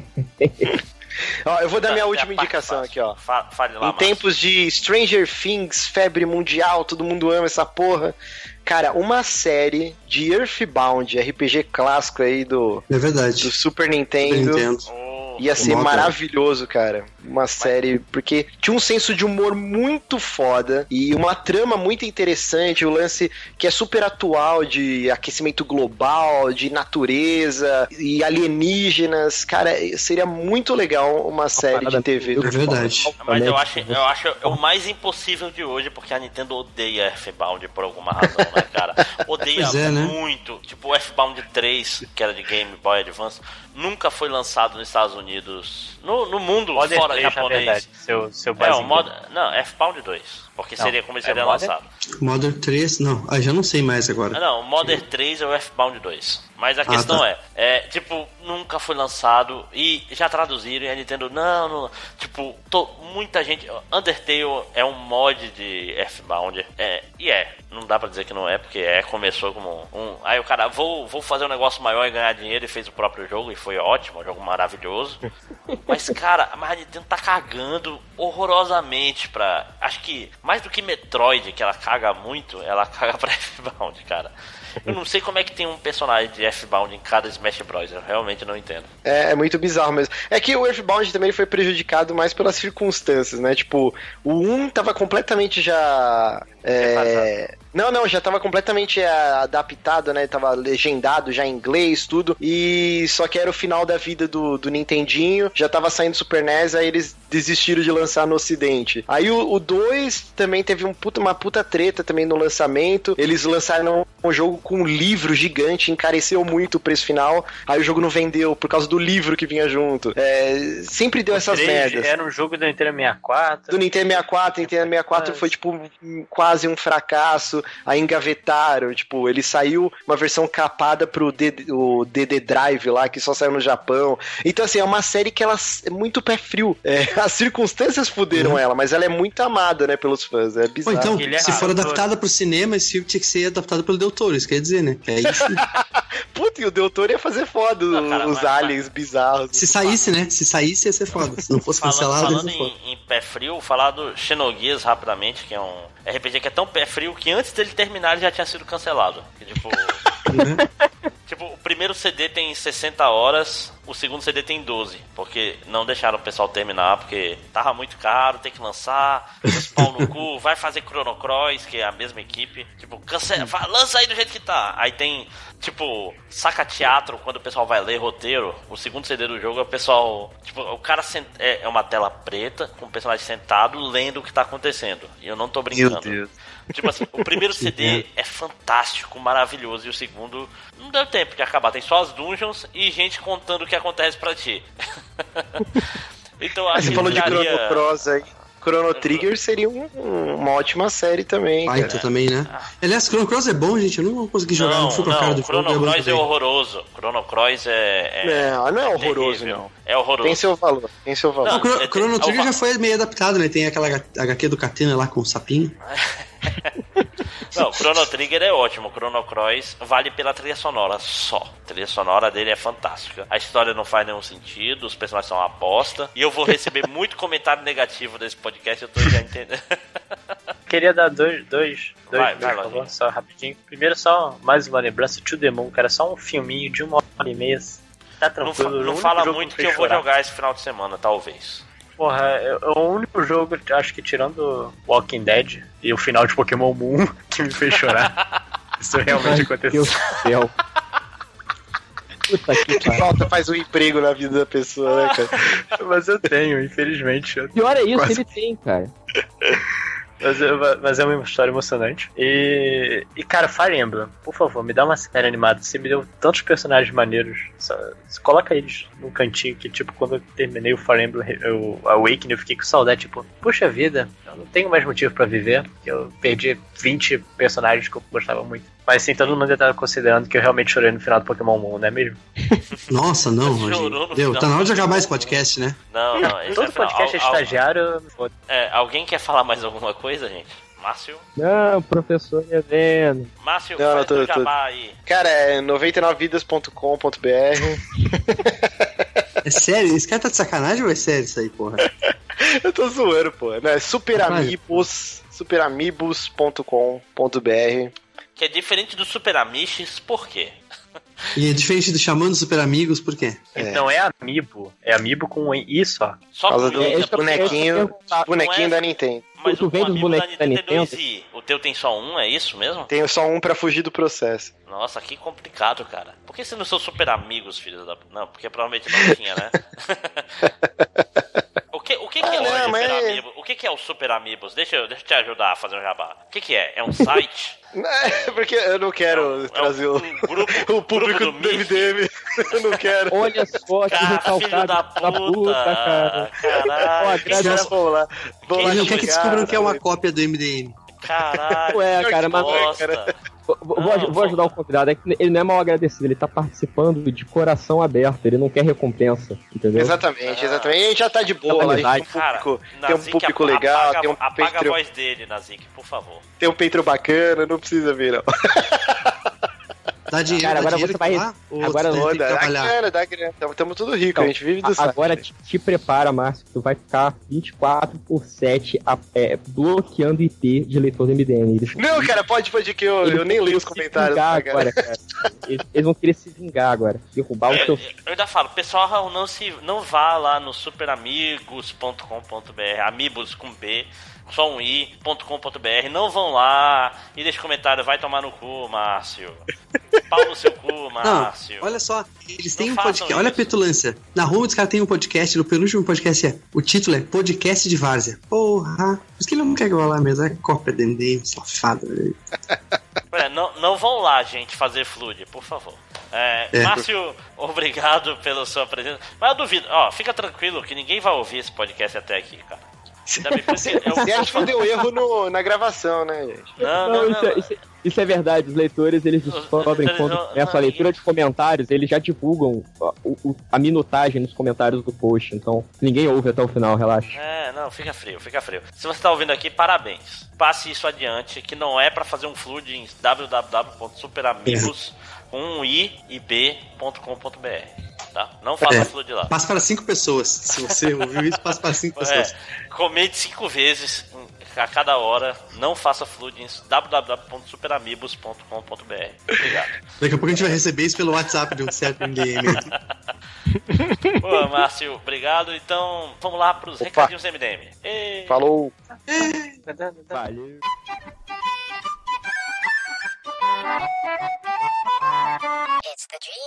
Ó, eu vou dar minha última indicação aqui, ó. Fale lá, em tempos de Stranger Things, febre mundial, todo mundo ama essa porra. Cara, uma série de Earthbound, RPG clássico aí do Super Nintendo. Ia ser maravilhoso, cara. Uma série, porque tinha um senso de humor muito foda e uma trama muito interessante, o lance que é super atual de aquecimento global, de natureza e alienígenas. Cara, seria muito legal uma série de TV. É verdade. Mas eu acho o mais impossível de hoje, porque a Nintendo odeia Earthbound por alguma razão, né, cara? Odeia muito. Né? Tipo, o Earthbound 3, que era de Game Boy Advance, nunca foi lançado nos Estados Unidos. No mundo fora 3, japonês. Seu não, Earthbound 2. Porque seria como ele seria lançado. Modern 3, não. Já não sei mais agora. Não, Modern 3 é o Earthbound 2. Mas a questão tipo, nunca foi lançado e já traduziram e a Nintendo, não. Tipo, muita gente... Undertale é um mod de Earthbound. Não dá pra dizer que não é, porque começou como aí o cara, vou fazer um negócio maior e ganhar dinheiro e fez o próprio jogo e foi ótimo, um jogo maravilhoso. Mas, cara, a Nintendo tá cagando horrorosamente pra... Acho que mais do que Metroid, que ela caga muito, ela caga pra Earthbound, cara. Eu não sei como é que tem um personagem de Earthbound em cada Smash Bros. Eu realmente não entendo. É muito bizarro mesmo. É que o Earthbound também foi prejudicado mais pelas circunstâncias, né? Tipo, o 1 tava completamente já... Não, já tava completamente adaptado, né? Tava legendado já em inglês, tudo. E só que era o final da vida do Nintendinho. Já tava saindo Super NES, aí eles desistiram de lançar no ocidente. Aí o 2 também teve uma puta treta também no lançamento. Eles lançaram um jogo com um livro gigante, encareceu muito o preço final. Aí o jogo não vendeu por causa do livro que vinha junto. Sempre deu essas merdas. Era um jogo do Nintendo 64. Do Nintendo 64, Nintendo 64 foi tipo quase um fracasso. Aí engavetaram, tipo, ele saiu uma versão capada pro DD Drive lá, que só saiu no Japão. Então, assim, é uma série que ela é muito pé frio. As circunstâncias fuderam ela, mas ela é muito amada, né, pelos fãs. É bizarro. Então, se for adaptada pro cinema, esse filme tinha que ser adaptado pelo Del Toro, isso quer dizer, né? Que é isso. Puta, e o Del Toro ia fazer foda os aliens bizarros. Se saísse, né? Se saísse, ia ser foda. Se não fosse cancelado, ia ser foda. Em pé frio, falar do Xenogears rapidamente, que é um RPG que é tão pé frio que antes dele terminar ele já tinha sido cancelado. Que, tipo... Tipo, o primeiro CD tem 60 horas, o segundo CD tem 12, porque não deixaram o pessoal terminar, porque tava muito caro, tem que lançar, os pau no cu, vai fazer Chrono Cross, que é a mesma equipe, tipo, cancela, lança aí do jeito que tá. Aí tem, tipo, saca teatro, quando o pessoal vai ler roteiro, o segundo CD do jogo é o pessoal, tipo, o cara é uma tela preta, com o personagem sentado, lendo o que tá acontecendo, e eu não tô brincando. Meu Deus. Tipo assim, o primeiro CD é fantástico, maravilhoso, e o segundo não deu tempo de acabar. Tem só as dungeons e gente contando o que acontece pra ti. Então acho Você que falou de Chrono Cross aí. Chrono Trigger seria uma ótima série também. Baita também, né? Aliás, Chrono Cross é bom, gente. Eu não consegui jogar, não fui com a cara do Chrono Cross é horroroso. Chrono Cross não é horroroso, terrível. não. É horroroso. Tem seu valor. Não, Chrono Trigger já foi meio adaptado, né? Tem aquela HQ do Catena lá com o sapinho. Não, Chrono Trigger é ótimo. Chrono Cross vale pela trilha sonora só. A trilha sonora dele é fantástica. A história não faz nenhum sentido, os personagens são uma aposta. E eu vou receber muito comentário negativo desse podcast, eu tô já entendendo. Queria dar dois, vai, por favor, só rapidinho. Primeiro, só mais uma lembrança, To The Moon, cara, só um filminho de 1h30. Tá tranquilo. Não fala muito que eu vou jogar esse final de semana, talvez. Porra, é o único jogo, acho que tirando Walking Dead e o final de Pokémon Moon, que me fez chorar. Isso realmente aconteceu. Meu Deus do céu. Puta que falta faz um emprego na vida da pessoa, né, cara? Mas eu tenho, infelizmente. Pior é isso, ele tem, cara. Mas é uma história emocionante. E, cara, Fire Emblem, por favor, me dá uma série animada. Você me deu tantos personagens maneiros. Coloca eles num cantinho que, tipo, quando eu terminei o Fire Emblem, o Awakening, eu fiquei com saudade. Tipo, puxa vida, eu não tenho mais motivo pra viver. Eu perdi 20 personagens que eu gostava muito. Mas sim, todo mundo tá considerando que eu realmente chorei no final do Pokémon Moon, não é mesmo? Nossa, não, Rogério. Tá na hora de acabar esse podcast, né? Não. Todo podcast é estagiário. Alguém quer falar mais alguma coisa, gente? Márcio? Não, professor Eveno. Márcio, faz o jabá aí. Cara, é 99vidas.com.br. É sério? Esse cara tá de sacanagem ou é sério isso aí, porra? Eu tô zoando, porra. Não, é superamigos.com.br. Que é diferente do Super Amiches, por quê? E é diferente do Chamando Super Amigos, por quê? Não é Amiibo. É Amiibo com isso, ó. Só com bonequinho da Nintendo. Mas tu vende os bonecos da Nintendo? O teu tem só um, é isso mesmo? Tenho só um pra fugir do processo. Nossa, que complicado, cara. Por que você não são Super Amigos, filhos da... Não, porque provavelmente não tinha, né? O que é o Super Amiibo? O que é o Super Amigos? Deixa eu te ajudar a fazer um jabá. O que é? É um site? Porque eu não quero trazer o público do MDM. Eu não quero. Olha só que recalcado da puta, cara. Caralho. Vamos lá. Ele não quer que descubram que é uma cópia do MDM. Caralho. Ué, cara, mas... Vou ajudar o convidado. É que ele não é mal agradecido, ele tá participando de coração aberto, ele não quer recompensa, entendeu? Exatamente. A gente já tá de boa lá, a gente tem um público legal, tem um apaga a voz dele, Nazik, por favor. Tem um Patreon bacana, não precisa vir, não. Dá dinheiro, cara, agora dinheiro você vai... Agora não, dá grana. Estamos tudo rico, então, a gente vive do site. Agora te prepara, Márcio, que tu vai ficar 24/7 bloqueando IP de leitor do MDM. Não, cara, pode que eu nem leio os comentários. Agora, cara. Eles vão querer se vingar agora. Derrubar o teu... Eu ainda falo, pessoal, não vá lá no superamigos.com.br, amigos com B, só um i.com.br, não vão lá e deixe comentário, vai tomar no cu, Márcio. Pau no seu cu, Márcio. Não, olha só, eles têm um podcast, olha a petulância. Na Roma os caras têm um podcast, no penúltimo podcast o título é Podcast de Várzea. Porra, por isso que ele não quer que eu vá lá mesmo, é cópia de MDM, safado. Não vão lá, gente, fazer flood, por favor. Márcio, obrigado pela sua presença. Mas eu duvido, fica tranquilo que ninguém vai ouvir esse podcast até aqui, cara. Você acha que deu erro na gravação, né, gente? Não. Isso é verdade, os leitores eles descobrem quando começa a leitura de comentários, eles já divulgam a minutagem nos comentários do post, então ninguém ouve até o final, relaxa. Fica frio. Se você tá ouvindo aqui, parabéns. Passe isso adiante, que não é pra fazer um flood em www.superamigos.com.br. tá? Não faça flood lá. Passa para 5 pessoas. Se você ouviu isso, passa para 5 pessoas. Comente 5 vezes a cada hora. Não faça flood em www.superamigos.com.br. Obrigado. Daqui a pouco a gente vai receber isso pelo WhatsApp de um certo game. Pô, Márcio, obrigado. Então, vamos lá pros recadinhos MDM. Falou. Valeu. It's the dream.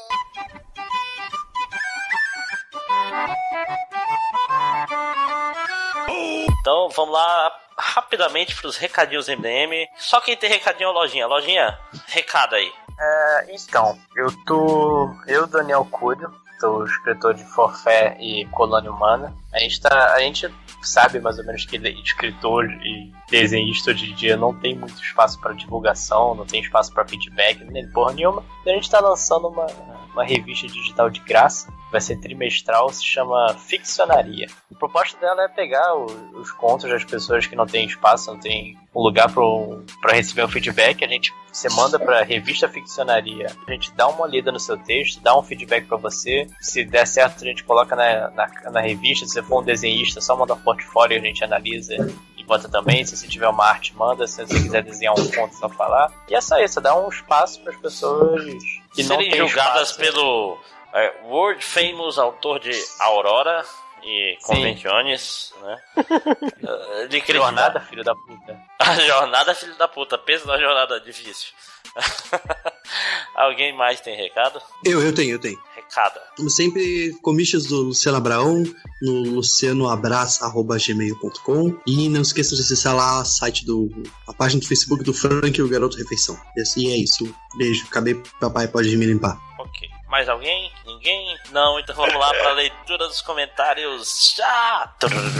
Então, vamos lá rapidamente pros recadinhos MDM. Só quem tem recadinho é a Lojinha. Lojinha, recado aí. Então, eu, Daniel Cúrio, sou escritor de Forfé e Colônia Humana. A gente sabe mais ou menos que escritor e desenhista hoje em dia não tem muito espaço para divulgação, não tem espaço para feedback, nem porra nenhuma. E a gente está lançando uma revista digital de graça, vai ser trimestral, se chama Ficcionaria. A proposta dela é pegar os contos das pessoas que não têm espaço, não tem um lugar para receber um feedback. Você manda para a revista Ficcionaria, a gente dá uma lida no seu texto, dá um feedback para você. Se der certo, a gente coloca na revista. Se você for um desenhista, só manda um portfólio, a gente analisa e bota também. Se você tiver uma arte, manda. Se você quiser desenhar um conto, só falar. E é só isso, dá um espaço para as pessoas que não têm julgadas espaço. Pelo world famous autor de Aurora e Convenciones, né? Jornada, filho da puta. A jornada, filho da puta. Pensa na jornada difícil. Alguém mais tem recado? Eu tenho. Recado. Como sempre, commissions do Luciano Abraão no lucianoabras@gmail.com. E não esqueça de acessar lá a página do Facebook do Frank e o Garoto Refeição. E assim é isso. Beijo. Acabei, papai pode me limpar. Ok. Mais alguém? Ninguém? Não, então vamos lá para a leitura dos comentários. Já!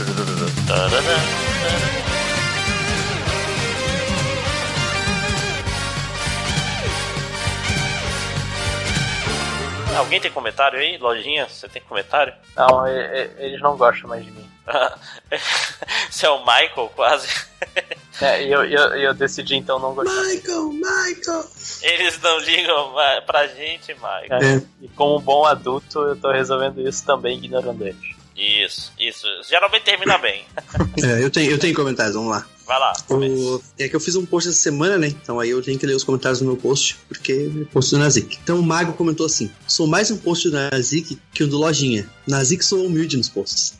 Alguém tem comentário aí? Lojinha, você tem comentário? Não, eles não gostam mais de mim. Você é o Michael, quase. Eu decidi então não gostar. Michael! Eles não ligam pra gente, Michael. E como um bom adulto, eu tô resolvendo isso também, ignorando eles. Isso. Geralmente termina bem. Eu tenho comentários, vamos lá. Vai lá. É que eu fiz um post essa semana, né? Então aí eu tenho que ler os comentários do meu post, porque é post do Nazik. Então o Mago comentou assim: sou mais um post do Nazik que o do Lojinha. Nazik sou humilde nos posts.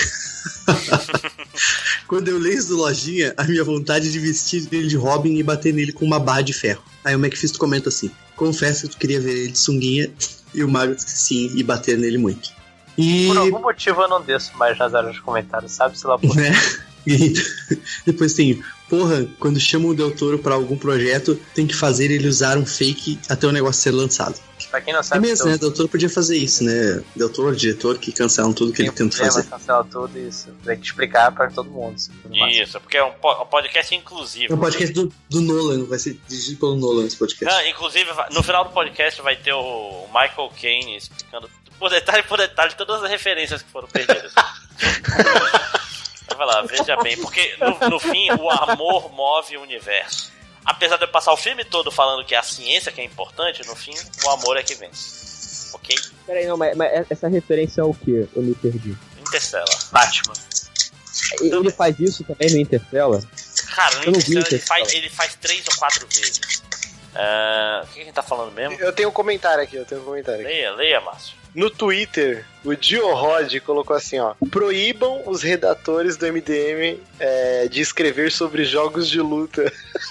Quando eu leio isso do Lojinha, a minha vontade de vestir ele de Robin e bater nele com uma barra de ferro. Aí o McFisto comenta assim: confesso que tu queria ver ele de sunguinha. E o Mago disse que sim, e bater nele muito. E... por algum motivo eu não desço mais nas áreas de comentários, sabe-se lá por quê. E depois tem: porra, quando chamam o Del Toro pra algum projeto, tem que fazer ele usar um fake até o negócio ser lançado. Pra quem não sabe, é mesmo, né? Del Toro podia fazer isso, né? Del Toro, diretor, que cancelam tudo que ele tenta fazer. Cancela tudo isso. Tem que explicar pra todo mundo. Isso, porque é um podcast inclusivo. É um podcast do Nolan, vai ser dirigido pelo Nolan esse podcast. Não, inclusive, no final do podcast vai ter o Michael Caine explicando por detalhe todas as referências que foram perdidas. Vai lá, veja bem, porque no fim o amor move o universo. Apesar de eu passar o filme todo falando que é a ciência que é importante, no fim o amor é que vence. Ok? Peraí, não, mas essa referência é o que? Eu me perdi. Interstellar. Batman. Ele faz isso também no Interstellar? Cara, no Interstellar ele faz 3 ou 4 vezes. O que a gente tá falando mesmo? Eu tenho um comentário aqui. Leia, Márcio. No Twitter, o Dio Rod colocou assim, ó: proíbam os redatores do MDM de escrever sobre jogos de luta.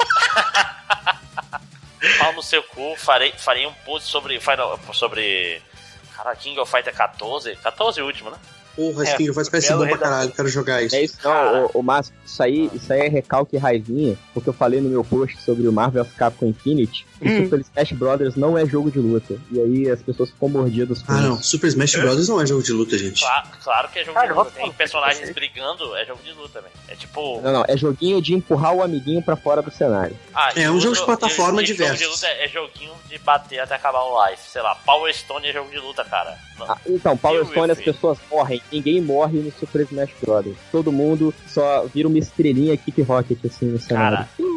Pau no seu cu, farei um post sobre cara, King of Fighter 14 o último, né? Porra, esse King of Fighter parece bom pra caralho, quero jogar isso. É isso, não, o Márcio, isso aí é recalque raivinha, porque eu falei no meu post sobre o Marvel vs Capcom Infinite, e Super Smash Bros. Não é jogo de luta. E aí as pessoas ficam mordidas com isso. Não, Super Smash Bros. Não é jogo de luta, gente. Claro que é jogo de luta. Tem personagens brigando, é jogo de luta, velho. É tipo... Não, é joguinho de empurrar o amiguinho pra fora do cenário. É um jogo de plataforma diverso. Jogo de luta é joguinho de bater até acabar o life. Sei lá, Power Stone é jogo de luta, cara. Então, Power Stone as pessoas morrem. Ninguém morre no Super Smash Bros. Todo mundo só vira uma estrelinha Kick Rocket assim no cenário. Cara,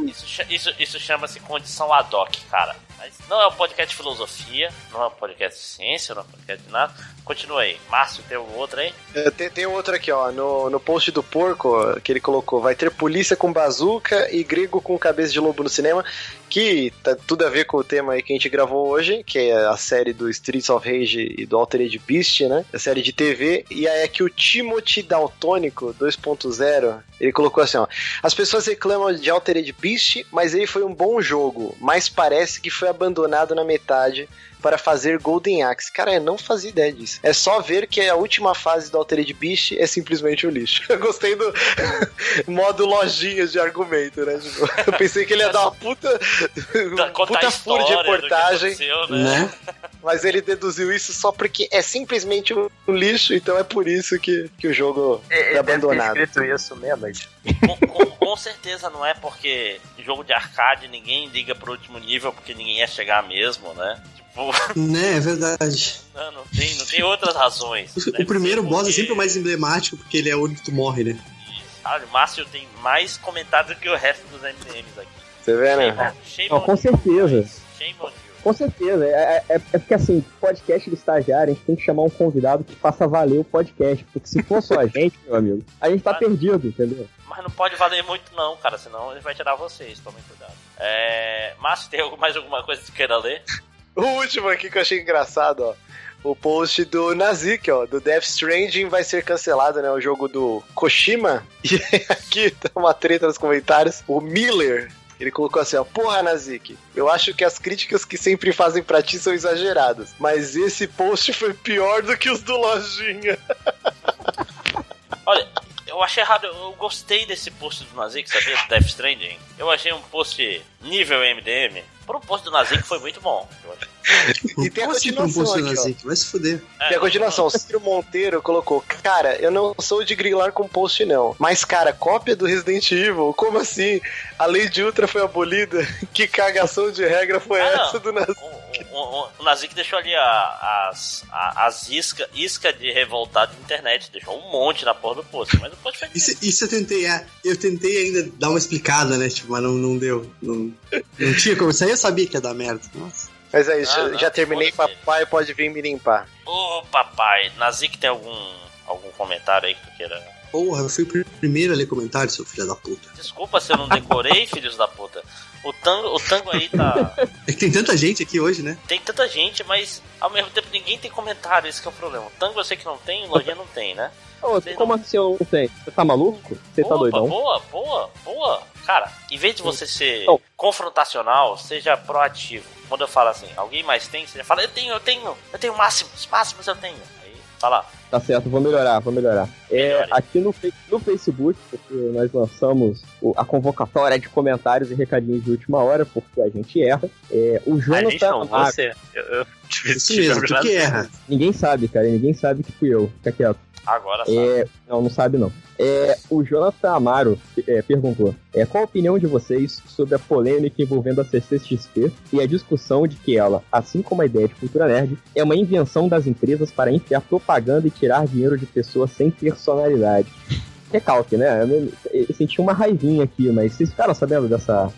Isso chama-se condição ad hoc, cara. Mas não é um podcast de filosofia, não é um podcast de ciência, não é um podcast de nada. Continua aí. Márcio, tem algum outro aí? Tem outro aqui, ó. No post do porco, que ele colocou, vai ter polícia com bazuca e grego com cabeça de lobo no cinema, que tá tudo a ver com o tema aí que a gente gravou hoje, que é a série do Streets of Rage e do Altered Beast, né? A série de TV. E aí é que o Timothy Daltônico 2.0, ele colocou assim, ó. As pessoas reclamam de Altered Beast, mas ele foi um bom jogo, mas parece que foi abandonado na metade para fazer Golden Axe. Cara, eu não fazia ideia disso. É só ver que a última fase do Altered Beast é simplesmente o lixo. Eu gostei do modo lojinhas de argumento, né? Eu pensei que ele ia dar uma puta furo de reportagem, né? Mas ele deduziu isso só porque é simplesmente um lixo, então é por isso que o jogo é abandonado. Deve ter escrito isso mesmo. Com certeza não é porque jogo de arcade ninguém liga pro último nível porque ninguém ia chegar mesmo, né? Né, é verdade. Não tem outras razões. O primeiro boss é sempre o mais emblemático porque ele é o único que tu morre, né? O Márcio tem mais comentários do que o resto dos MDMs aqui. Você vê, né? Com certeza. Com certeza. É porque assim, podcast do estagiário, a gente tem que chamar um convidado que faça valer o podcast. Porque se for só a gente, meu amigo, a gente tá perdido, entendeu? Mas não pode valer muito não, cara, senão ele vai tirar vocês, tomem cuidado. Márcio, tem mais alguma coisa que você queira ler? O último aqui que eu achei engraçado, ó. O post do Nazik, ó, do Death Stranding vai ser cancelado, né? O jogo do Kojima. E aqui tá uma treta nos comentários. O Miller, ele colocou assim, ó. Porra, Nazik, eu acho que as críticas que sempre fazem pra ti são exageradas. Mas esse post foi pior do que os do Lojinha. Olha, eu achei errado. Eu gostei desse post do Nazik, sabia? Do Death Stranding. Eu achei um post nível MDM. Por um post do Nazik foi muito bom. E tem a continuação aqui, Nazik, vai se fuder. Tem a continuação. O Ciro Monteiro colocou, cara, eu não sou de grilar com post não, mas cara, cópia do Resident Evil, como assim? A lei de Ultra foi abolida? Que cagação de regra foi essa do Nazik? O Nazik deixou ali as isca de revoltado de internet, deixou um monte na porra do post, mas o post foi... Isso eu tentei ainda dar uma explicada, né, tipo, mas não deu, não tinha como, isso aí eu sabia que ia dar merda, nossa. Mas é isso, já terminei, papai pode vir me limpar. Ô papai, Nazik tem algum comentário aí que tu queira... Porra, eu fui o primeiro a ler comentário, seu filho da puta. Desculpa se eu não decorei, filhos da puta. O tango aí tá... É que tem tanta gente aqui hoje, né? Tem tanta gente, mas ao mesmo tempo ninguém tem comentário, esse que é o problema. O tango eu sei que não tem, o Lojinha não tem, né? Como assim eu não tenho? Você tá maluco? Você tá doidão? Boa. Cara, em vez de você ser confrontacional, seja proativo. Quando eu falo assim, alguém mais tem, você já fala, eu tenho máximos eu tenho. Aí, fala. Tá certo, vou melhorar. Aqui no Facebook, porque nós lançamos a convocatória de comentários e recadinhos de última hora, porque a gente erra. O Jonathan... A gente não, você. Eu isso mesmo, tu que erra. Ninguém sabe, cara, ninguém sabe que fui eu. Fica quieto. Agora sabe. Não sabe não. O Jonathan Amaro perguntou, qual a opinião de vocês sobre a polêmica envolvendo a CCXP e a discussão de que ela, assim como a ideia de cultura nerd, é uma invenção das empresas para enfiar propaganda e tirar dinheiro de pessoas sem personalidade. Recalque, né? Eu senti uma raivinha aqui, mas vocês ficaram sabendo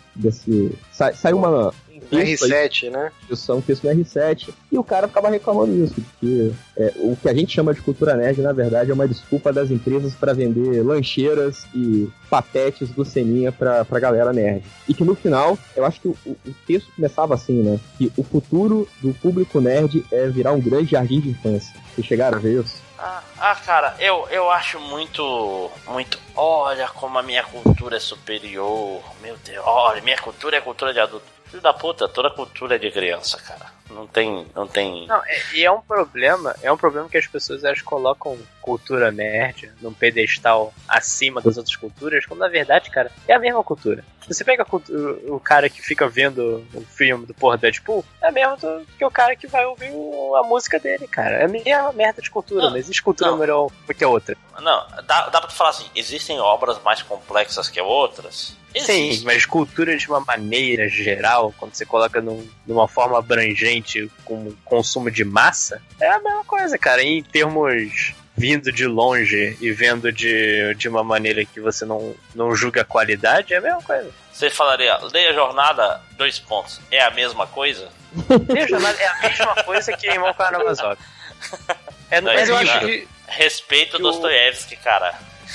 saiu uma... R7, né? Um texto no R7. E o cara ficava reclamando disso. Que o que a gente chama de cultura nerd, na verdade, é uma desculpa das empresas para vender lancheiras e patetes do Seninha pra galera nerd. E que no final, eu acho que o texto começava assim, né? Que o futuro do público nerd é virar um grande jardim de infância. Vocês chegaram a ver isso? Cara, eu acho muito... Olha como a minha cultura é superior. Meu Deus, olha, minha cultura é cultura de adulto. Filho da puta, toda cultura é de criança, cara. Não tem... Não, e é um problema que as pessoas elas colocam cultura nerd num pedestal acima das outras culturas, quando na verdade, cara, é a mesma cultura. Você pega o cara que fica vendo o filme do porra Deadpool, é mesmo que o cara que vai ouvir a música dele, cara. É a mesma merda de cultura, não existe cultura melhor do que a outra. Não, dá pra tu falar assim, existem obras mais complexas que outras? Existe. Sim, mas cultura de uma maneira geral, quando você coloca numa forma abrangente com consumo de massa, é a mesma coisa, cara. Em termos vindo de longe e vendo de uma maneira que você não julga a qualidade, é a mesma coisa. Você falaria, leia a Jornada, 2 pontos. É a mesma coisa? Leia a Jornada é a mesma coisa que Irmão Karamazov. Mas eu acho que... Respeito o Dostoiévski, cara.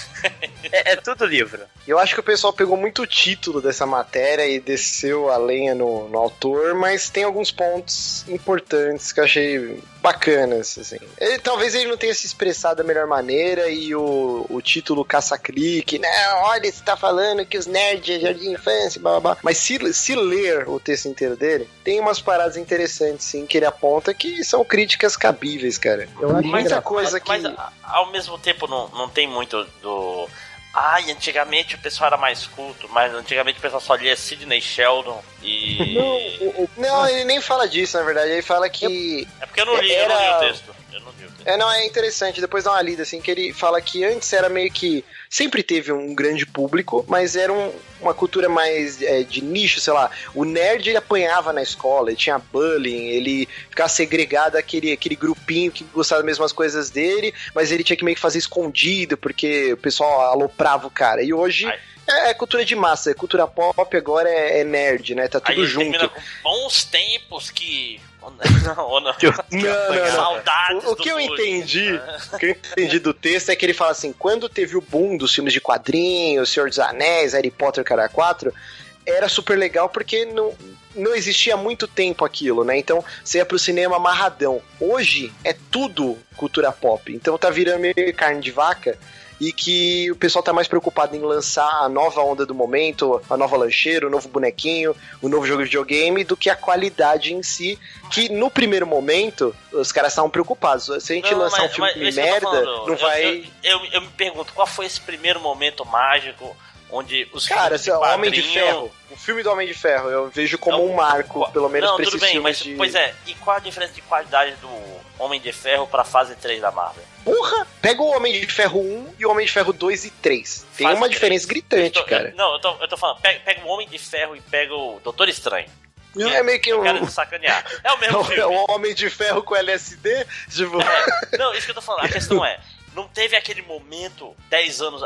É tudo livro. Eu acho que o pessoal pegou muito o título dessa matéria e desceu a lenha no autor, mas tem alguns pontos importantes que eu achei bacanas, assim. Talvez ele não tenha se expressado da melhor maneira e o título caça-clique, não, olha, você tá falando que os nerds é jardim de infância, blá, blá, blá. Mas se ler o texto inteiro dele, tem umas paradas interessantes, sim, que ele aponta que são críticas cabíveis, cara. Muita coisa que... Mas, ao mesmo tempo, não tem muito do... antigamente o pessoal era mais culto, mas antigamente o pessoal só lia Sidney Sheldon e... Não, ele nem fala disso, na verdade. Ele fala que... É porque eu não li o texto. É interessante, depois dá uma lida, assim, que ele fala que antes era meio que... Sempre teve um grande público, mas era uma cultura mais de nicho, sei lá. O nerd, ele apanhava na escola, ele tinha bullying, ele ficava segregado aquele grupinho que gostava das mesmas coisas dele, mas ele tinha que meio que fazer escondido, porque o pessoal aloprava o cara. E hoje... É cultura de massa, é cultura pop, agora é nerd, né? Tá tudo aí junto. Termina com bons tempos que... Não. Saudades o que eu entendi do texto é que ele fala assim, quando teve o boom dos filmes de quadrinhos, Senhor dos Anéis, Harry Potter, cara 4, era super legal porque não existia há muito tempo aquilo, né? Então você ia pro cinema amarradão. Hoje é tudo cultura pop, então tá virando meio carne de vaca. E que o pessoal tá mais preocupado em lançar a nova onda do momento, a nova lancheira, o novo bonequinho, o novo jogo de videogame, do que a qualidade em si, que no primeiro momento os caras estavam preocupados. Se a gente lançar um filme de merda, não vai... Eu me pergunto, qual foi esse primeiro momento mágico onde os cara, filmes de Homem de Ferro, o filme do Homem de Ferro, eu vejo como um marco, pelo menos pra esses filmes de... Pois é, e qual a diferença de qualidade do Homem de Ferro pra fase 3 da Marvel? Porra! Pega o Homem de Ferro 1 e o Homem de Ferro 2 e 3. Tem uma diferença gritante, cara. Eu tô falando, pega o Homem de Ferro e pega o Doutor Estranho. É meio que eu quero sacanear. É o mesmo filme. O Homem de Ferro com LSD? Tipo... Não, isso que eu tô falando. A questão é, não teve aquele momento 10 anos...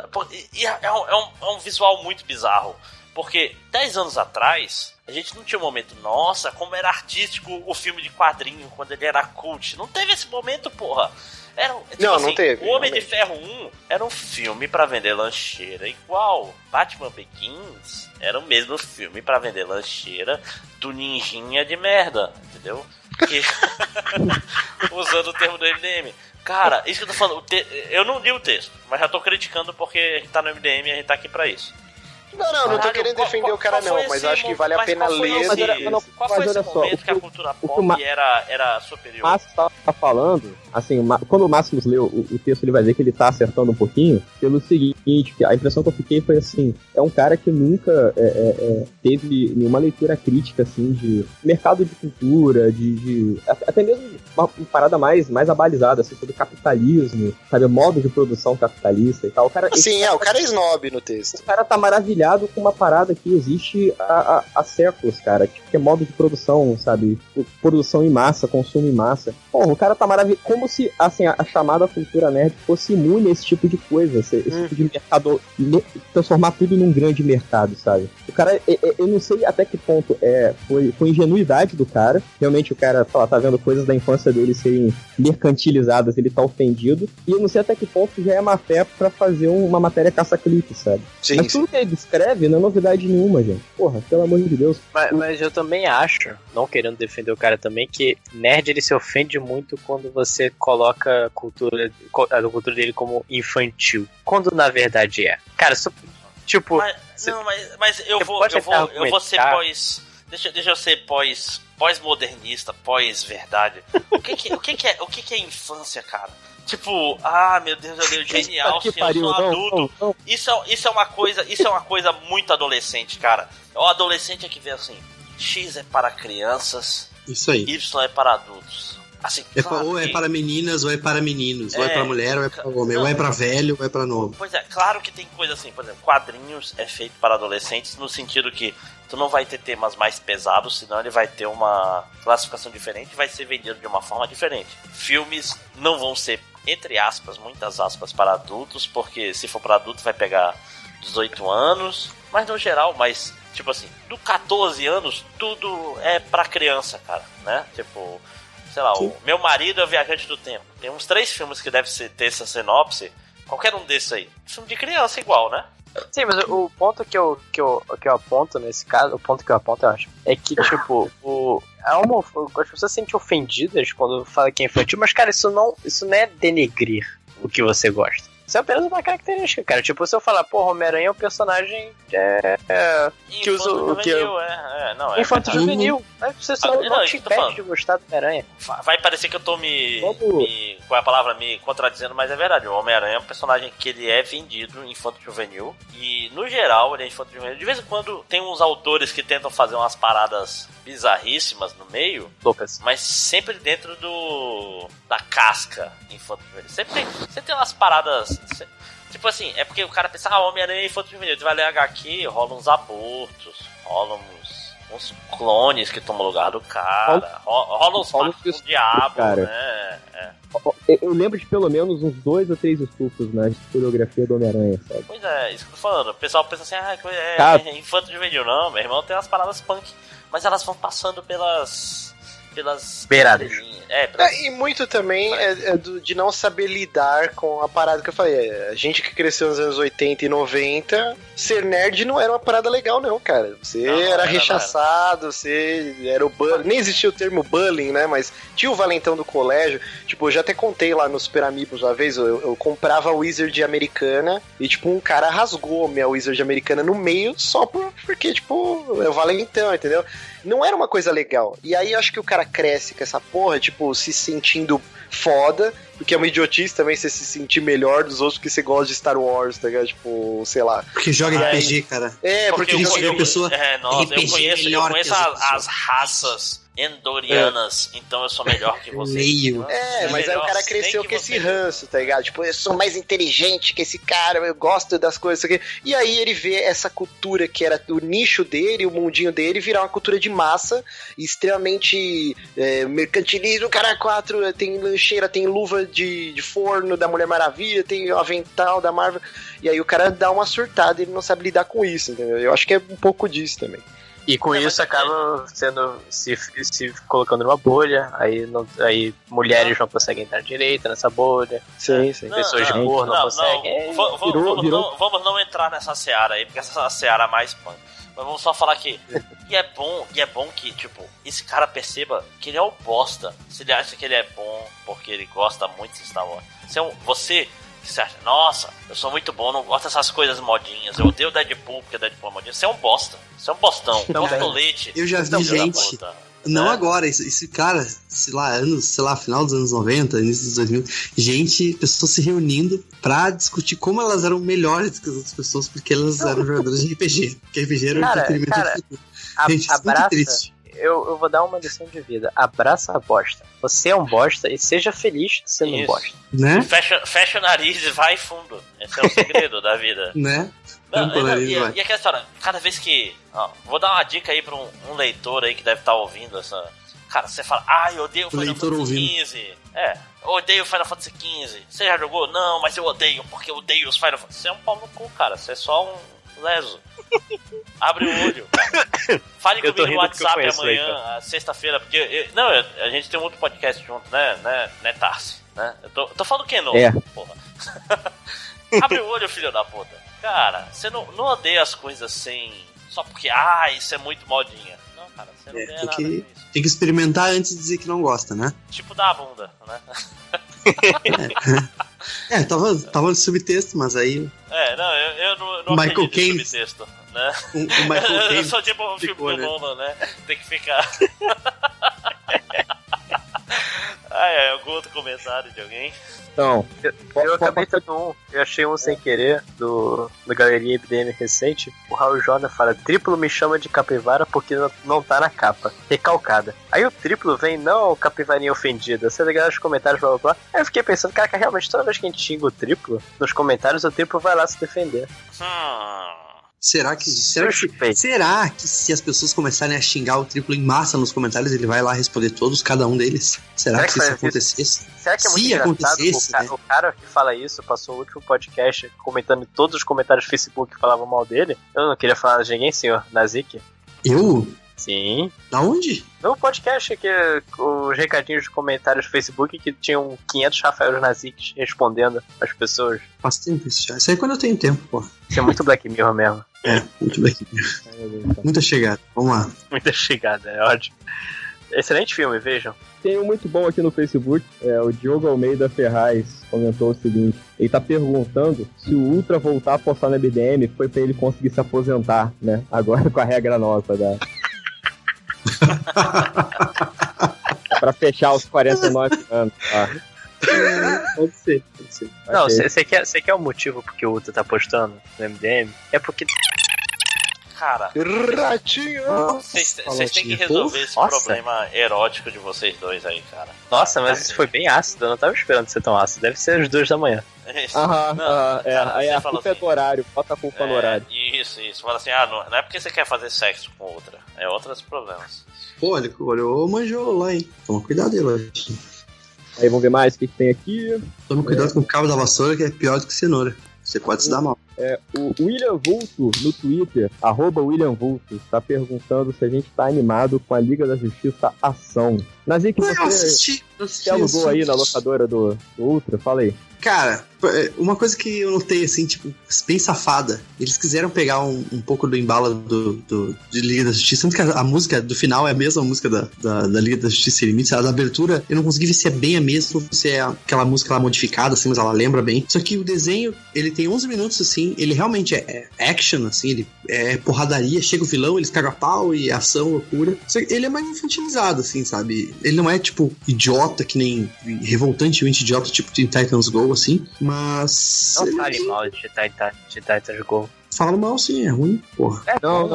É um visual muito bizarro. Porque 10 anos atrás, a gente não tinha um momento, nossa, como era artístico o filme de quadrinho quando ele era cult. Não teve esse momento, porra. Não teve. O Homem de Ferro 1 era um filme pra vender lancheira igual. Batman Begins era o mesmo filme pra vender lancheira do ninjinha de merda, entendeu? Usando o termo do MDM. Cara, isso que eu tô falando, eu não li o texto, mas já tô criticando porque a gente tá no MDM e a gente tá aqui pra isso. Não tô querendo defender o cara não, mas acho que vale a pena ler. Qual foi esse momento que a cultura pop era superior? O Máximo tá falando, assim, quando o Máximo leu o texto, ele vai ver que ele tá acertando um pouquinho, pelo seguinte, que a impressão que eu fiquei foi assim, é um cara que nunca teve nenhuma leitura crítica, assim, de mercado de cultura, até mesmo uma parada mais abalizada, assim, sobre capitalismo, sabe, modo de produção capitalista e tal. O cara é snob no texto. O cara tá maravilhado com uma parada que existe há séculos, cara, que é modo de produção, sabe? Produção em massa, consumo em massa. Porra, o cara tá maravilhoso. Como se, assim, a chamada cultura nerd fosse imune a esse tipo de coisa, esse tipo de mercado, transformar tudo num grande mercado, sabe? O cara, eu não sei até que ponto foi ingenuidade do cara. Realmente o cara, tá vendo coisas da infância dele serem mercantilizadas, ele tá ofendido. E eu não sei até que ponto já é má fé pra fazer uma matéria caça-clique, sabe? Sim, mas tudo que ele escreve não é novidade nenhuma, gente. Porra, pelo amor de Deus. Mas eu também acho, não querendo defender o cara também, que nerd ele se ofende muito quando você coloca a cultura dele como infantil. Quando na verdade é. Cara, tipo... Mas eu vou ser pós... Deixa eu ser pós-modernista, pós-verdade. O que é infância, cara? Tipo, meu Deus, eu dei o genial, eu sou um adulto. Não. Isso é uma coisa muito adolescente, cara. O adolescente é que vê assim, X é para crianças, isso aí. Y é para adultos. Assim, ou é para meninas, ou é para meninos, ou é para mulher, ou é para homem, ou é para velho, ou é para novo. Pois é, claro que tem coisa assim, por exemplo, quadrinhos é feito para adolescentes no sentido que tu não vai ter temas mais pesados, senão ele vai ter uma classificação diferente e vai ser vendido de uma forma diferente. Filmes não vão ser entre aspas, muitas aspas, para adultos, porque se for para adulto vai pegar 18 anos, mas no geral, tipo assim, do 14 anos, tudo é pra criança, cara, né? Tipo, sei lá, o Meu Marido é o Viajante do Tempo. Tem uns 3 filmes que devem ter essa sinopse, qualquer um desses aí. Filme de criança igual, né? Sim, mas o ponto que eu aponto nesse caso, o ponto que eu aponto, eu acho, é que, tipo, as pessoas se sentem ofendidas quando fala que é infantil, mas, cara, isso não é denegrir o que você gosta. Isso é apenas uma característica, cara. Tipo, se eu falar, porra, Homem-Aranha é um personagem que usa o que infanto juvenil. Você só não te impede de gostar do Homem-Aranha. Vai parecer que eu tô qual é a palavra? Me contradizendo, mas é verdade. O Homem-Aranha é um personagem que ele é vendido infanto juvenil. E, no geral, ele é infanto juvenil. De vez em quando tem uns autores que tentam fazer umas paradas bizarríssimas no meio. Lucas. Mas sempre dentro da casca infanto juvenil. Sempre tem umas paradas. Tipo assim, é porque o cara pensa, Homem-Aranha é infanto juvenil. Você vai ler HQ, rola uns abortos, rola uns clones que tomam o lugar do cara, rola uns pactos com o diabo, cara, né? Eu lembro de pelo menos uns 2 ou 3 estupros na historiografia do Homem-Aranha, sabe? Pois é, isso que eu tô falando. O pessoal pensa assim, é infanto juvenil. Não, meu irmão, tem umas paradas punk, mas elas vão passando pelas beiradas. E muito também de não saber lidar com a parada que eu falei. A gente que cresceu nos anos 80 e 90, ser nerd não era uma parada legal, não, cara. Você era rechaçado, você era o bullying. Nem existia o termo bullying, né? Mas tinha o valentão do colégio. Tipo, eu já até contei lá no Super Amigos uma vez, eu comprava a Wizard americana e, tipo, um cara rasgou minha Wizard americana no meio só porque, tipo, é o valentão, entendeu? Não era uma coisa legal. E aí eu acho que o cara cresce com essa porra, tipo, se sentindo foda, porque é uma idiotice também você se sentir melhor dos outros porque você gosta de Star Wars, tá ligado? Tipo, sei lá. Porque joga RPG, cara. Porque a gente vê a pessoa. Eu conheço as raças endorianas, então eu sou melhor que você. Mas aí o cara cresceu com esse ranço, tá ligado? Tipo, eu sou mais inteligente que esse cara, eu gosto das coisas, isso aqui. E aí ele vê essa cultura que era o nicho dele, o mundinho dele, virar uma cultura de massa, extremamente mercantilismo, cara, 4, tem lancheira, tem luva de forno da Mulher Maravilha, tem o avental da Marvel, e aí o cara dá uma surtada, ele não sabe lidar com isso, entendeu? Eu acho que é um pouco disso também. E com isso acaba sendo se colocando numa bolha, aí mulheres não conseguem entrar direito nessa bolha. Sim. Pessoas de cor não conseguem. Vamos não entrar nessa seara aí, porque essa seara é mais punk. Mas vamos só falar que e é bom que, tipo, esse cara perceba que ele é o bosta. Se ele acha que ele é bom porque ele gosta muito de Star Wars. Você acha, nossa, eu sou muito bom, não gosto dessas coisas modinhas, eu odeio Deadpool porque Deadpool é modinha. Você é um bosta, você é um bostão, bostolete. Eu já vi gente, puta, não agora, esse cara, final dos anos 90, início dos 2000, pessoas se reunindo pra discutir como elas eram melhores que as outras pessoas porque elas eram jogadoras de RPG, porque RPG era um entretenimento do futuro. Gente, isso é muito triste. Eu vou dar uma lição de vida. Abraça a bosta. Você é um bosta e seja feliz sendo um bosta. Né? Fecha o nariz e vai fundo. Esse é o segredo da vida. Né? E aquela história, cada vez que... vou dar uma dica aí pra um leitor aí que deve estar ouvindo essa... Cara, você fala, eu odeio Final Fantasy XV. Odeio Final Fantasy XV. Você já jogou? Não, mas eu odeio, porque eu odeio os Final Fantasy. Você é um pau no cu, cara. Você é só um leso. Abre o olho, cara. Fale comigo no WhatsApp amanhã, sexta-feira, porque a gente tem um outro podcast junto, né, Tarsi? Né? Eu tô falando que não, porra. Abre o olho, filho da puta. Cara, você não odeia as coisas só porque, isso é muito modinha. Não, cara, você não odeia nada disso. Tem que experimentar antes de dizer que não gosta, né? Tipo dar a bunda, né? Tava no subtexto, mas aí... eu não Michael acredito Caine, no subtexto, né? O Michael Caine eu sou tipo um filme do Nolan, né? Tem que ficar... algum outro comentário de alguém? Então, eu acabei de eu achei um sem querer da galeria IBDM recente. O Raul Jordan fala: triplo me chama de capivara porque não tá na capa, recalcada. Aí o triplo vem, não, capivarinha ofendida. Você ligar nos comentários, blá blá blá. Aí eu fiquei pensando, cara, que realmente toda vez que a gente xinga o triplo, nos comentários o triplo vai lá se defender. Será que se as pessoas começarem a xingar o Triplo em massa nos comentários, ele vai lá responder todos, cada um deles? Será que isso acontecesse? Será que é muito engraçado? O cara que fala isso passou o último podcast comentando em todos os comentários do Facebook que falavam mal dele. Eu não queria falar de ninguém, senhor Nazik. Eu? Sim. Da onde? No podcast que os recadinhos de comentários do Facebook que tinham 500 Rafael Nazik respondendo as pessoas. Faz tempo isso já. Isso aí é quando eu tenho tempo, pô. Isso é muito Black Mirror mesmo. É, muito Black Mirror. Muita chegada. Vamos lá. Muita chegada, é ótimo. Excelente filme, vejam. Tem um muito bom aqui no Facebook, o Diogo Almeida Ferraz comentou o seguinte, ele tá perguntando se o Ultra voltar a postar na BDM foi pra ele conseguir se aposentar, né? Agora com a regra nova da... pra fechar os 49 anos, tá? Pode ser. Não, você quer o motivo porque o Ultra tá postando no MDM? É porque... Cara, ratinho! Vocês têm que resolver esse problema erótico de vocês dois aí, cara. Nossa, mas isso foi bem ácido, eu não tava esperando ser tão ácido. Deve ser as 2 da manhã. Aí a culpa é do horário, bota a culpa no horário. Isso. Fala assim, não é porque você quer fazer sexo com outra, é outros problemas. Pô, ele olhou, manjou lá, hein? Toma cuidado dele hoje. Aí vamos ver mais o que tem aqui. Toma cuidado com o cabo da vassoura, que é pior do que cenoura. Você pode se dar mal. O William Vulto, no Twitter, @William Vulto, está perguntando se a gente está animado com a Liga da Justiça Ação. Nazik, você alugou aí na locadora do Ultra? Fala aí. Cara, uma coisa que eu notei, assim, tipo, bem safada. Eles quiseram pegar um pouco do embalo de Liga da Justiça, tanto que a música do final é a mesma música da Liga da Justiça Sem Limites. A da abertura, eu não consegui ver se é bem a mesma, se é aquela música lá modificada, assim, mas ela lembra bem. Só que o desenho, ele tem 11 minutos, assim, ele realmente é action, assim, ele é porradaria, chega o vilão, eles cagam a pau e ação, loucura. Só que ele é mais infantilizado, assim, sabe? Ele não é, tipo, idiota, que nem revoltantemente idiota, tipo de Titans Go, assim, mas... Não fale mal de Titans Go. Fala mal, sim, é ruim, porra. Não.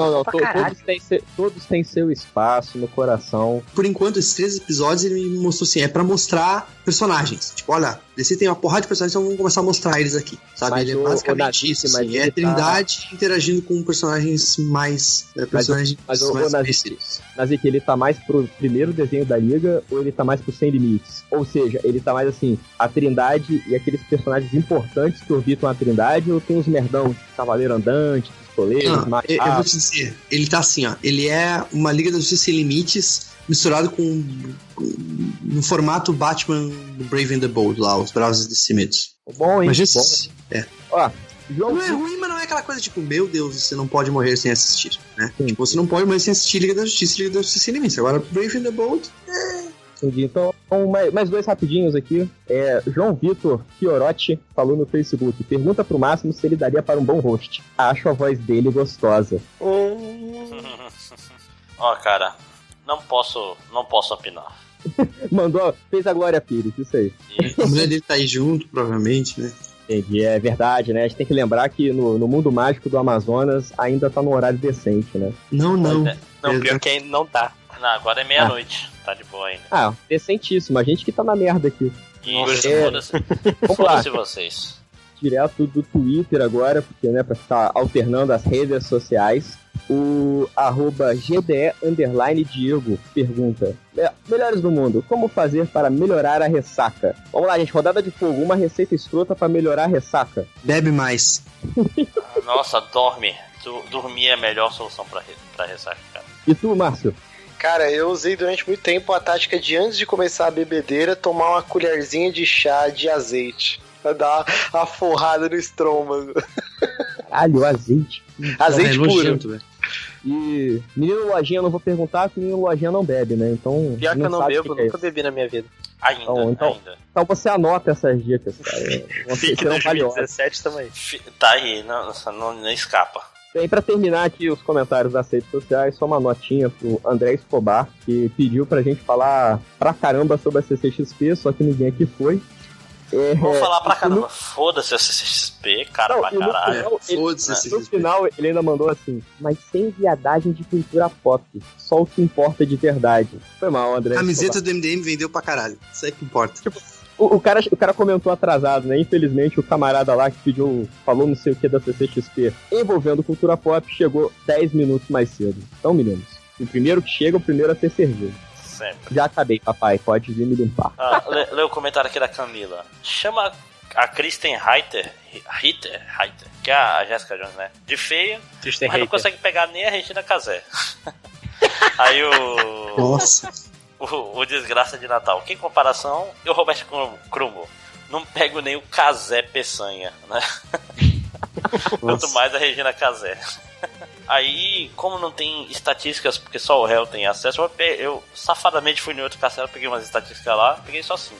Todos têm seu espaço no coração. Por enquanto, esses 3 episódios ele me mostrou assim, é pra mostrar personagens. Tipo, olha, DC tem uma porrada de personagens, então vamos começar a mostrar eles aqui. Sabe? Mas ele é basicamente isso, assim, é a Trindade interagindo com personagens mais... personagens mais específicos. Nazik, ele tá mais pro primeiro desenho da Liga ou ele tá mais pro Sem Limites? Ou seja, ele tá mais assim, a Trindade e aqueles personagens importantes que orbitam a Trindade, ou tem os merdão, Cavaleiro Andante, Pistoleiro, eu vou te dizer, ele tá assim, ó, ele é uma Liga da Justiça Sem Limites misturado com no formato Batman do Brave and the Bold lá, os Bravos e Destemidos. Bom, hein? Ó, não é ruim, mas não é aquela coisa tipo, meu Deus, você não pode morrer sem assistir, né? Sim. Tipo, você não pode morrer sem assistir Liga da Justiça Sem Limites. Agora, Brave and the Bold, Entendi. Então, mais 2 rapidinhos aqui. João Vitor Fiorotti falou no Facebook. Pergunta pro Máximo se ele daria para um bom host. Acho a voz dele gostosa. Ó, cara, não posso opinar. Fez a Glória Pires, isso aí. A mulher dele tá aí junto, provavelmente, né? Entendi, é verdade, né? A gente tem que lembrar que no mundo mágico do Amazonas ainda tá no horário decente, né? Não. Não, pior que ainda não tá. Não, agora é meia-noite. Tá de boa ainda. Decentíssimo. A gente que tá na merda aqui. Foda-se vocês. Direto do Twitter agora, porque, né, pra ficar alternando as redes sociais. O @GDE_Diego pergunta: melhores do mundo, como fazer para melhorar a ressaca? Vamos lá, gente, rodada de fogo, uma receita escrota para melhorar a ressaca. Bebe mais. Nossa, dorme. Dormir é a melhor solução pra ressaca, cara. E tu, Márcio? Cara, eu usei durante muito tempo a tática de, antes de começar a bebedeira, tomar uma colherzinha de chá de azeite. Pra dar uma forrada no estômago. Caralho, azeite. Azeite puro. Nojento, velho. E menino Lojinha, eu não vou perguntar, porque menino Lojinha não bebe, né? Então. Pior que eu não bebo, nunca bebi na minha vida. Ainda. Então você anota essas dicas, cara. Você não vale 2017 também. Tá aí, não escapa. E pra terminar aqui os comentários das redes sociais, só uma notinha pro André Escobar, que pediu pra gente falar pra caramba sobre a CCXP, só que ninguém aqui foi. Vou falar pra caramba, foda-se a CCXP, cara, pra caralho. No final ele ainda mandou assim, mas sem viadagem de cultura pop, só o que importa de verdade. Foi mal, André. A camiseta do MDM vendeu pra caralho, isso aí que importa. O cara comentou atrasado, né? Infelizmente, o camarada lá que falou não sei o que da CCXP envolvendo cultura pop chegou 10 minutos mais cedo. Então, meninos, o primeiro que chega, o primeiro a ter cerveja. Sempre. Já acabei, papai. Pode vir me limpar. Lê o comentário aqui da Camila. Chama a Kristen Reiter, que é a Jessica Jones, né? De feia, Kristen mas não consegue pegar nem a Regina Casé. Aí Nossa. O Desgraça de Natal. Que comparação? E o Roberto Crumo. Não pego nem o Casé Peçanha, né? Quanto mais a Regina Casé. Aí, como não tem estatísticas, porque só o réu tem acesso, eu safadamente fui no outro castelo, peguei umas estatísticas lá, peguei só 5.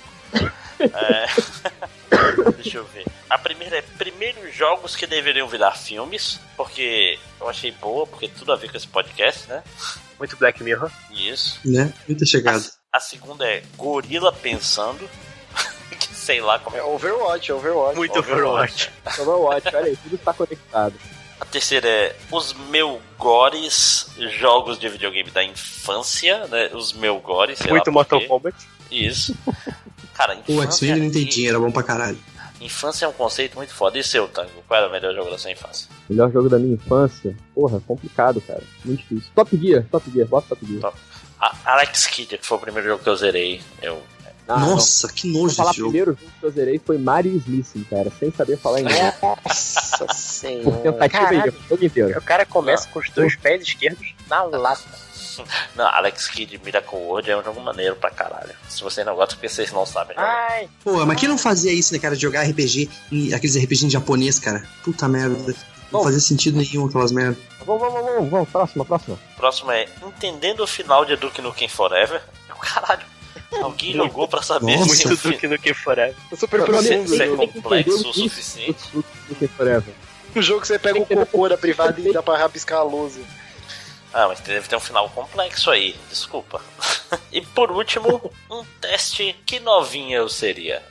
Deixa eu ver. A primeira é primeiros jogos que deveriam virar filmes, porque eu achei boa, porque tudo a ver com esse podcast, né? Muito Black Mirror. Isso. Né? Muito chegado. A segunda é Gorila Pensando. Que sei lá como é. Overwatch. Muito Overwatch. Overwatch, olha aí, tudo está conectado. A terceira é Os Melgores Jogos de Videogame da Infância, né? Os Melgores. Muito Mortal Kombat. Isso. Cara, O X-Men não entendi, era bom pra caralho. Infância é um conceito muito foda. E seu, Tango? Qual era o melhor jogo da sua infância? Melhor jogo da minha infância? Porra, complicado, cara. Muito difícil. Top Gear, bota Top Gear. Top. Alex Kidd, que foi o primeiro jogo que eu zerei. Nossa, que nojo esse jogo. O primeiro jogo que eu zerei foi Mario Smith, cara, sem saber falar inglês. Nossa senhora. Por tentativa aí, o jogo inteiro. O cara começa com os dois pés esquerdos na lata. Não, Alex Kidd Miracle World é um jogo maneiro pra caralho. Se vocês não gostam, porque vocês não sabem jogar. Ai. Pô, mas quem não fazia isso, né, cara? De jogar RPG, aqueles RPG em japonês, cara? Puta merda. Não fazia sentido nenhum aquelas merdas. Vamos, próxima. Próximo é Entendendo o Final de Duke Nukem Forever. Caralho, alguém jogou pra saber Nossa. Muito Duke Nukem Forever. Super Isso é profundo. complexo o suficiente. Duke Forever. O jogo que você pega o cocô da privada e dá pra rabiscar a lousa. Ah, mas deve ter um final complexo aí, desculpa. E por último, um teste que novinha eu seria.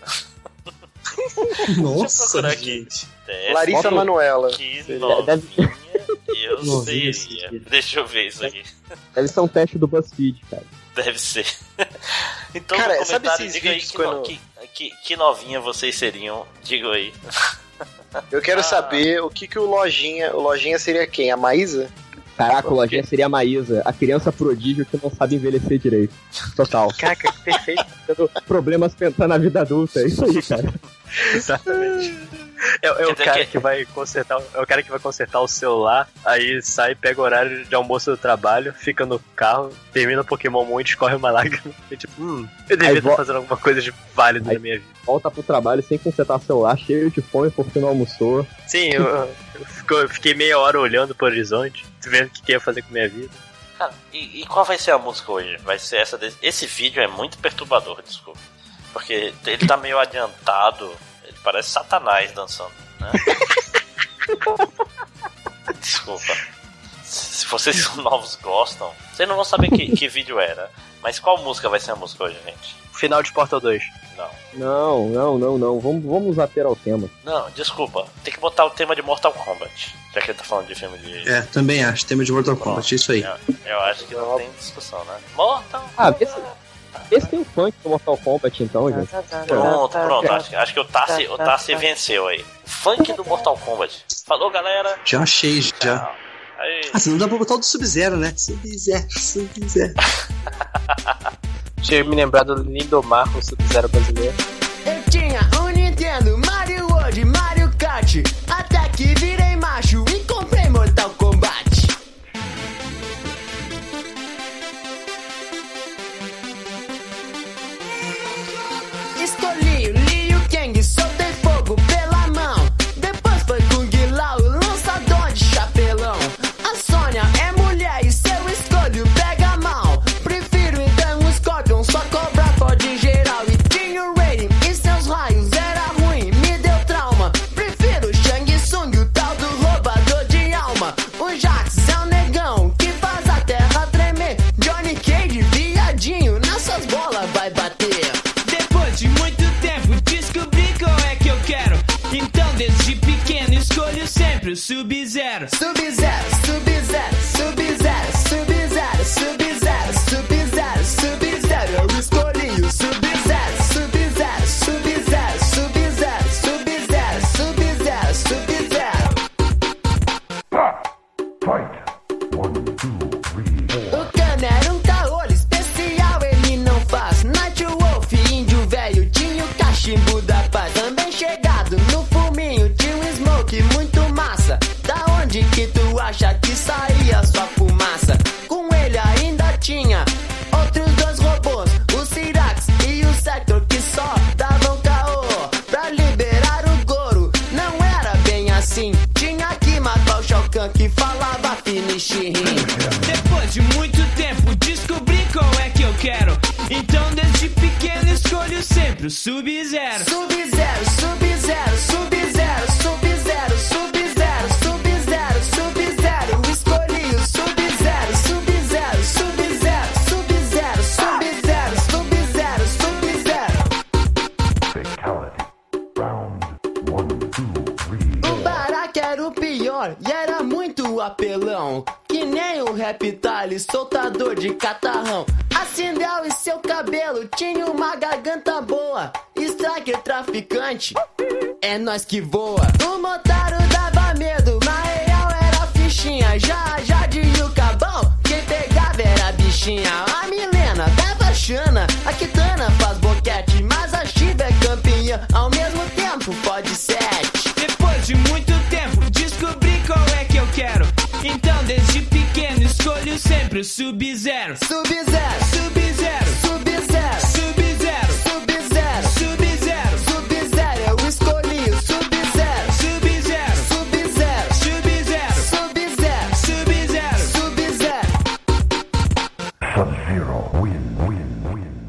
Nossa, gente. Teste Larissa Manoela. Que novinha eu Novinha seria. Deixa eu ver isso aqui. Deve ser um teste do BuzzFeed, cara. Deve ser. Então Cara, no sabe comentário esses diga aí vídeos que novinha vocês seriam. Diga aí. Eu quero saber o que o Lojinha seria quem? A Maísa? Caraca, o Lojinha seria a Maísa, a criança prodígio que não sabe envelhecer direito. Total. Caraca, que perfeito. Tendo problemas pensando na vida adulta, é isso aí, cara. Exatamente. É o cara que vai consertar. É o cara que vai consertar o celular, aí sai, pega o horário de almoço do trabalho, fica no carro, termina o Pokémon Moon e escorre uma lágrima. E tipo, eu devia estar fazendo alguma coisa de válido na minha vida. Volta pro trabalho sem consertar o celular, cheio de fome porque não almoçou. Sim, eu fiquei meia hora olhando pro horizonte, vendo o que ia fazer com a minha vida. Cara, e qual vai ser a música hoje? Vai ser essa Esse vídeo é muito perturbador, desculpa. Porque ele tá meio adiantado. Ele parece Satanás dançando, né? Desculpa. Se vocês novos gostam, vocês não vão saber que vídeo era. Mas qual música vai ser a música hoje, gente? Final de Portal 2. Não. Vamos ater ao tema. Não, desculpa. Tem que botar o tema de Mortal Kombat. Já que ele tá falando de filme de... Também acho. Tema de Mortal Kombat, isso aí. Eu acho que não tem discussão, né? Mortal Kombat. Esse tem um funk do Mortal Kombat, então, gente. Pronto. Acho que o Tassi venceu aí. Funk do Mortal Kombat. Falou, galera. Já achei, já. Você não dá pra botar o do Sub-Zero, né? Sub-Zero. Deixa eu me lembrar do Lindomar, o Sub-Zero brasileiro. Eu tinha um Nintendo, Mario World, Mario Kart. Até que virei macho e comprei Mortal Kombat. Escolhi o Liu Kang, soltei fogo pela mão. Depois foi Kung Lao, lançador de chapelão. A Sônia é mulher e seu escolho pega mal. Prefiro então o Scorpion, só cobra pode geral. E tinha o Raiden e seus raios era ruim, me deu trauma. Prefiro o Shang Tsung, o tal do roubador de alma. O Jax é um negão que faz a terra tremer. Johnny Cage, viadinho, nessas bolas vai bater. Depois de muito tempo descobri qual é que eu quero. Então desde pequeno escolho sempre o Sub-Zero. Sub-Zero, Sub-Zero, Sub-Zero, Sub-Zero, Sub-Zero, Sub-Zero, Sub-Zero. Eu escolhi o Sub-Zero, Sub-Zero, Sub-Zero. Nishirin. Depois de muito tempo descobri qual é que eu quero. Então desde pequeno escolho sempre o Sub-Zero. Sub-Zero, Sub-Zero, Sub-Zero, Sub-Zero, Sub-Zero, Sub-Zero, Sub-Zero. Escolhi o Sub-Zero, Sub-Zero, Sub-Zero, Sub-Zero, Sub-Zero, Sub-Zero, Sub-Zero. Fatality. Round 1, 2, 3. O Baraka era o pior e era muito apelão. Que nem o Reptile, soltador de catarrão. A Sindel e seu cabelo tinha uma garganta boa. Striker traficante, é nós que voa. O Motaro dava medo, na real era fichinha. Já de Yucabão, quem pegava era a bichinha. A Milena dava chana, a Kitana faz boquete. Mas a Shiva é campeã, ao mesmo tempo pode sete. Depois de muito tempo descobri qual é que eu quero. Então desde pequeno escolho sempre o Sub-Zero. Sub-Zero, Sub-Zero, Sub-Zero, Sub-Zero, Sub-Zero, Sub-Zero, Sub-Zero. Eu escolhi o Sub-Zero. Sub-Zero, Sub-Zero, Sub-Zero, Sub-Zero, Sub-Zero, Sub-Zero. Sub-Zero. Win.